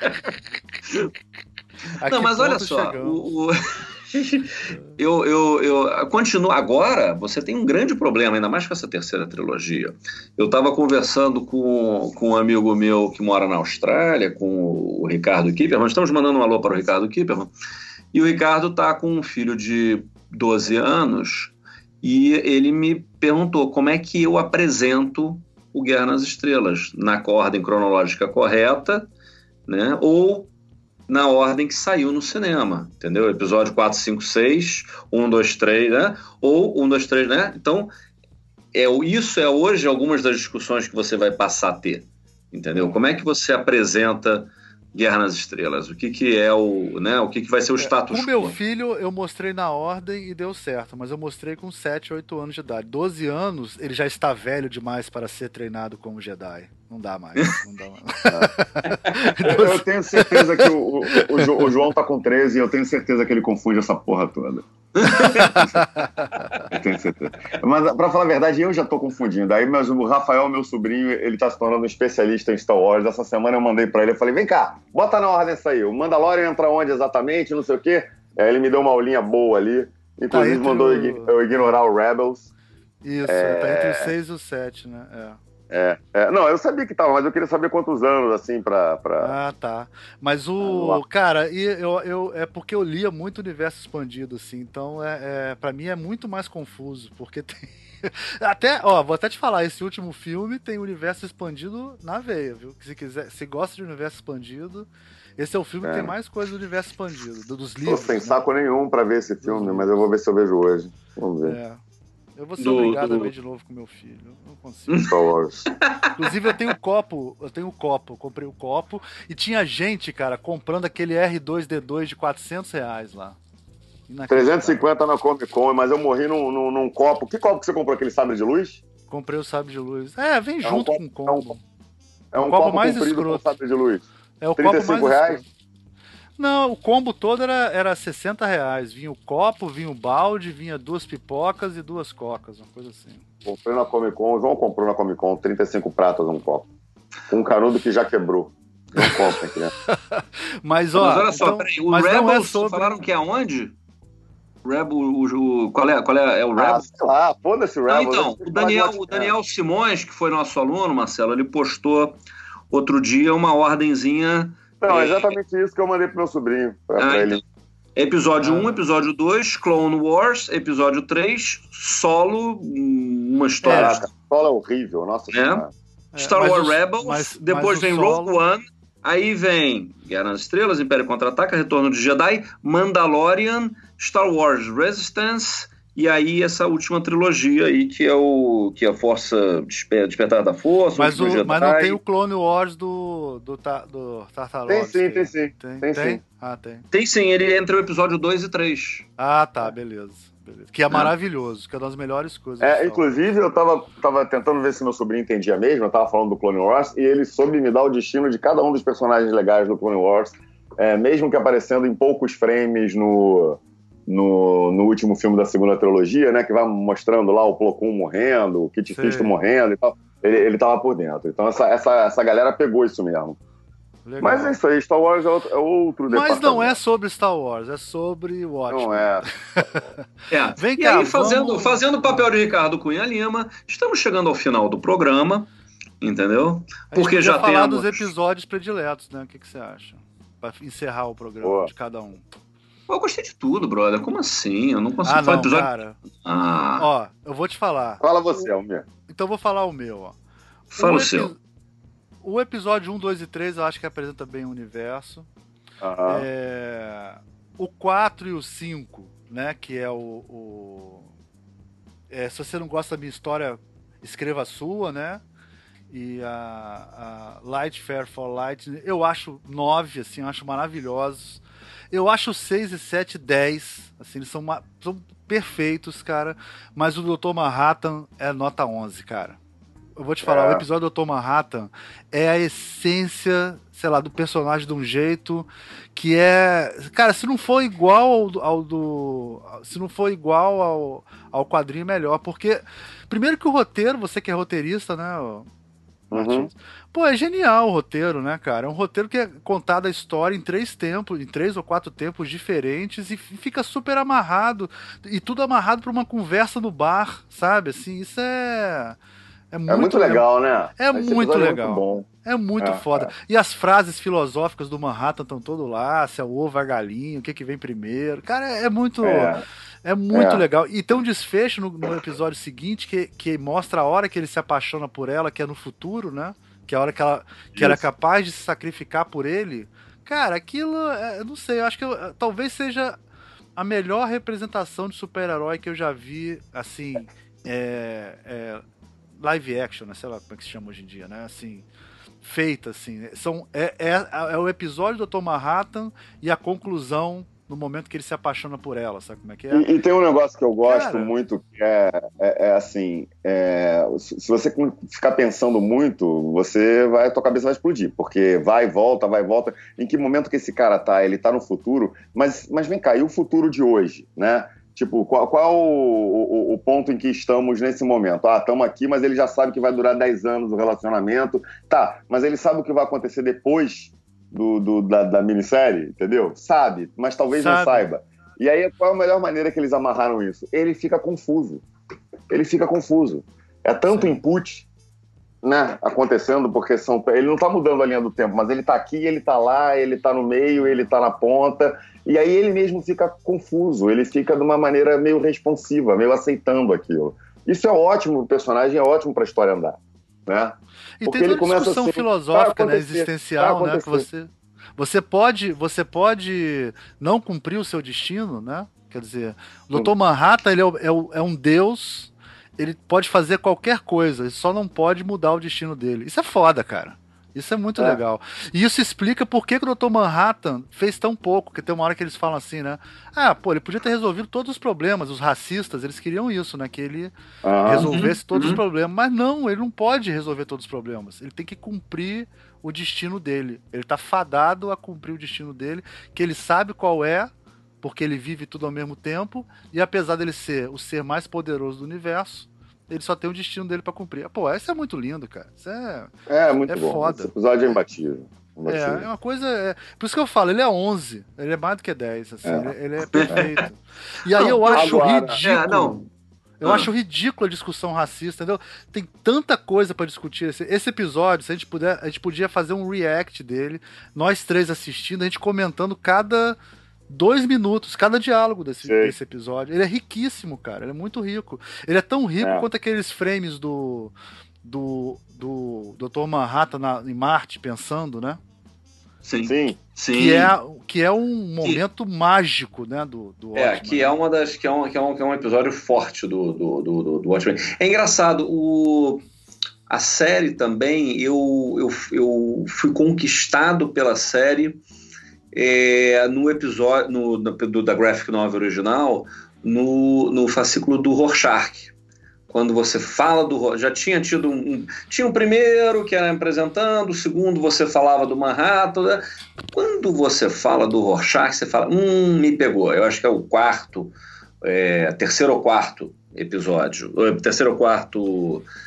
Não, mas olha só, o, o... eu, eu, eu continuo agora, você tem um grande problema, ainda mais com essa terceira trilogia. Eu estava conversando com, com um amigo meu que mora na Austrália, com o Ricardo Kipperman, estamos mandando um alô para o Ricardo Kipperman, e o Ricardo está com um filho de doze anos, e ele me perguntou como é que eu apresento o Guerra nas Estrelas, na ordem cronológica correta, né, ou na ordem que saiu no cinema, entendeu? Episódio quatro, cinco, seis, um, dois, três, né? Ou um, dois, três, né? Então, é, isso é hoje algumas das discussões que você vai passar a ter, entendeu? Como é que você apresenta Guerra nas Estrelas? O que que é o, né? O que que vai ser o status quo? O meu filho eu mostrei na ordem e deu certo, mas eu mostrei com sete, oito anos de idade. doze anos, ele já está velho demais para ser treinado como Jedi. Não dá mais. Não dá mais. Eu tenho certeza que o, o, o, o João tá com treze e eu tenho certeza que ele confunde essa porra toda. Eu tenho certeza. Mas, pra falar a verdade, eu já tô confundindo. Aí, mas o Rafael, meu sobrinho, ele tá se tornando um especialista em Star Wars. Essa semana eu mandei pra ele, eu falei, vem cá, bota na ordem essa aí. O Mandalorian entra onde exatamente, não sei o quê. Aí ele me deu uma aulinha boa ali. Inclusive tá mandou o... eu ignorar o Rebels. Isso, é... tá entre o seis e o sete, né? É. É, é, não, eu sabia que tava, mas eu queria saber quantos anos, assim, pra... pra... Ah, tá. Mas o... Ah, cara, eu, eu, é porque eu lia muito Universo Expandido, assim, então é, é, pra mim é muito mais confuso, porque tem... Até, ó, vou até te falar, esse último filme tem Universo Expandido na veia, viu? Se quiser, se gosta de Universo Expandido, esse é o filme é. que tem mais coisa do Universo Expandido, do, dos livros. Tô sem né? saco nenhum pra ver esse filme, mas eu vou ver se eu vejo hoje. Vamos ver. É. Eu vou ser do, obrigado do... a ver de novo com meu filho. Eu não consigo. Inclusive, eu tenho um copo. Eu tenho um copo. Eu comprei o um copo. E tinha gente, cara, comprando aquele R dois D dois de quatrocentos reais lá. trezentos e cinquenta na Comic Con, mas eu morri num, num, num copo. Que copo que você comprou? Aquele sabre de luz? Comprei o sabre de luz. É, vem é junto um com o combo. É um, é um copo, copo mais escroto. Com sabre de luz. É o trinta e cinco cinco reais? Escroto. Não, o combo todo era, era sessenta reais. Vinha o copo, vinha o balde, vinha duas pipocas e duas cocas, uma coisa assim. Comprei na Comic Con, o João comprou na Comic Con trinta e cinco pratas um copo. Um canudo que já quebrou. Não compra aqui, né? Mas, ó... Mas olha só, então, peraí, o Rebels é sobre... falaram que é onde? Rebel, o, o, qual, é, qual é? É o Rebel? Ah, sei lá, foda-se o Rebel. Então, o Daniel, o Daniel Simões, que foi nosso aluno, Marcelo, ele postou outro dia uma ordenzinha... Não, é exatamente isso que eu mandei pro meu sobrinho. Pra, ah, pra então. ele. Episódio ah. um, episódio dois, Clone Wars, episódio três, Solo, uma história. Caraca, Solo é horrível, nossa é. senhora. Star Wars o, Rebels, mas, depois mas vem Solo... Rogue One, aí vem Guerra nas Estrelas, Império Contra-Ataca, Retorno de Jedi, Mandalorian, Star Wars Resistance, e aí essa última trilogia aí, que é o que é a Força Despertar da Força, mas, o o, mas não tem o Clone Wars do, do, do Tartarovsky. Tem sim, tem sim. Tem, tem, tem? sim. Ah, tem. Tem sim, ele entra no episódio dois e três. Ah, tá, beleza. beleza. Que é, é maravilhoso, que é uma das melhores coisas. É, inclusive, eu tava, tava tentando ver se meu sobrinho entendia mesmo, eu tava falando do Clone Wars, e ele soube me dar o destino de cada um dos personagens legais do Clone Wars, é, mesmo que aparecendo em poucos frames no... No, no último filme da segunda trilogia, né, que vai mostrando lá o Plo Koon morrendo, o Kit Fisto morrendo e tal, ele, ele tava por dentro. Então essa, essa, essa galera pegou isso mesmo. Legal. Mas é isso aí, Star Wars é outro, é outro Mas não é sobre Star Wars, é sobre Watchmen. Não é. é. Vem e cá, aí, fazendo, vamos... fazendo o papel de Ricardo Cunha Lima, estamos chegando ao final do programa, entendeu? Porque já falar temos... dos episódios prediletos, né? O que, que você acha? Para encerrar o programa Boa. de cada um. Eu gostei de tudo, brother. Como assim? Eu não consigo ah, falar não, episódio. Cara. Ah. Ó, eu vou te falar. Fala você, Almir. Então eu vou falar o meu, ó. Fala o, o epi... seu. O episódio um, dois e três eu acho que apresenta bem o universo. Uhum. É... O quatro e o cinco, né? Que é o. o... É, se você não gosta da minha história, escreva a sua, né? E a, a Light Fair for Light, eu acho nove, assim, eu acho maravilhosos. Eu acho seis e sete, dez, assim, eles são, são perfeitos, cara. Mas o doutor Manhattan é nota onze, cara. Eu vou te falar, é. O episódio do doutor Manhattan é a essência, sei lá, do personagem de um jeito que é... Cara, se não for igual ao, ao do... Se não for igual ao, ao quadrinho, melhor. Porque, primeiro que o roteiro, você que é roteirista, né, uhum. Pô, é genial o roteiro, né, cara? É um roteiro que é contado a história em três tempos, em três ou quatro tempos diferentes e fica super amarrado. E tudo amarrado pra uma conversa no bar, sabe? Assim, isso é... É muito, é muito legal, é, né? É Esse muito legal. É muito bom. É muito é, foda. É. E as frases filosóficas do Manhattan estão todo lá, se é o ovo, a galinha, o que que vem primeiro. Cara, é, é muito... É. É muito é. legal. E tem um desfecho no, no episódio seguinte que, que mostra a hora que ele se apaixona por ela, que é no futuro, né? Que é a hora que ela que era capaz de se sacrificar por ele. Cara, aquilo, eu não sei, eu acho que eu, talvez seja a melhor representação de super-herói que eu já vi, assim, é, é, live action, né? Sei lá como é que se chama hoje em dia, né? Assim, feita, assim. São, é, é, é o episódio do doutor Manhattan e a conclusão no momento que ele se apaixona por ela, sabe como é que é? E, e tem um negócio que eu gosto Cara... muito, que é, é, é assim, é, se você ficar pensando muito, você vai, a tua cabeça vai explodir, porque vai e volta, vai e volta. Em que momento que esse cara tá? Ele tá no futuro, mas, mas vem cá, e o futuro de hoje, né? Tipo, qual, qual o, o, o ponto em que estamos nesse momento? Ah, estamos aqui, mas ele já sabe que vai durar dez anos o relacionamento. Tá, mas ele sabe o que vai acontecer depois do, do, da, da minissérie, entendeu? Sabe, mas talvez sabe. não saiba. E aí, qual é a melhor maneira que eles amarraram isso? Ele fica confuso. Ele fica confuso. É tanto Sim. input, né, acontecendo, porque são, ele não tá mudando a linha do tempo, mas ele tá aqui, ele tá lá, ele tá no meio, ele tá na ponta, e aí ele mesmo fica confuso, ele fica de uma maneira meio responsiva, meio aceitando aquilo. Isso é ótimo, o personagem é ótimo pra história andar, né? E porque tem toda uma discussão assim, filosófica, né, existencial, né, que você, você, pode, você pode não cumprir o seu destino, né? Quer dizer, o doutor Manhattan, ele é, é, é um deus, ele pode fazer qualquer coisa, ele só não pode mudar o destino dele. Isso é foda, cara. Isso é muito é. legal. E isso explica por que, que o doutor Manhattan fez tão pouco, porque tem uma hora que eles falam assim, né? Ah, pô, ele podia ter resolvido todos os problemas, os racistas, eles queriam isso, né? Que ele ah, resolvesse uhum, todos uhum. os problemas. Mas não, ele não pode resolver todos os problemas. Ele tem que cumprir o destino dele. Ele tá fadado a cumprir o destino dele, que ele sabe qual é, porque ele vive tudo ao mesmo tempo, e apesar dele ser o ser mais poderoso do universo, ele só tem o destino dele pra cumprir. Pô, isso é muito lindo, cara. Isso é, é muito é bom. Foda. Esse episódio é imbatível. imbatível. É, é uma coisa... É... Por isso que eu falo, ele é onze. Ele é mais do que dez, assim. É. Ele, ele é perfeito. E aí não, eu acho agora, ridículo... É, não. Eu ah. acho ridículo a discussão racista, entendeu? Tem tanta coisa pra discutir. Esse, esse episódio, se a gente puder, a gente podia fazer um react dele, nós três assistindo, a gente comentando cada... Dois minutos, cada diálogo desse, desse episódio. Ele é riquíssimo, cara. Ele é muito rico. Ele é tão rico é. quanto aqueles frames do do, do doutor Manhattan na, em Marte, pensando, né? Sim. Sim. Sim. Que, é, que é um momento que, mágico, né? Do, do é, Watchmen. Que é uma das. Que é um, que é um, que é um episódio forte do, do, do, do Watchmen. É engraçado, o. A série também, eu, eu, eu fui conquistado pela série. É, no episódio no, no, do, da graphic novel original, no, no fascículo do Rorschach, quando você fala do... Já tinha tido um, um... Tinha o primeiro, que era apresentando, o segundo você falava do Manhattan, né? Quando você fala do Rorschach, você fala, hum, me pegou. Eu acho que é o quarto, é, terceiro ou quarto episódio, terceiro ou quarto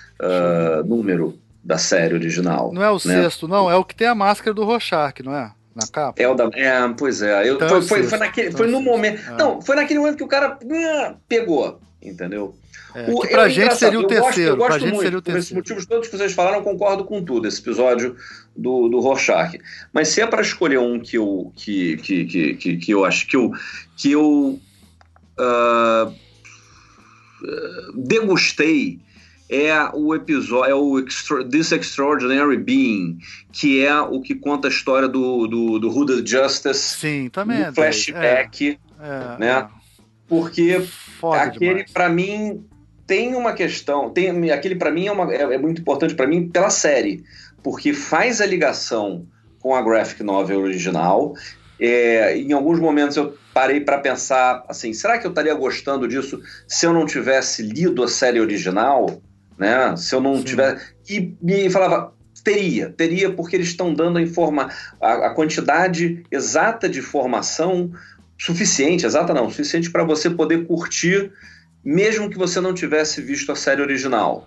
uh, número da série original. Não é o né? sexto, não, é o que tem a máscara do Rorschach, não é? na capa? É, o da, é pois é. Eu, então foi, é foi, foi, naquele, então foi é no momento. É. Não, foi naquele momento que o cara uh, pegou, entendeu? É, o, que pra eu, gente seria o eu terceiro. Gosto, eu pra gosto gente muito, seria o por esses terceiro. motivos todos que vocês falaram, eu concordo com tudo, esse episódio do, do Rorschach. Mas se é para escolher um que eu, que, que, que, que, que eu acho que eu, que eu uh, degustei, é o episódio, é o Extra, This Extraordinary Being, que é o que conta a história do, do, do Hooded Justice. Sim, também no é flashback, é, é, né? É. Porque Foda aquele, para mim, tem uma questão, tem, aquele para mim é, uma, é, é muito importante para mim pela série, porque faz a ligação com a graphic novel original. É, em alguns momentos eu parei para pensar assim, será que eu estaria gostando disso se eu não tivesse lido a série original, né? Se eu não Sim. tivesse e me falava teria, teria porque eles estão dando a, informa, a, a quantidade exata de informação suficiente, exata não, suficiente para você poder curtir, mesmo que você não tivesse visto a série original,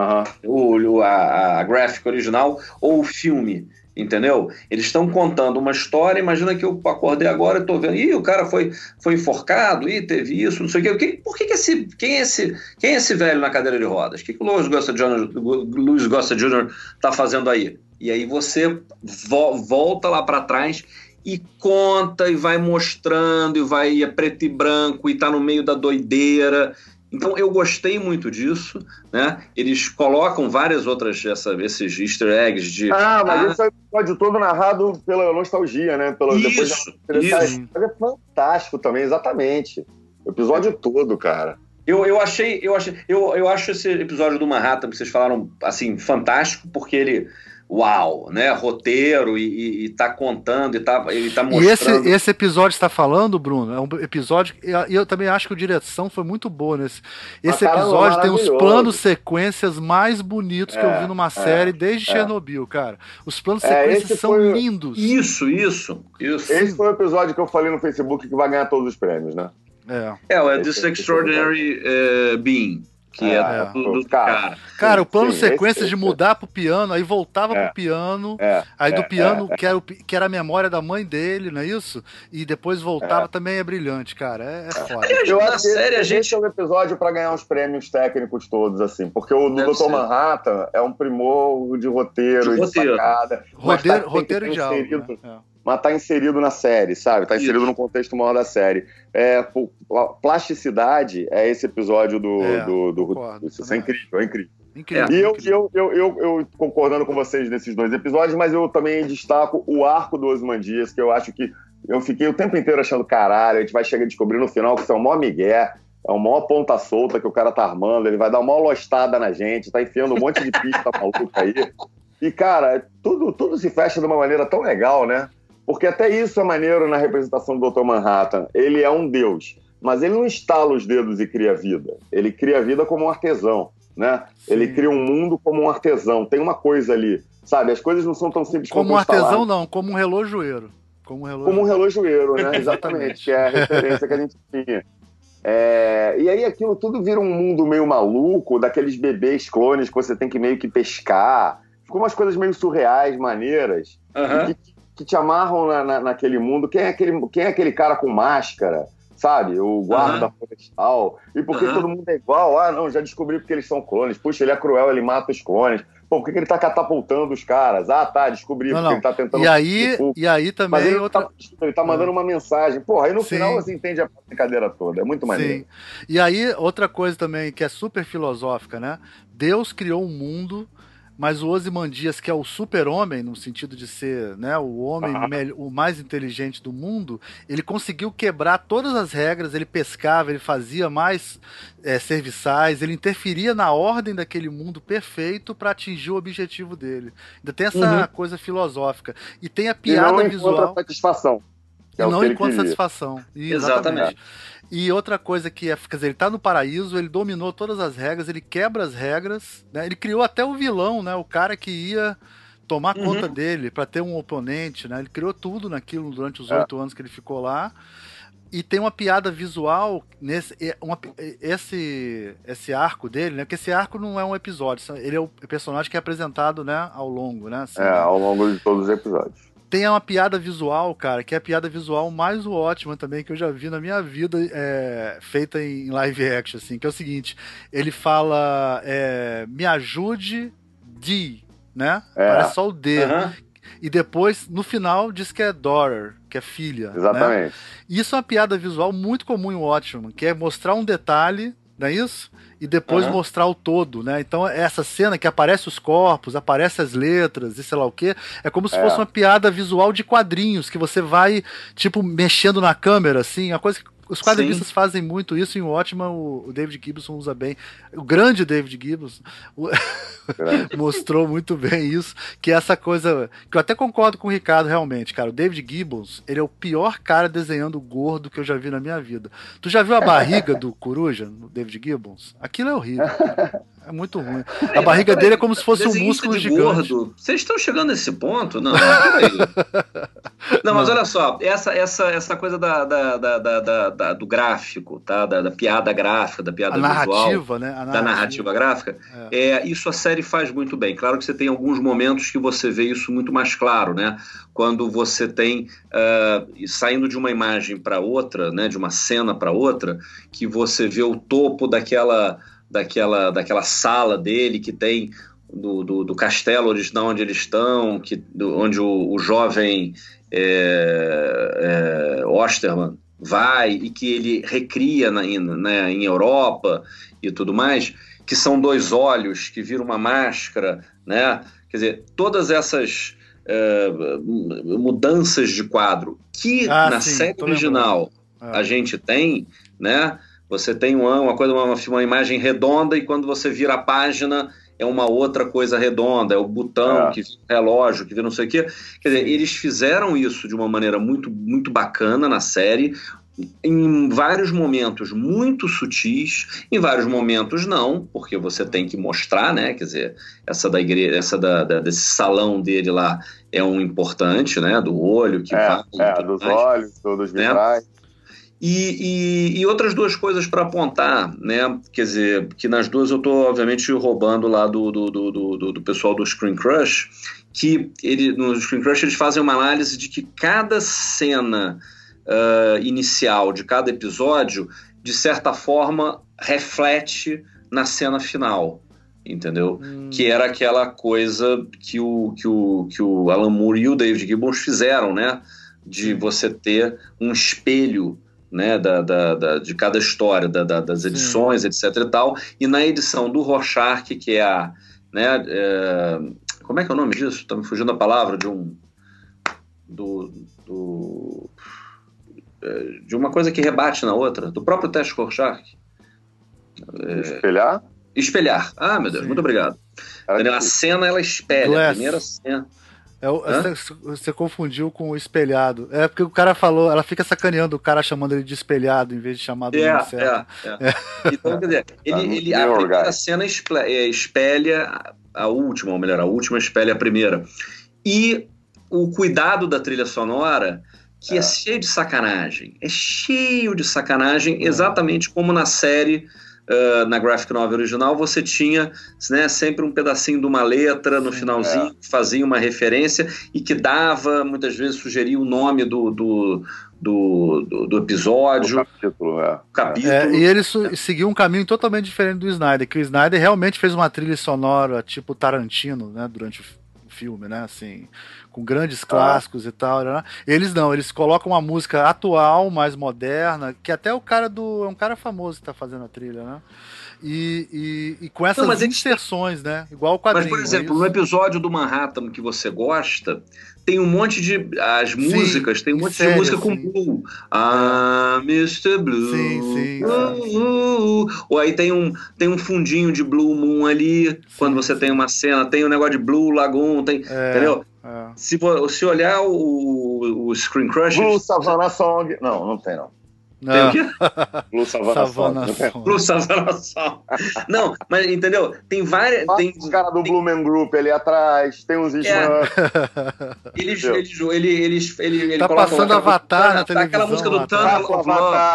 uhum. o, a, a graphic original ou o filme, entendeu? Eles estão contando uma história, imagina que eu acordei agora e tô vendo, ih, o cara foi, foi enforcado, ih, teve isso, não sei o quê. Por que que esse, quem é esse, quem é esse velho na cadeira de rodas? O que, que o Louis Gossett Júnior, Louis Gossett Júnior tá fazendo aí? E aí você vo, volta lá para trás e conta e vai mostrando e vai é preto e branco e tá no meio da doideira. Então eu gostei muito disso, né? Eles colocam várias outras essa, esses easter eggs de... Ah, mas ah, esse é o episódio todo narrado pela nostalgia, né? Pelo, isso, depois de... isso. É fantástico também, exatamente. O episódio é. todo, cara. Eu, eu achei, eu achei, eu, eu acho esse episódio do Manhattan que vocês falaram, assim, fantástico, porque ele... Uau, né? Roteiro e, e, e tá contando e tá, ele tá mostrando. E esse, esse episódio que você tá falando, Bruno, é um episódio. E eu, eu também acho que a direção foi muito boa nesse. Esse ah, episódio caramba, tem os planos sequências mais bonitos é, que eu vi numa série é, desde é. Chernobyl, cara. Os planos é, sequências são foi... lindos. Isso, isso, isso. Esse foi o episódio que eu falei no Facebook que vai ganhar todos os prêmios, né? É, é o This Extraordinary uh, Being. Que é, é do, do cara. cara. Cara, o plano sim, sequência esse, de mudar pro piano, aí voltava é, pro piano, é, aí do é, piano, é, que, era o, que era a memória da mãe dele, não é isso? E depois voltava, é. também é brilhante, cara. É, é foda. Eu acho que série, esse, a gente... esse é um episódio pra ganhar os prêmios técnicos todos, assim, porque o do doutor Manhattan é um primor de roteiro, de, roteiro. de sacada. Roteiro, tá, roteiro de algo, inserido, né? Mas tá inserido na série, sabe? Tá inserido Isso. no contexto maior da série. É, plasticidade é esse episódio do... É, do, do, concordo, Isso é incrível, é incrível. Incrível, e eu, incrível. Eu, eu, eu, eu concordando com vocês nesses dois episódios, mas eu também destaco o arco do Ozymandias, que eu acho que eu fiquei o tempo inteiro achando caralho, a gente vai chegar a descobrir no final que isso é o maior migué, é o maior ponta solta que o cara tá armando, ele vai dar uma lostada na gente, tá enfiando um monte de pista maluca aí. E, cara, tudo, tudo se fecha de uma maneira tão legal, né? Porque até isso é maneiro na representação do doutor Manhattan. Ele é um deus, mas ele não estala os dedos e cria vida. Ele cria vida como um artesão, né? Sim. Ele cria um mundo como um artesão. Tem uma coisa ali, sabe? As coisas não são tão simples como como um artesão, não. Como um relojoeiro. Como um relojoeiro, como um relojoeiro, né? Exatamente. Que é a referência que a gente tinha. É... E aí aquilo tudo vira um mundo meio maluco, daqueles bebês clones que você tem que meio que pescar. Ficou umas coisas meio surreais, maneiras. Uhum. E que que te amarram na, na, naquele mundo. Quem é aquele, quem é aquele cara com máscara, sabe? O guarda uhum. florestal. E por que uhum. todo mundo é igual? Ah, não, já descobri porque eles são clones. Puxa, ele é cruel, ele mata os clones. Pô, por que, que ele tá catapultando os caras? Ah, tá, descobri, não, porque não. ele tá tentando... E aí, e aí também... Mas ele, outra... tá, ele tá mandando uma mensagem. Porra, aí no Sim. final você entende a brincadeira toda. É muito maneiro. Sim. E aí, outra coisa também que é super filosófica, né? Deus criou um mundo... Mas o Ozymandias, que é o super-homem, no sentido de ser, né, o homem uhum. o mais inteligente do mundo, ele conseguiu quebrar todas as regras, ele pescava, ele fazia mais é, serviçais, ele interferia na ordem daquele mundo perfeito para atingir o objetivo dele. Ainda tem essa uhum. coisa filosófica. E tem a piada e não visual. Encontra satisfação. E é não encontra satisfação. E, exatamente. exatamente. E outra coisa que é, quer dizer, ele tá no paraíso, ele dominou todas as regras, ele quebra as regras, né? Ele criou até o vilão, né? O cara que ia tomar uhum. conta dele para ter um oponente, né? Ele criou tudo naquilo durante os oito é. anos que ele ficou lá. E tem uma piada visual nesse uma, esse esse arco dele, né? Porque esse arco não é um episódio, ele é o personagem que é apresentado, né, ao longo, né? Assim, é, ao longo de todos os episódios. tem uma piada visual, cara, que é a piada visual mais ótima também que eu já vi na minha vida, é, feita em live action, assim, que é o seguinte, ele fala, é, me ajude, D, né? É. Parece só o D. Uhum. E depois, no final, diz que é daughter, que é filha. Exatamente. Né? Isso é uma piada visual muito comum em Watchmen, que é mostrar um detalhe, não é isso? E depois uhum. mostrar o todo, né? Então, essa cena que aparece os corpos, aparece as letras e sei lá o quê, é como se é. fosse uma piada visual de quadrinhos, que você vai, tipo, mexendo na câmera, assim, uma coisa que os quadrinistas Sim. fazem muito isso, e em Watchmen o, o David Gibson usa bem. O grande David Gibson o... mostrou muito bem isso, que é essa coisa, que eu até concordo com o Ricardo realmente, cara, o David Gibbons, ele é o pior cara desenhando gordo que eu já vi na minha vida. Tu já viu a barriga do Coruja, no David Gibbons? Aquilo é horrível, cara. É muito ruim. A barriga dele é como se fosse um músculo gigante. Gordo. Vocês estão chegando nesse ponto? Não, peraí. Não, mas não. Olha só, essa, essa, essa coisa da, da, da, da, da, do gráfico, tá? Da, da piada gráfica, da piada a visual, narrativa, né? A narrativa. Da narrativa gráfica, é. É, isso a série faz muito bem. Claro que você tem alguns momentos que você vê isso muito mais claro, né? Quando você tem, uh, saindo de uma imagem para outra, né? De uma cena para outra, que você vê o topo daquela... Daquela, daquela sala dele que tem do, do, do castelo original onde eles estão, que, do, onde o, o jovem é, é, Osterman vai e que ele recria na, né, em Europa e tudo mais, que são dois olhos que viram uma máscara, né? Quer dizer, todas essas é, mudanças de quadro que ah, na sim, série original ah. a gente tem, né? Você tem uma, uma coisa, uma, uma imagem redonda e quando você vira a página é uma outra coisa redonda, é o botão, é. que vira o relógio, que vira não sei o quê. Quer dizer, eles fizeram isso de uma maneira muito, muito bacana na série, em vários momentos muito sutis, em vários momentos não, porque você tem que mostrar, né? Quer dizer, essa da igreja, essa da, da, desse salão dele lá é um importante, né? Do olho que é, vai. É, dos mais, olhos, todos vitrais. Né? E, e, e outras duas coisas para apontar, né? Quer dizer, que nas duas eu estou, obviamente, roubando lá do, do, do, do, do pessoal do Screen Crush, que ele, no Screen Crush eles fazem uma análise de que cada cena uh, inicial de cada episódio, de certa forma, reflete na cena final, entendeu? Hum. Que era aquela coisa que o, que, o, que o Alan Moore e o David Gibbons fizeram, né? De você ter um espelho, né, da, da, da, de cada história, da, da, das edições, Sim. etc e tal, e na edição do Rorschach, que é a, né, é, como é que é o nome disso? Está me fugindo a palavra, de um, do, do, de uma coisa que rebate na outra, do próprio teste Rorschach. É, espelhar? Espelhar, ah, meu Deus, Sim. muito obrigado. A cena, ela espelha, Glass. A primeira cena... É, você, você confundiu com o espelhado. É porque o cara falou, ela fica sacaneando o cara chamando ele de espelhado em vez de chamar do é, nome certo. É, é. É. Então, quer dizer, ele, ele, a primeira cena espelha a última, ou melhor, a última espelha a primeira. E o cuidado da trilha sonora, que é, é cheio de sacanagem. É cheio de sacanagem, é. exatamente como na série... Uh, na graphic novel original você tinha, né, sempre um pedacinho de uma letra no Sim, finalzinho, é. que fazia uma referência e que dava, muitas vezes sugeria o nome do, do, do, do, do episódio, o capítulo, é. capítulo. É, e ele su- seguiu um caminho totalmente diferente do Snyder, que o Snyder realmente fez uma trilha sonora tipo Tarantino, né, durante o filme, né, assim, com grandes clássicos ah. e tal. Né? Eles não, eles colocam uma música atual, mais moderna, que até o cara do... é um cara famoso que tá fazendo a trilha, né? E, e, e com essas não, inserções, é... né? Igual o quadrinho. Mas, por exemplo, é no episódio do Manhattan que você gosta, tem um monte de... As músicas, sim, tem um monte série, de música com sim. Blue. Ah, mister Blue. Sim, sim. Uh, uh, uh. Ou aí tem um, tem um fundinho de Blue Moon ali, sim, quando você sim. tem uma cena, tem um negócio de Blue Lagoon, tem, é, entendeu? É. Se, se olhar o, o Screen Crush... Blue Savannah Song... Não, não tem não. Não. Tem o quê? Blue Savannah Song. Song. Blue Savannah Song. Não, mas entendeu? Tem várias... Tem os caras do tem... Blue Man Group ali atrás, tem uns Smurfs. É. Eles, eles, ele, eles, ele, ele tá passando aquela, Avatar na televisão. Aquela música do Tunnel of Love.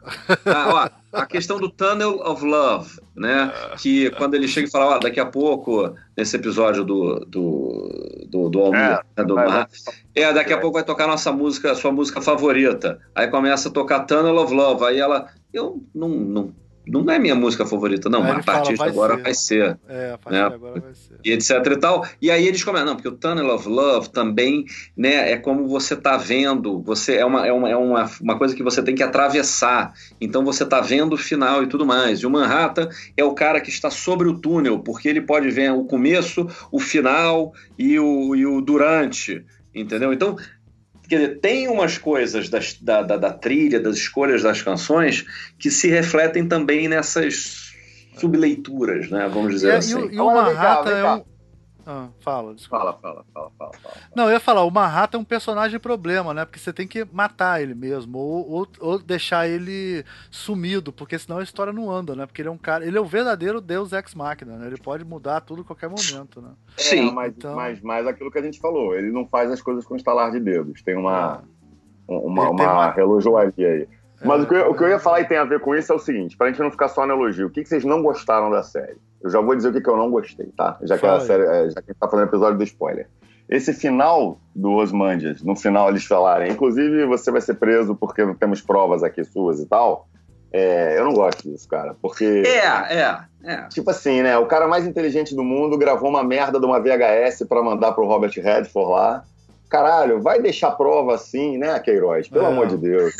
Ah, ó, a questão do Tunnel of Love, né? Que quando ele chega e fala, ó, daqui a pouco, nesse episódio do do, do, do Almir, é, né, do vai, vai. é, daqui a pouco vai tocar nossa música, sua música favorita. Aí começa a tocar Tunnel of Love. Aí ela, eu não, não não é minha música favorita, não, mas a partir de agora vai ser. É, a partir né? de agora vai ser. E etc e tal. E aí eles começam, não, porque o Tunnel of Love também, né, é como você tá vendo, você é uma, é uma, é uma, uma coisa que você tem que atravessar. Então você tá vendo o final e tudo mais. E o Manhattan é o cara que está sobre o túnel, porque ele pode ver o começo, o final e o, e o durante, entendeu? Então, quer dizer, tem umas coisas das, da, da, da trilha, das escolhas das canções que se refletem também nessas subleituras, né? Vamos dizer e, assim. E, e o Manhattan é um... Ah, fala, desculpa. Fala, fala, fala, fala, fala. Não, eu ia falar, o Manhattan é um personagem problema, né? Porque você tem que matar ele mesmo, ou, ou, ou deixar ele sumido, porque senão a história não anda, né? Porque ele é um cara, ele é o verdadeiro Deus Ex Machina, né? Ele pode mudar tudo a qualquer momento, né? Sim, é, mas, então... mas, mas aquilo que a gente falou, ele não faz as coisas com estalar de dedos, tem uma, é. uma, uma, uma relojoaria aí. Mas é, o, que eu, o que eu ia falar e tem a ver com isso é o seguinte, pra gente não ficar só no elogio, o que, que vocês não gostaram da série? Eu já vou dizer o que, que eu não gostei, tá? Já que, a série, já que a gente tá fazendo episódio do spoiler. Esse final do Ozymandias, no final eles falarem, inclusive você vai ser preso porque não temos provas aqui suas e tal, é, eu não gosto disso, cara, porque... É, é, é. Tipo assim, né? O cara mais inteligente do mundo gravou uma merda de uma V H S pra mandar pro Robert Redford lá. Caralho, vai deixar prova assim, né, Queiroz? Pelo é. amor de Deus.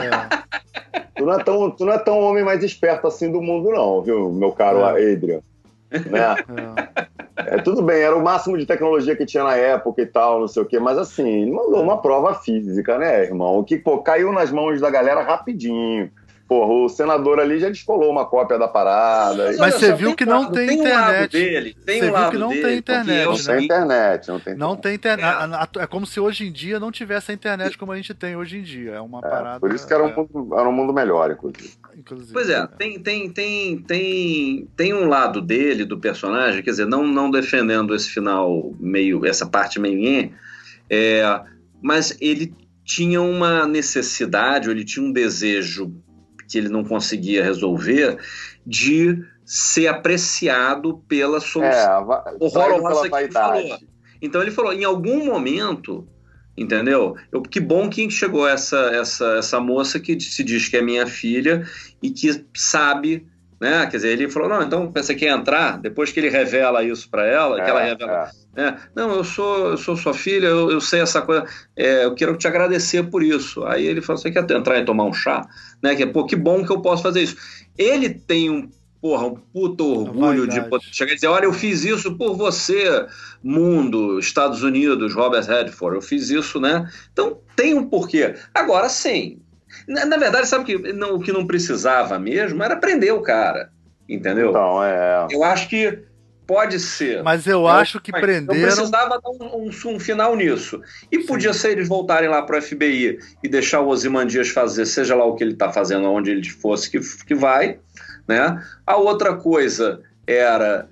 É. Tu, não é tão, tu não é tão homem mais esperto assim do mundo, não, viu, meu caro é. Adrian? Né? É. É, tudo bem, era o máximo de tecnologia que tinha na época e tal, não sei o quê, mas assim, ele mandou uma prova física, né, irmão? Que, pô, caiu nas mãos da galera rapidinho. Porra, o senador ali já descolou uma cópia da parada. Mas, mas você viu que não tem, tem internet. Um dele, tem você um viu que não dele, tem internet. Não tem internet, não tem internet. Não tem internet. É. é como se hoje em dia não tivesse a internet como a gente tem hoje em dia. É uma é, parada. Por isso que era um, é. mundo, era um mundo melhor, inclusive. inclusive pois é, é, Tem, tem, tem, tem, tem um lado dele, do personagem, quer dizer, não, não defendendo esse final meio, essa parte meio é, mas ele tinha uma necessidade, ele tinha um desejo que ele não conseguia resolver, de ser apreciado pela solução é, horrorosa que ele falou. Então ele falou, em algum momento, entendeu? Eu, que bom que chegou essa, essa, essa moça que se diz que é minha filha e que sabe, né? Quer dizer, ele falou, não, então você quer entrar? Depois que ele revela isso para ela, é, que ela revela... É. É, não, eu sou, eu sou sua filha, eu, eu sei essa coisa, é, eu quero te agradecer por isso. Aí ele falou, você quer entrar e tomar um chá? Né? Que, pô, que bom que eu posso fazer isso. Ele tem um, porra, um puto orgulho de poder chegar e dizer, olha, eu fiz isso por você, mundo, Estados Unidos, Robert Redford, eu fiz isso, né? Então tem um porquê. Agora sim, na, na verdade, sabe que não, o que não precisava mesmo era prender o cara, entendeu? Então, é... Eu acho que pode ser. Mas eu acho que prenderam... Não precisava dar um, um, um final nisso. E Sim. podia ser eles voltarem lá para o F B I e deixar o Ozymandias fazer, seja lá o que ele está fazendo, onde ele fosse que, que vai, né? A outra coisa era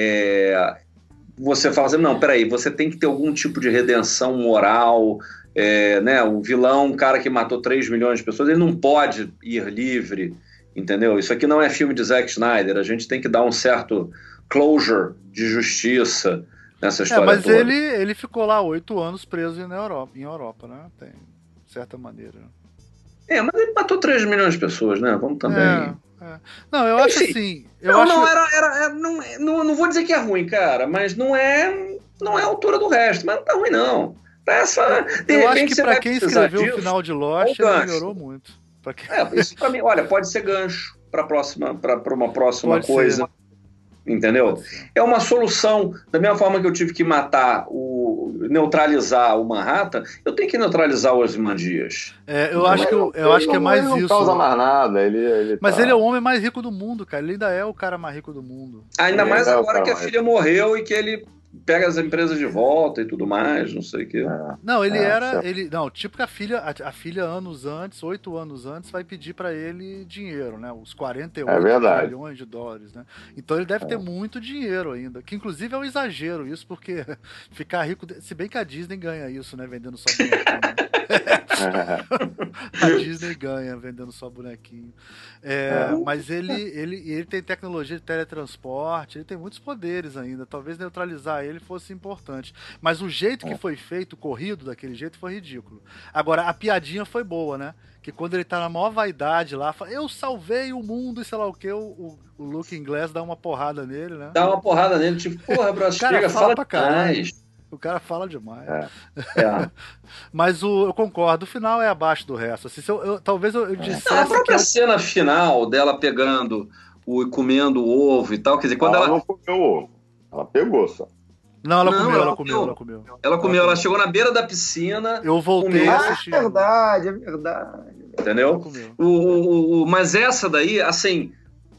é, você falar assim, não, peraí, você tem que ter algum tipo de redenção moral, é, né? O vilão, um cara que matou três milhões de pessoas, ele não pode ir livre, entendeu? Isso aqui não é filme de Zack Snyder, a gente tem que dar um certo... closure de justiça nessa história. É, mas toda. ele, ele ficou lá oito anos preso na Europa, em Europa, né? Tem, de certa maneira. É, mas ele matou três milhões de pessoas, né? Vamos também. É, é. Não, eu Enfim, acho assim. Eu não, acho... não, era. era, era não, não, não vou dizer que é ruim, cara, mas não é, não é a altura do resto. Mas não tá ruim, não. Tá essa, de eu acho que pra quem escreveu disso, o final de Lost, ele melhorou muito. Pra quem... É, isso pra mim, olha, pode ser gancho pra, próxima, pra, pra uma próxima pode coisa. Ser. Entendeu? É uma solução. Da mesma forma que eu tive que matar o neutralizar o Manhattan, eu tenho que neutralizar o Ozymandias. É, eu acho que eu, eu acho que é mais isso. Ele não causa mais nada. Ele, ele Mas tá... ele é o homem mais rico do mundo, cara. Ele ainda é o cara mais rico do mundo. Ainda ele mais é agora que a filha rico. morreu e que ele pega as empresas de volta e tudo mais, não sei o que. É. Não, ele é, era. certo. Ele, não, tipo que a filha, a, a filha anos antes, oito anos antes, vai pedir pra ele dinheiro, né? Os quarenta e oito é milhões de dólares, né? Então ele deve é. ter muito dinheiro ainda. Que inclusive é um exagero isso, porque ficar rico. Se bem que a Disney ganha isso, né? Vendendo só bonequinho. A Disney ganha vendendo só bonequinho. É, é. Mas ele, ele, ele tem tecnologia de teletransporte, ele tem muitos poderes ainda. Talvez neutralizar ele fosse importante. Mas o jeito que foi feito, corrido daquele jeito, foi ridículo. Agora, a piadinha foi boa, né? Que quando ele tá na maior vaidade lá, fala, eu salvei o mundo e sei lá o que, o, o Luke inglês dá uma porrada nele, né? Dá uma porrada nele, tipo, porra, bro, chega, fala, fala pra caralho. O cara fala demais. É. É. Mas o, eu concordo, o final é abaixo do resto. Assim, se eu, eu, talvez eu, eu dissesse. Não, a própria que eu... cena final dela pegando o comendo o ovo e tal, quer dizer, quando ela. Ela não comeu o ovo. Ela pegou só. Não, ela, não, comeu, ela, ela comeu, comeu, ela comeu. Ela comeu, ela chegou na beira da piscina. Eu voltei comeu. a assistir. Ah, é verdade, é verdade. Entendeu? O, o, o, mas essa daí, assim,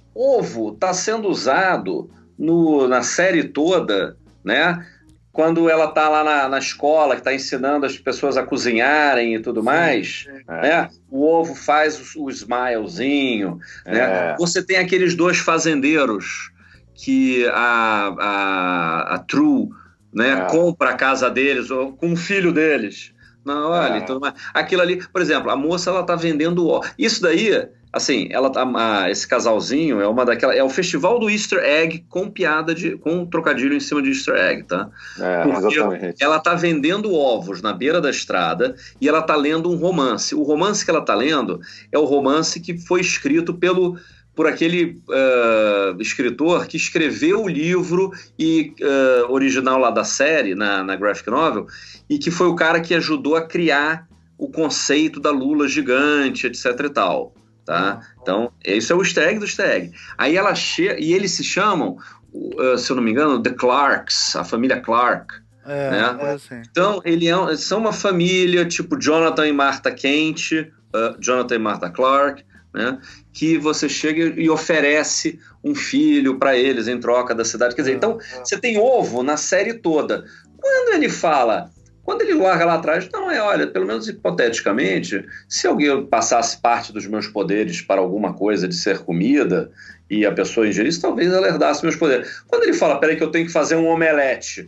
ovo tá sendo usado no, na série toda, né? Quando ela tá lá na, na escola, que tá ensinando as pessoas a cozinharem e tudo Sim, mais, é. né? O ovo faz o, o smilezinho, é. né? Você tem aqueles dois fazendeiros que a, a, a True, né, é. compra a casa deles, ou com o filho deles. Não, olha, é. tudo mais. Aquilo ali, por exemplo, a moça, ela tá vendendo ó. Isso daí, assim, ela tá, a, esse casalzinho é uma daquela, é o festival do Easter Egg com piada de, com um trocadilho em cima de Easter Egg, tá? É, exatamente. Ela tá vendendo ovos na beira da estrada e ela tá lendo um romance. O romance que ela tá lendo é o romance que foi escrito pelo por aquele uh, escritor que escreveu o livro e, uh, original lá da série, na, na graphic novel, e que foi o cara que ajudou a criar o conceito da lula gigante, etc e tal. Tá? Então, esse é o easter egg do easter egg. Aí ela chega, e eles se chamam, uh, se eu não me engano, The Clarks, a família Clark. É, né? é assim. Então, ele é, são uma família tipo Jonathan e Martha Kent, uh, Jonathan e Martha Clark, né? Que você chega e oferece um filho para eles em troca da cidade. Quer dizer, então, você tem ovo na série toda. Quando ele fala, quando ele larga lá atrás, não é, olha, pelo menos hipoteticamente, se alguém passasse parte dos meus poderes para alguma coisa de ser comida e a pessoa ingerisse, talvez ela herdasse meus poderes. Quando ele fala, peraí que eu tenho que fazer um omelete,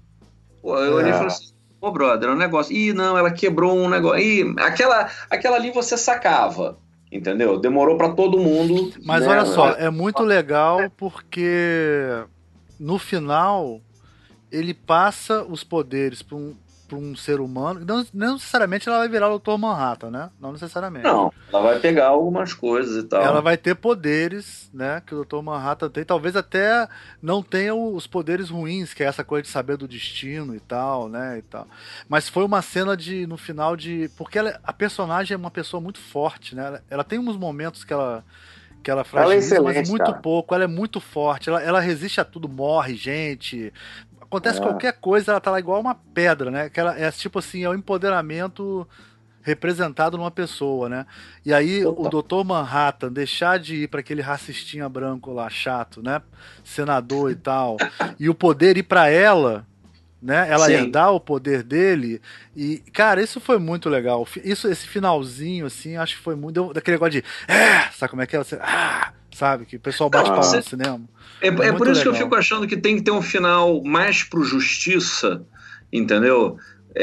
pô, eu olhei e falei assim, ô brother, é um negócio, ih, não, ela quebrou um negócio, ih, aquela, aquela ali você sacava. Entendeu? Demorou para todo mundo. Mas né? Olha só, é muito legal porque no final ele passa os poderes para um, para um ser humano. Não, não necessariamente ela vai virar o doutor Manhattan, né? Não necessariamente. Não, ela vai pegar algumas coisas e tal. Ela vai ter poderes, né? Que o doutor Manhattan tem. Talvez até não tenha os poderes ruins, que é essa coisa de saber do destino e tal, né? E tal. Mas foi uma cena de, no final de... Porque ela, a personagem é uma pessoa muito forte, né? Ela, ela tem uns momentos que ela... que ela fragiliza, ela é mas muito cara. pouco, ela é muito forte, ela, ela resiste a tudo, morre gente, acontece é. qualquer coisa, ela tá lá igual uma pedra, né? Que ela é tipo assim, é o empoderamento representado numa pessoa, né? E aí Opa. o doutor Manhattan deixar de ir para aquele racistinha branco lá, chato, né? Senador e tal, e o poder ir para ela, né? Ela Sim. herdar o poder dele e, cara, isso foi muito legal. Isso, esse finalzinho, assim, acho que foi muito deu, daquele negócio de é, sabe como é que é? Você, ah, sabe? Que o pessoal bate ah, palma no cinema. É, é, é por isso legal. que eu fico achando que tem que ter um final mais pro Justiça, entendeu?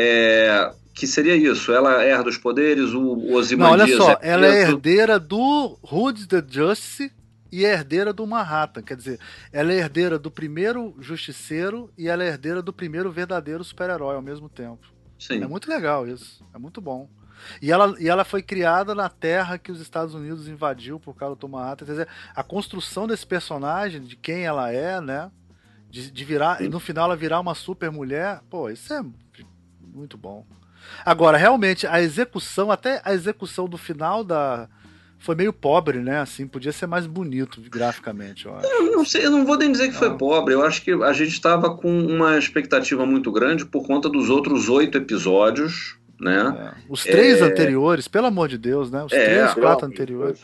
É, que seria isso, ela herda os poderes, o Ozymandias... Não, olha só, é ela é herdeira do Hood the Justice e é herdeira do Manhattan, quer dizer, ela é herdeira do primeiro Justiceiro e ela é herdeira do primeiro verdadeiro super-herói ao mesmo tempo. Sim. É muito legal isso, é muito bom. E ela, e ela foi criada na terra que os Estados Unidos invadiu por causa do Manhattan, quer dizer, a construção desse personagem, de quem ela é, né, de, de virar, Sim. e no final ela virar uma super mulher, pô, isso é muito bom. Agora, realmente, a execução, até a execução do final da... foi meio pobre, né? Assim, podia ser mais bonito graficamente, eu acho. Eu não sei, eu não vou nem dizer que foi pobre. Eu acho que a gente estava com uma expectativa muito grande por conta dos outros oito episódios, né? É. Os três é... anteriores, pelo amor de Deus, né? Os é, três, quatro anteriores.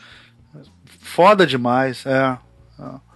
Foda demais, é. é.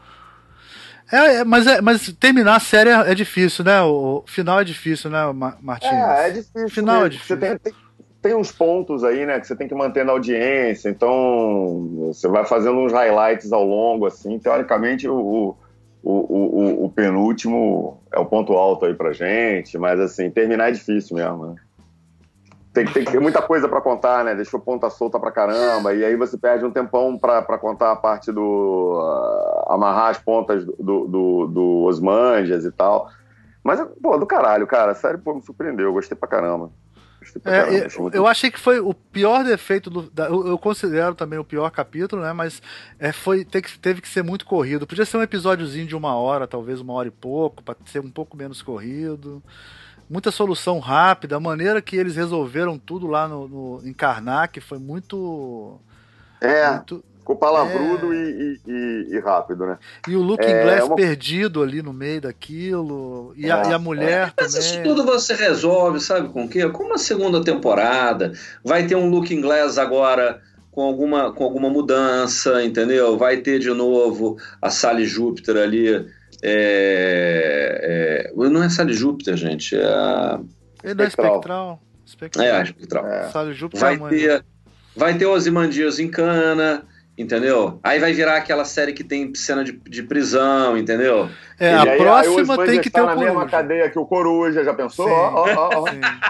É, mas, é, mas terminar a série é, é difícil, né? O, o final é difícil, né, Martins? É, é difícil. O final mesmo. é difícil. Você tem, tem, tem uns pontos aí, né, que você tem que manter na audiência, então você vai fazendo uns highlights ao longo, assim, teoricamente o, o, o, o, o penúltimo é o ponto alto aí pra gente, mas assim, terminar é difícil mesmo, né? tem, tem, tem muita coisa pra contar, né? Deixou ponta solta pra caramba, e aí você perde um tempão pra, pra contar a parte do... Uh, amarrar as pontas do, do, do Osmandias e tal. Mas, pô, do caralho, cara. Sério, pô, me surpreendeu. Eu gostei pra caramba. É, caramba, eu, eu achei que foi o pior defeito do, da, eu, eu considero também o pior capítulo, né? Mas é, foi, teve, que, teve que ser muito corrido. Podia ser um episódiozinho de uma hora, talvez uma hora e pouco, para ser um pouco menos corrido. Muita solução rápida. A maneira que eles resolveram tudo lá no, no em Karnak foi muito. É. Muito, ficou palavrudo é... e, e, e rápido, né? E o Looking é, Glass uma... perdido ali no meio daquilo. E, é. a, e a mulher é. Mas também. isso tudo você resolve, sabe com o quê? Com uma segunda temporada. Vai ter um Looking Glass agora com alguma, com alguma mudança, entendeu? Vai ter de novo a Sally Júpiter ali. É, é... Não é Sally Júpiter, gente. É a... Ele não é espectral. espectral. É, espectral. É. Sally Júpiter vai, é mãe, ter, né? vai ter Ozymandias em cana. Entendeu? Aí vai virar aquela série que tem cena de, de prisão, entendeu? É, a aí, próxima aí tem que ter o na Coruja. mesma cadeia que o Coruja, já pensou? Ó, ó, ó.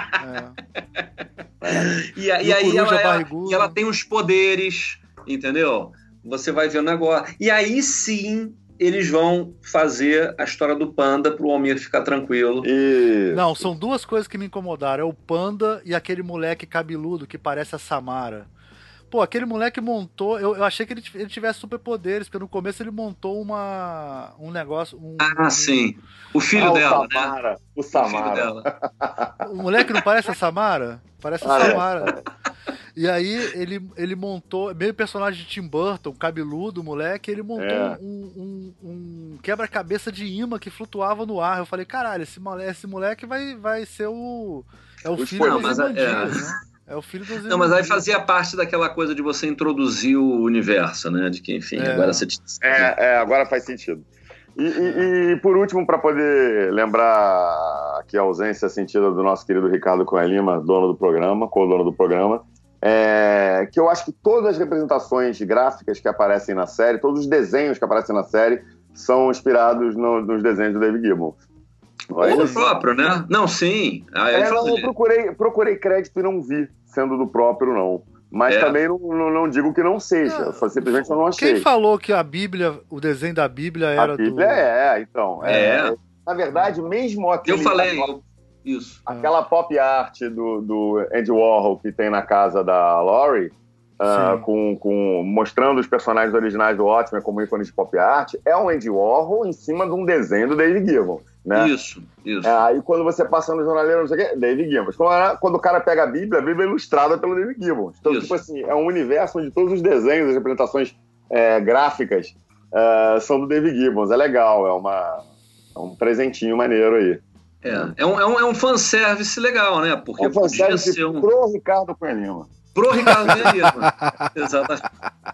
E, e aí ela, e ela tem os poderes, entendeu? Você vai ver o negócio. E aí sim eles vão fazer a história do Panda pro Almir ficar tranquilo. E... Não, são duas coisas que me incomodaram. É o Panda e aquele moleque cabeludo que parece a Samara. Pô, aquele moleque montou... Eu, eu achei que ele, ele tivesse superpoderes, porque no começo ele montou uma, um negócio... Um, ah, um, sim. O filho ah, dela, o Samara, né? O Samara. O filho dela. O moleque não parece a Samara? Parece a ah, Samara. É. E aí ele, ele montou... Meio personagem de Tim Burton, cabeludo, moleque. Ele montou é. um, um, um quebra-cabeça de imã que flutuava no ar. Eu falei, caralho, esse moleque, esse moleque vai, vai ser o... É o, o filho do Ozymandias, é. né? É o filho dos Não, mas aí fazia parte daquela coisa de você introduzir o universo, né? De que, enfim, é. agora você... É, é, agora faz sentido. E, e, e por último, para poder lembrar aqui a ausência sentida do nosso querido Ricardo Cunha Lima, dono do programa, co-dono do programa, é, que eu acho que todas as representações gráficas que aparecem na série, todos os desenhos que aparecem na série, são inspirados no, nos desenhos do David Gibbons. O próprio, né? Não, sim. Ah, é, não, eu procurei, procurei crédito e não vi, sendo do próprio, não. Mas é. também não, não, não digo que não seja. Não, simplesmente eu não achei. Quem falou que a Bíblia, o desenho da Bíblia era a Bíblia do... é, então. É. é. Na verdade, mesmo aquele... Eu falei eu... isso. Aquela pop art do, do Andy Warhol que tem na casa da Laurie, uh, com, com, mostrando os personagens originais do Watchmen como ícones de pop art, é um Andy Warhol em cima de um desenho do David Gibbons. Né? Isso, isso. É, aí quando você passa no jornaleiro, não sei o quê, David Gibbons. Quando, quando o cara pega a Bíblia, a Bíblia é ilustrada pelo David Gibbons. Então, isso. tipo assim, é um universo onde todos os desenhos, as representações é, gráficas é, são do David Gibbons. É legal, é, uma, é um presentinho maneiro aí. É, é um, é um, é um fanservice legal, né? Porque é um podia ser um... pro Ricardo Cunha Lima. Pro Ricardo Cunha Lima. Exatamente.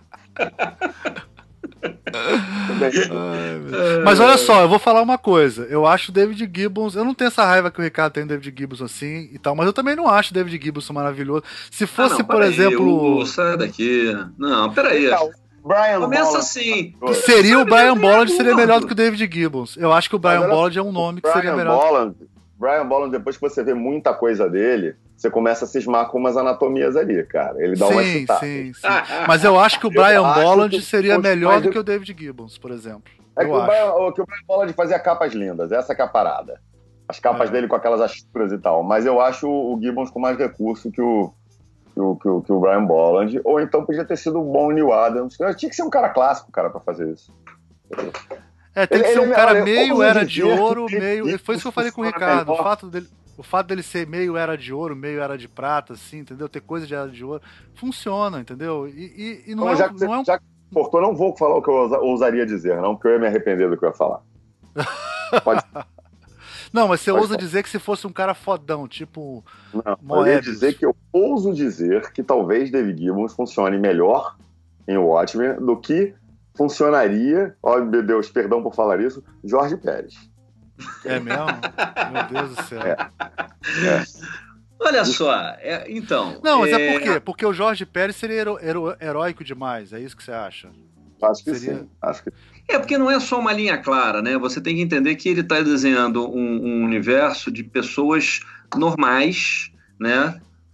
Ai, mas olha só, eu vou falar uma coisa. Eu acho o David Gibbons. Eu não tenho essa raiva que o Ricardo tem do David Gibbons assim e tal, mas eu também não acho o David Gibbons maravilhoso. Se fosse, ah, não, por exemplo. Aí, sai daqui. Não, peraí. Brian Começa Bolland. assim. Seria o Brian Bolland, seria melhor do que o David Gibbons. Eu acho que o Brian Bolland é um nome que seria melhor. Bolland, Brian Bolland, depois que você vê muita coisa dele, você começa a cismar com umas anatomias ali, cara. Ele dá sim, uma chutada. Sim, sim. Mas eu acho que o Brian Bolland seria melhor do que o David Gibbons, por exemplo. É que o, Brian, que o Brian Bolland fazia capas lindas, essa que é a parada. As capas é. dele com aquelas achuras e tal. Mas eu acho o Gibbons com mais recurso que o, que o, que o, que o Brian Bolland. Ou então podia ter sido um bom Neil Adams. Tinha que ser um cara clássico, cara, pra fazer isso. É, tem que ele, ser um ele, cara olha, meio era de ouro, meio... Foi isso que eu falei com o Ricardo. O fato dele... O fato dele ser meio era de ouro, meio era de prata, assim, entendeu? Ter coisa de era de ouro, funciona, entendeu? E, e, e não, não, é, já que não você, é um... Já que cortou, não vou falar o que eu ousaria dizer, não, porque eu ia me arrepender do que eu ia falar. Pode. Não, mas você Pode ousa falar. dizer que se fosse um cara fodão, tipo... Não, Moebius. Eu ia dizer que eu ouso dizer que talvez David Gibbons funcione melhor em Watchmen do que funcionaria, ó, meu Deus, perdão por falar isso, Jorge Pérez. É mesmo? Meu Deus do céu. É. É. Olha só, é, então... Não, mas é... é por quê? Porque o Jorge Pérez seria hero, hero, heróico demais, é isso que você acha? Acho que seria... sim, acho que... É, porque não é só uma linha clara, né? Você tem que entender que ele está desenhando um, um universo de pessoas normais, né?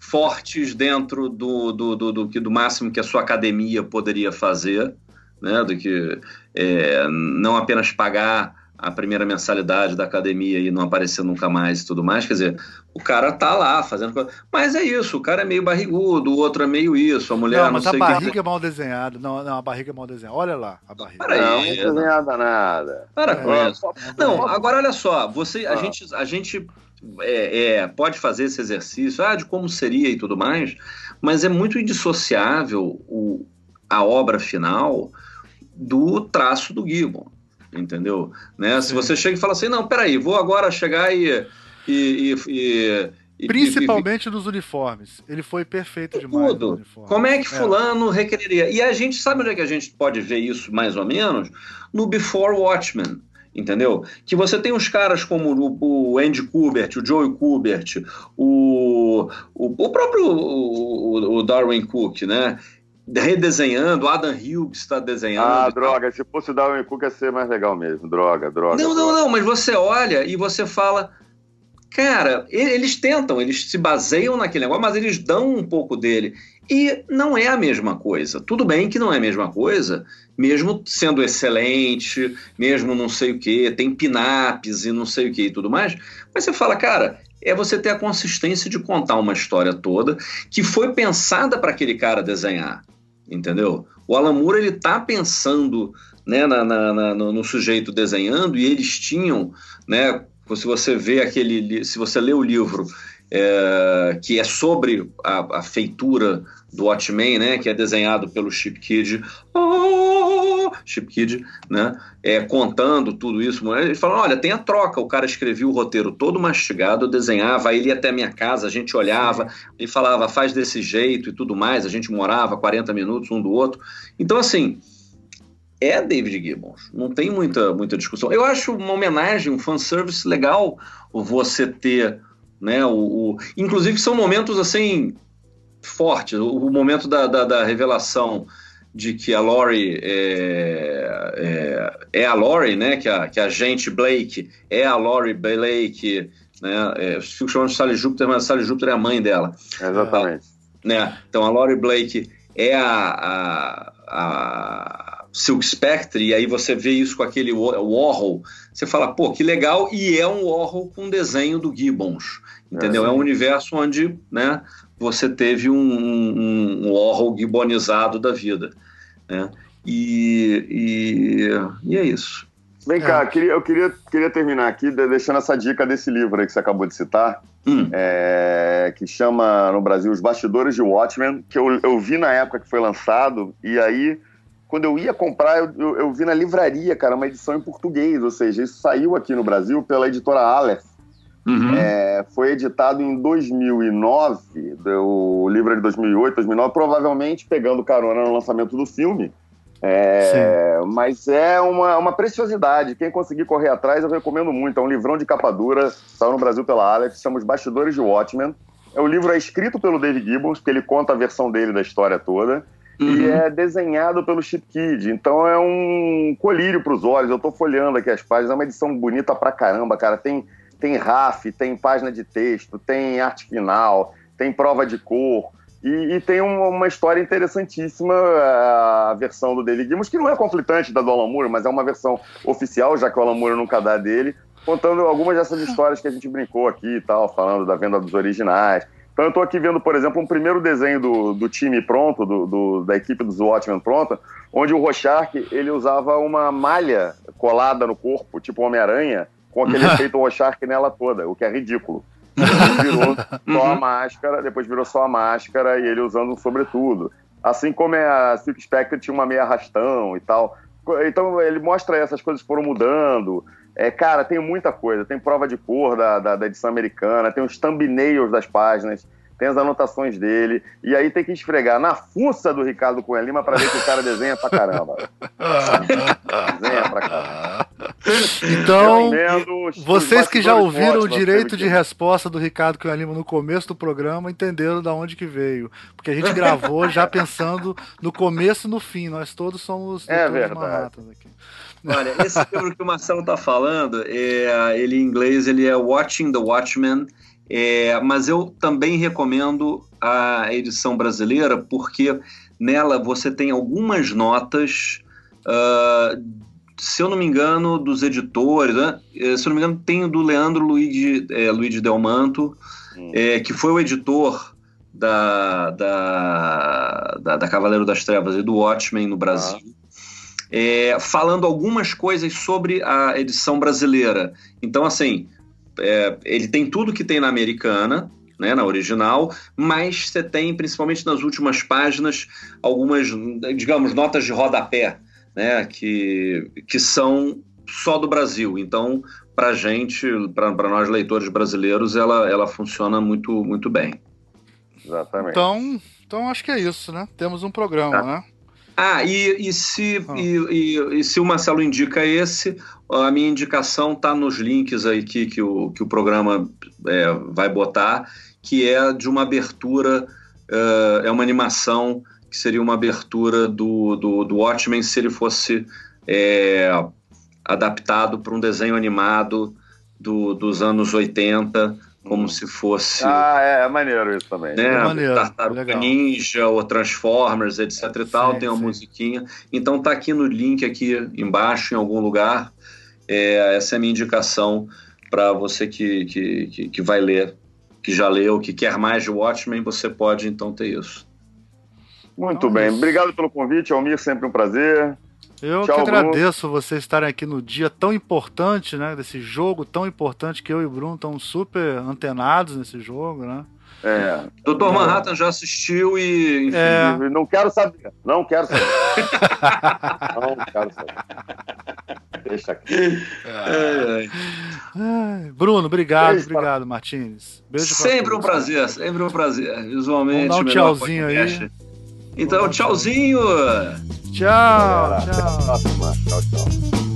fortes dentro do, do, do, do, do, do máximo que a sua academia poderia fazer, né? Do que é, não apenas pagar a primeira mensalidade da academia e não aparecer nunca mais e tudo mais, quer dizer, o cara tá lá fazendo coisa, mas é isso, o cara é meio barrigudo, o outro é meio isso, a mulher não, não mas sei a barriga que... é mal desenhada, não, não, a barriga é mal desenhada, olha lá a barriga. Para não, aí, não desenhada nada. Para com é, isso. Não, agora olha só, você, a ah. gente, a gente é, é, pode fazer esse exercício, ah, de como seria e tudo mais, mas é muito indissociável o, a obra final do traço do Gibbon. Entendeu? Né? Se você chega e fala assim, não, peraí, vou agora chegar e... e, e, e Principalmente e, nos uniformes. Ele foi perfeito demais tudo. nos uniformes. Como é que fulano é. requereria? E a gente, sabe onde é que a gente pode ver isso, mais ou menos? No Before Watchmen. Entendeu? Que você tem uns caras como o, o Andy Kubert, o Joey Kubert, o, o, o próprio o, o Darwin Cook, né? Redesenhando, Adam Hughes está desenhando. Ah, droga, se fosse o Darwin Cook ia ser mais legal mesmo, droga, droga. Não, droga. não, não, mas você olha e você fala, cara, eles tentam, eles se baseiam naquele negócio, mas eles dão um pouco dele. E não é a mesma coisa. Tudo bem que não é a mesma coisa, mesmo sendo excelente, mesmo não sei o quê, tem pin-ups e não sei o quê e tudo mais, mas você fala, cara, é você ter a consistência de contar uma história toda que foi pensada para aquele cara desenhar. Entendeu? O Alan Moore, ele tá pensando, né, na, na, na, no, no sujeito desenhando, e eles tinham, né, se você vê aquele, se você lê o livro é, que é sobre a, a feitura do Watchmen, né, que é desenhado pelo Chip Kidd, oh, Chip Kidd, né, é, contando tudo isso, eles falam, olha, tem a troca, o cara escrevia o roteiro todo mastigado, eu desenhava, ele ia até a minha casa, a gente olhava e falava, faz desse jeito e tudo mais, a gente morava quarenta minutos um do outro, então assim, é David Gibbons, não tem muita, muita discussão. Eu acho uma homenagem, um fanservice legal você ter, né, o, o... inclusive são momentos assim fortes, o, o momento da, da, da revelação de que a Laurie é, é, é a Laurie, né, que a, que a agente Blake é a Laurie Blake, né, é, fico chamando de Sally Júpiter, mas a Sally Júpiter é a mãe dela. Exatamente. É, né, então a Laurie Blake é a, a, a Silk Spectre, e aí você vê isso com aquele Warhol, você fala, pô, que legal, e é um Warhol com desenho do Gibbons, entendeu? É, é um universo onde, né, você teve um, um, um Warhol gibbonizado da vida, né? E, e, e é isso. Vem é. cá, eu queria, queria terminar aqui deixando essa dica desse livro aí que você acabou de citar, hum. é, que chama no Brasil Os Bastidores de Watchmen, que eu, eu vi na época que foi lançado, e aí quando eu ia comprar, eu, eu, eu vi na livraria, cara, uma edição em português, ou seja, isso saiu aqui no Brasil pela editora Aleph. Uhum. É, foi editado em dois mil e nove, o livro é de dois mil e oito, dois mil e nove, provavelmente pegando carona no lançamento do filme. É, mas é uma, uma preciosidade. Quem conseguir correr atrás, eu recomendo muito. É um livrão de capa dura, saiu no Brasil pela Aleph, chama Os Bastidores de Watchmen. É, o livro é escrito pelo David Gibbons, porque ele conta a versão dele da história toda. Uhum. E é desenhado pelo Chip Kidd, então é um colírio para os olhos. Eu tô folheando aqui as páginas, é uma edição bonita pra caramba, cara. Tem, tem R A F, tem página de texto, tem arte final, tem prova de cor, e, e tem uma, uma história interessantíssima, a versão do David Gibbons, que não é conflitante da do Alan Moore, mas é uma versão oficial, já que o Alan Moore nunca dá dele, contando algumas dessas histórias que a gente brincou aqui e tal, falando da venda dos originais. Então eu estou aqui vendo, por exemplo, um primeiro desenho do, do time pronto, do, do, da equipe dos Watchmen pronta, onde o Rorschach, ele usava uma malha colada no corpo, tipo Homem-Aranha, com aquele efeito Rorschach nela toda, o que é ridículo. Depois virou só a máscara, depois virou só a máscara e ele usando um sobretudo. Assim como a Silk Spectre tinha uma meia arrastão e tal. Então ele mostra essas coisas foram mudando. É, cara, tem muita coisa. Tem prova de cor da, da, da edição americana, tem os thumbnails das páginas, tem as anotações dele, e aí tem que esfregar na fuça do Ricardo Cunha Lima pra ver que o cara desenha pra caramba. Desenha pra caramba. Então, vocês que já ouviram o direito de resposta do Ricardo Cunha Lima no começo do programa, entenderam de onde que veio. Porque a gente gravou já pensando no começo e no fim. Nós todos somos é verdade. Aqui. Olha, esse livro que o Marcelo está falando, é, ele em inglês ele é Watching the Watchmen, é, mas eu também recomendo a edição brasileira porque nela você tem algumas notas, uh, se eu não me engano, dos editores, né? Se eu não me engano, tem do Leandro Luigi, é, Luigi Del Manto, hum. é, que foi o editor da, da, da, da Cavaleiro das Trevas e do Watchmen no Brasil. Ah. É, falando algumas coisas sobre a edição brasileira. Então, assim, é, ele tem tudo que tem na americana, né, na original, mas você tem, principalmente nas últimas páginas, algumas, digamos, notas de rodapé, né, que, que são só do Brasil. Então, pra gente, para nós leitores brasileiros, ela, ela funciona muito, muito bem. Exatamente. Então, então, acho que é isso, né? Temos um programa, tá. né? Ah, e, e, se, ah. E, e, e se o Marcelo indica esse, a minha indicação está nos links aí que, que, o, que o programa é, vai botar, que é de uma abertura, uh, é uma animação que seria uma abertura do, do, do Watchmen se ele fosse é, adaptado para um desenho animado do, dos anos oitenta, como hum. se fosse... Ah, é, é maneiro isso também. Né, é maneiro, Tartaruga Ninja ou Transformers, etc e tal, sim, tem uma sim. musiquinha. Então tá aqui no link, aqui embaixo, em algum lugar. É, essa é a minha indicação para você que, que, que, que vai ler, que já leu, que quer mais de Watchmen, você pode então ter isso. Muito então, bem, isso. Obrigado pelo convite, Almir, sempre um prazer. Eu Tchau, que agradeço Bruno. Vocês estarem aqui no dia tão importante, né? Desse jogo tão importante que eu e o Bruno estamos super antenados nesse jogo, né? É. doutor É. Manhattan já assistiu e... Enfim, é. Não quero saber. Não quero saber. Não quero saber. Deixa aqui. É. É. Bruno, obrigado, Beijo obrigado, para... Martins. Beijo pra sempre todos. um prazer, sempre um prazer. Visualmente, vamos dar um tchauzinho aí. Então, tchauzinho! Tchau, tchau. Até a próxima. Tchau, tchau.